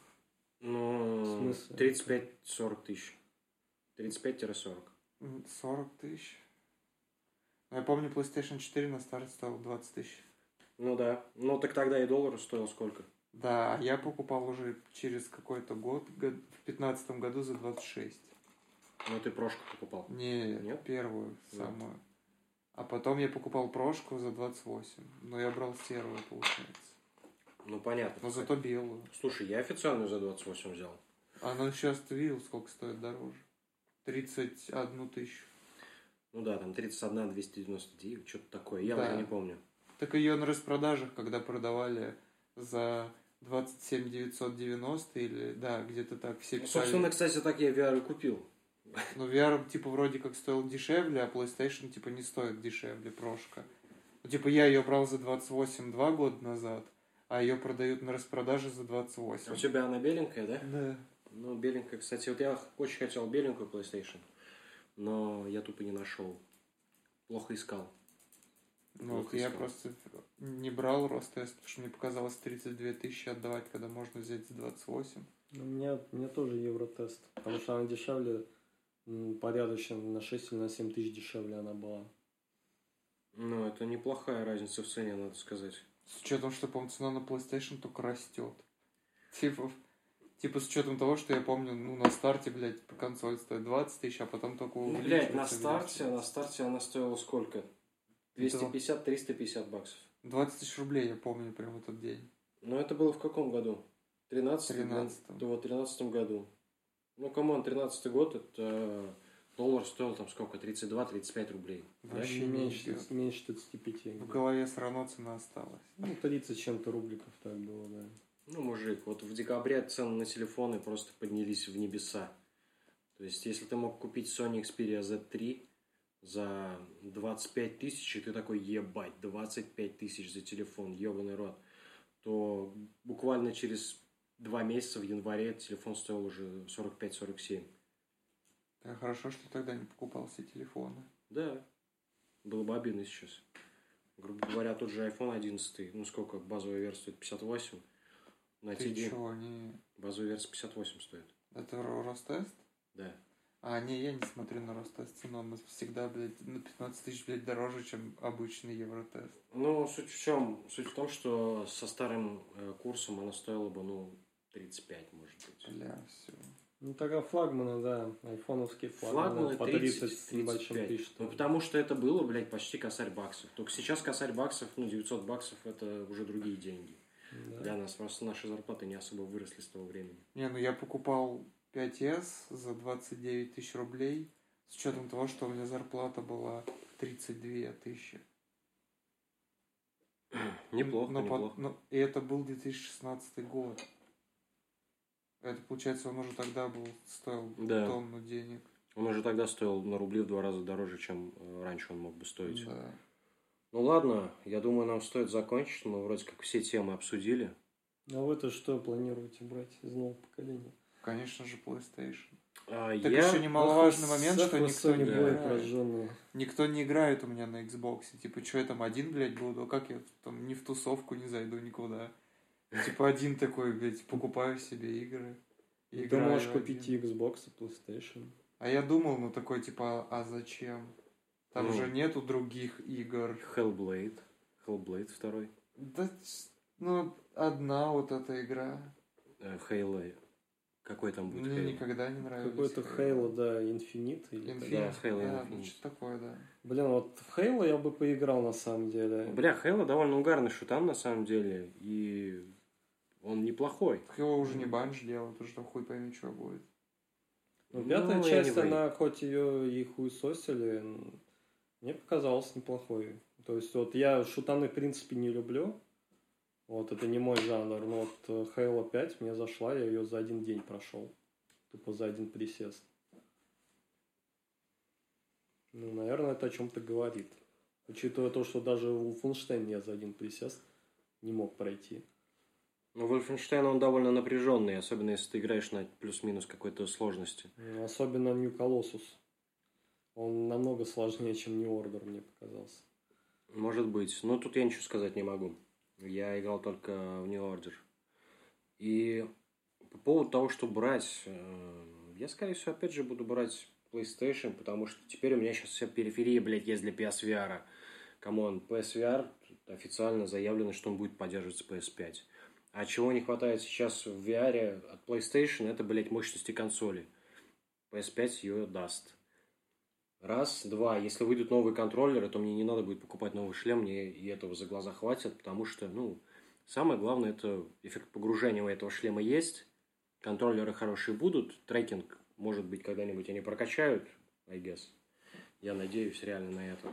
B: 35-40 тысяч. 35-40.
A: 40 тысяч? Я помню, PlayStation 4 на старте стоил 20 тысяч.
B: Да. Так тогда и доллар стоил сколько?
A: Да, я покупал уже через какой-то год, в 2015 году за 26.
B: Ты прошку покупал?
A: Нет? Первую, самую. А потом я покупал прошку за 28. Но я брал серую, получается.
B: Понятно.
A: Но зато белую.
B: Слушай, я официальную за 28 взял.
A: Сейчас ты видел, сколько стоит дороже? 31 тысячу.
B: Там 31 299, что-то такое. Я уже не помню.
A: Так ее на распродажах, когда продавали за 27 990 или, где-то так все писали.
B: Собственно, кстати, так я VR и купил.
A: VR, вроде как стоил дешевле, а PlayStation, не стоит дешевле, прошка. Я ее брал за 28 2 года назад, а ее продают на распродаже за 28.
B: У тебя она беленькая, да?
A: Да.
B: Беленькая, кстати, я очень хотел беленькую PlayStation, но я тупо не нашел. Плохо искал.
C: Я просто не брал Ростест, потому что мне показалось 32 тысячи отдавать, когда можно взять за 28. У меня тоже Евротест, потому что она дешевле, порядочно, на 6 или на 7 тысяч дешевле она была.
B: Это неплохая разница в цене, надо сказать.
A: С учетом, что, по-моему, цена на PlayStation только растет. С учетом того, что я помню, на старте, консоль стоит 20 тысяч, а потом только увеличивается.
B: На старте она стоила сколько? 250-350 баксов.
A: 20 тысяч рублей, я помню, прямо в тот день.
B: Это было в каком году? 13-м?
A: 13-м.
B: В 13-м году. 13-й год, это Доллар стоил там сколько? 32-35 рублей.
A: Вообще
C: Да?
A: меньше.
C: Меньше 35.
A: В голове все равно цена осталась.
C: Ну, 30 чем-то рубликов так было, да.
B: Ну, мужик, вот в декабре цены на телефоны просто поднялись в небеса. То есть, если ты мог купить Sony Xperia Z3 за 25 тысяч, и ты такой, ебать, 25 тысяч за телефон, ебаный рот, то буквально через 2 месяца в январе этот телефон стоил уже 45-47.
A: Да, хорошо, что тогда не покупал все телефоны.
B: Да, было бы обидно сейчас. Грубо говоря, тот же iPhone 11, ну сколько, базовая версия стоит 58.
A: Ты чего, они...
B: Базовая версия 58 стоит.
A: Это Ростест?
B: Да.
A: А, не, я не смотрю на Ростест цену, он всегда, блядь, на 15 тысяч, блядь, дороже, чем обычный Евротест.
B: Ну, суть в чем? Суть в том, что со старым курсом она стоила бы, ну, 35, может быть.
A: Бля, все.
C: Ну, тогда флагманы, да, айфоновские
B: Флагманы
C: по
B: 30
C: с небольшим тысяч.
B: Ну, потому что это было, блядь, почти косарь баксов. Только сейчас косарь баксов, ну, 900 баксов, это уже другие деньги. Да. Для нас просто наши зарплаты не особо выросли с того времени.
A: Не, ну я покупал 5S за 29 тысяч рублей, с учетом того, что у меня зарплата была 32 тысячи.
B: Неплохо, неплохо.
A: И это был 2016 год. Это, получается, он уже тогда стоил тонну денег.
B: Он уже тогда стоил на рубли в 2 раза дороже, чем раньше он мог бы стоить.
A: Да.
B: Ну ладно, я думаю, нам стоит закончить. Мы вроде как все темы обсудили.
C: А вы-то что планируете брать из нового поколения?
A: Конечно же, PlayStation.
B: Так
A: еще немаловажный момент, что никто не играет. Никто не играет у меня на Xbox. Типа, что я там один, блядь, буду? Как я там ни в тусовку не зайду никуда? Типа, один такой, блядь, покупаю себе игры.
C: Ты можешь купить и Xbox, и PlayStation.
A: А я думал, ну такой, типа, а зачем? Там же нету других игр.
B: Hellblade 2.
A: Да, ну, одна вот эта игра.
B: Halo. Какой там будет
A: Мне
B: Halo?
A: никогда не нравилось.
C: Какой-то Halo, да, Infinite.
B: Да, Halo Infinite.
A: Что-то такое, да.
C: Блин, вот в Halo я бы поиграл на самом деле.
B: Бля, Halo довольно угарный шутан на самом деле. И он неплохой.
A: Его уже не Bungie делают, уже там хуй пойми, что будет.
C: Ну, пятая часть, она хоть ее и хуесосили, мне показалось неплохой. То есть, вот я шутаны, в принципе, не люблю. Вот, это не мой жанр. Но вот Halo 5 мне зашла, я ее за один день прошел. Тупо за один присест. Ну, наверное, это о чем-то говорит. Учитывая то, что даже Wolfenstein я за один присест не мог пройти.
B: Ну, Wolfenstein, он довольно напряженный, особенно если ты играешь на плюс-минус какой-то сложности.
C: Особенно New Colossus. Он намного сложнее, чем New Order, мне показался.
B: Может быть. Но тут я ничего сказать не могу. Я играл только в New Order. И по поводу того, что брать, я, скорее всего, опять же буду брать PlayStation, потому что теперь у меня сейчас вся периферия, блядь, есть для PSVR. Камон, PSVR официально заявлено, что он будет поддерживаться PS5. А чего не хватает сейчас в VR от PlayStation, это, блядь, мощности консоли. PS5 ее даст. Раз, два. Если выйдут новые контроллеры, то мне не надо будет покупать новый шлем, мне и этого за глаза хватит, потому что, ну, самое главное, это эффект погружения у этого шлема есть, контроллеры хорошие будут, трекинг, может быть, когда-нибудь они прокачают, I guess. Я надеюсь реально на это.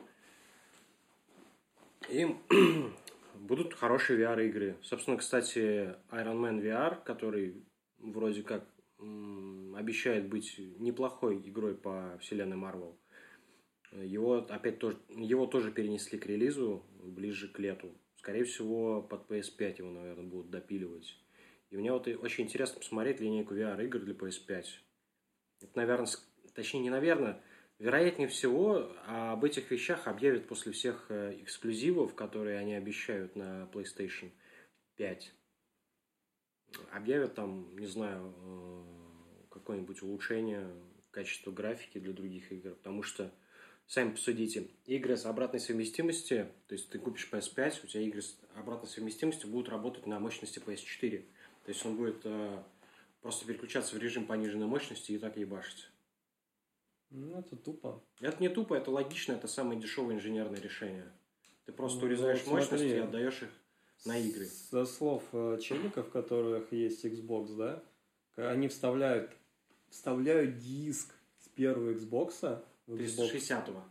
B: И будут хорошие VR-игры. Собственно, кстати, Iron Man VR, который вроде как обещает быть неплохой игрой по вселенной Marvel, его тоже перенесли к релизу ближе к лету. Скорее всего, под PS5 его, наверное, будут допиливать. И мне вот очень интересно посмотреть линейку VR-игр для PS5. Это, наверное, точнее, не наверное, вероятнее всего, об этих вещах объявят после всех эксклюзивов, которые они обещают на PlayStation 5. Объявят там, не знаю, какое-нибудь улучшение качества графики для других игр, потому что сами посудите, игры с обратной совместимостью, то есть ты купишь PS5, у тебя игры с обратной совместимостью будут работать на мощности PS4. То есть он будет просто переключаться в режим пониженной мощности и так ебашить.
C: Ну, это тупо.
B: Это не тупо, это логично, это самое дешевое инженерное решение. Ты просто урезаешь мощности и отдаешь их на игры.
C: Со слов челиков, у которых есть Xbox, да, они вставляют диск первого Xbox.
B: 360-го.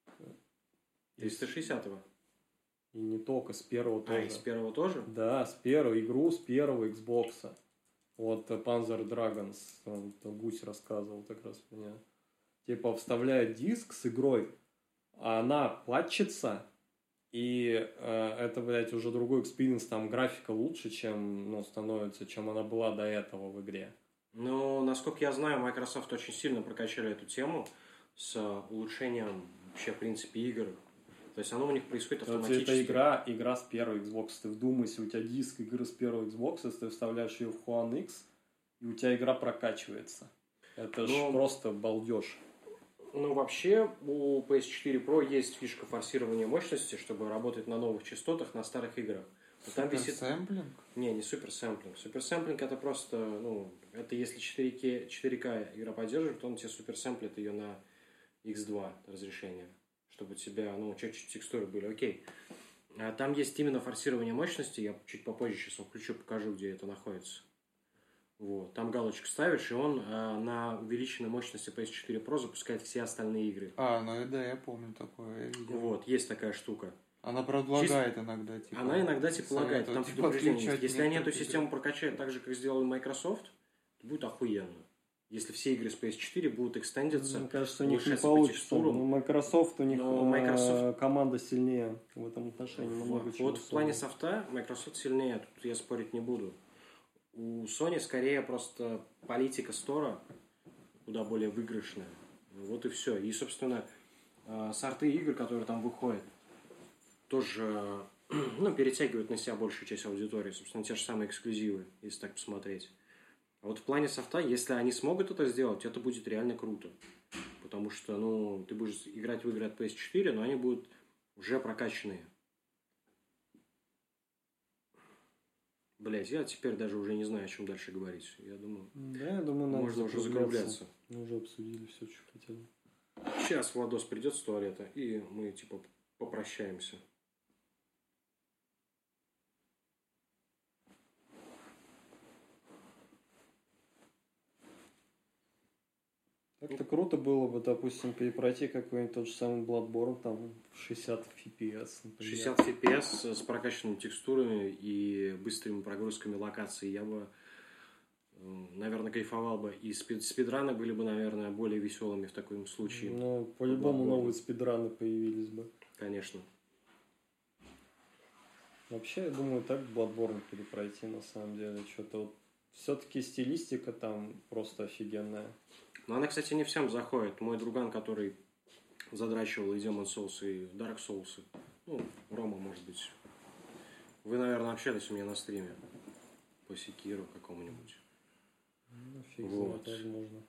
B: 360-го.
C: И не только, с первого тоже.
B: А, и с первого тоже?
C: Да, с первого, игру с первого Xbox. Вот Panzer Dragons, он, Гусь рассказывал как раз меня. Типа вставляет диск с игрой, а она патчится, и это, блядь, уже другой экспириенс, там графика лучше, чем, ну, становится, чем она была до этого в игре.
B: Ну, насколько я знаю, Microsoft очень сильно прокачали эту тему с улучшением вообще, в принципе, игр. То есть оно у них происходит автоматически.
C: Это игра с первого Xbox. Ты вдумайся, у тебя диск игры с первого Xbox, ты вставляешь ее в One X, и у тебя игра прокачивается. Это ж просто балдеж.
B: Ну, вообще, у PS4 Pro есть фишка форсирования мощности, чтобы работать на новых частотах на старых играх.
A: Суперсэмплинг?
B: Не суперсэмплинг. Суперсэмплинг это просто, ну, это если 4К игра поддерживает, то он тебе суперсэмплит ее на X2 разрешение, чтобы у тебя, ну, чуть-чуть текстуры были, окей. А там есть именно форсирование мощности, я чуть попозже сейчас вам включу, покажу, где это находится. Вот. Там галочку ставишь, и он на увеличенной мощности PS4 Pro запускает все остальные игры.
A: Ну да, я помню такое. Я видел.
B: Вот, есть такая штука.
A: Она, правда, лагает иногда. Типа,
B: она иногда типа лагает, там предупреждение есть. Если они эту систему
A: игры
B: прокачают так же, как сделал Microsoft, то будет охуенно. Если все игры с PS4 будут экстендиться,
C: мне кажется, у них не получится. Microsoft, у них команда сильнее в этом отношении.
B: Вот в плане софта Microsoft сильнее, тут я спорить не буду. У Sony скорее просто политика стора куда более выигрышная. Вот и все. И, собственно, сорты игр, которые там выходят, тоже перетягивают на себя большую часть аудитории. Собственно, те же самые эксклюзивы, если так посмотреть. А вот в плане софта, если они смогут это сделать, это будет реально круто. Потому что, ну, ты будешь играть в игры от PS4, но они будут уже прокачанные. Блять, я теперь даже уже не знаю, о чем дальше говорить. Я думаю, можно уже закругляться.
C: Мы уже обсудили все, что хотели.
B: Сейчас Владос придет с туалета, и мы, типа, попрощаемся.
C: Как-то круто было бы, допустим, перепройти какой-нибудь тот же самый Bloodborne там в 60 FPS. Например.
B: 60 FPS с прокачанными текстурами и быстрыми прогрузками локаций. Я бы, наверное, кайфовал бы. И спидраны были бы, наверное, более веселыми в таком случае.
C: Ну, по-любому новые спидраны появились бы.
B: Конечно.
C: Вообще, я думаю, так Bloodborne перепройти, на самом деле. Что-то вот все-таки стилистика там просто офигенная.
B: Но она, кстати, не всем заходит. Мой друган, который задрачивал и Demon Souls, и Dark Souls. Ну, Рома, может быть. Вы, наверное, общались у меня на стриме по Секиру какому-нибудь.
C: Ну, фиг знает, возможно.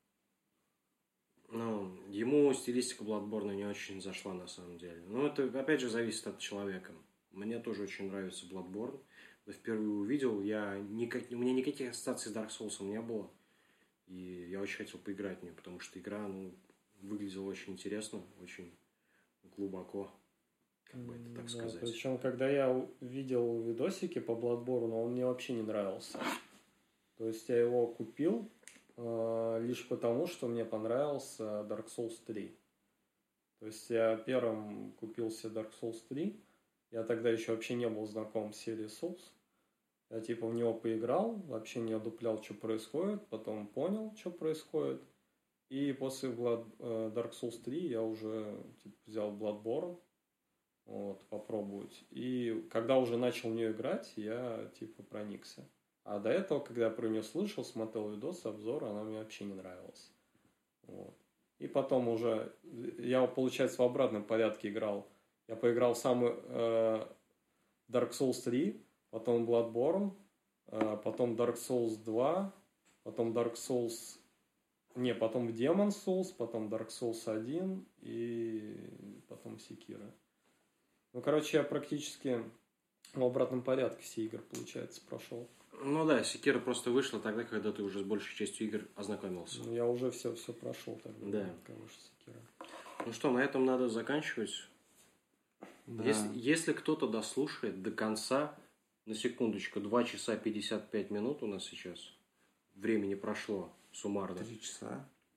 B: Ну, ему стилистика Bloodborne не очень зашла, на самом деле. Но это, опять же, зависит от человека. Мне тоже очень нравится Bloodborne. Когда впервые увидел, у меня никаких ассоциаций с Dark Souls не было. И я очень хотел поиграть в нее, потому что игра, ну, выглядела очень интересно, очень глубоко, как бы это так сказать.
C: Причем, когда я видел видосики по Bloodborne, он мне вообще не нравился. То есть я его купил лишь потому, что мне понравился Dark Souls 3. То есть я первым купил себе Dark Souls 3. Я тогда еще вообще не был знаком с серией Souls. Я типа в него поиграл, вообще не одуплял, что происходит, потом понял, что происходит. И после Dark Souls 3 я уже типа, взял Bloodborne, вот, попробовать. И когда уже начал в нее играть, я типа проникся. А до этого, когда я про нее слышал, смотрел видосы, обзоры, она мне вообще не нравилась. Вот. И потом уже, я, получается, в обратном порядке играл. Я поиграл в самый Dark Souls 3, потом Bloodborne, потом Dark Souls 2, потом Dark Souls... потом в Demon Souls, потом Dark Souls 1 и потом Sekiro. Ну, короче, я практически в обратном порядке все игры, получается, прошел.
B: Ну да, Sekiro просто вышла тогда, когда ты уже с большей частью игр ознакомился.
C: Ну, я уже все прошел тогда.
B: Да.
C: Конечно, Sekiro.
B: Ну что, на этом надо заканчивать. Да. Если кто-то дослушает до конца, на секундочку, 2 часа 55 минут у нас сейчас. Времени прошло суммарно.
A: 3 часа.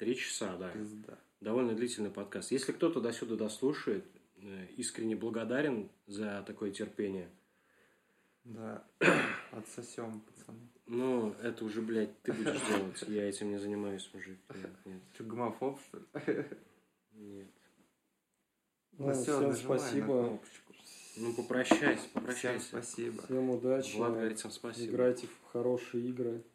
B: 3 часа, да.
A: Пизда.
B: Довольно длительный подкаст. Если кто-то до сюда дослушает, искренне благодарен за такое терпение.
A: Да, отсосем, пацаны.
B: Ну, это уже, блядь, ты будешь делать. Я этим не занимаюсь, мужик. Нет.
A: Что, гомофоб, что ли?
B: Нет.
C: Ну, всем спасибо.
B: Ну, попрощайся.
A: Всем спасибо.
C: Всем удачи.
B: Влад говорит всем спасибо.
C: Играйте в хорошие игры.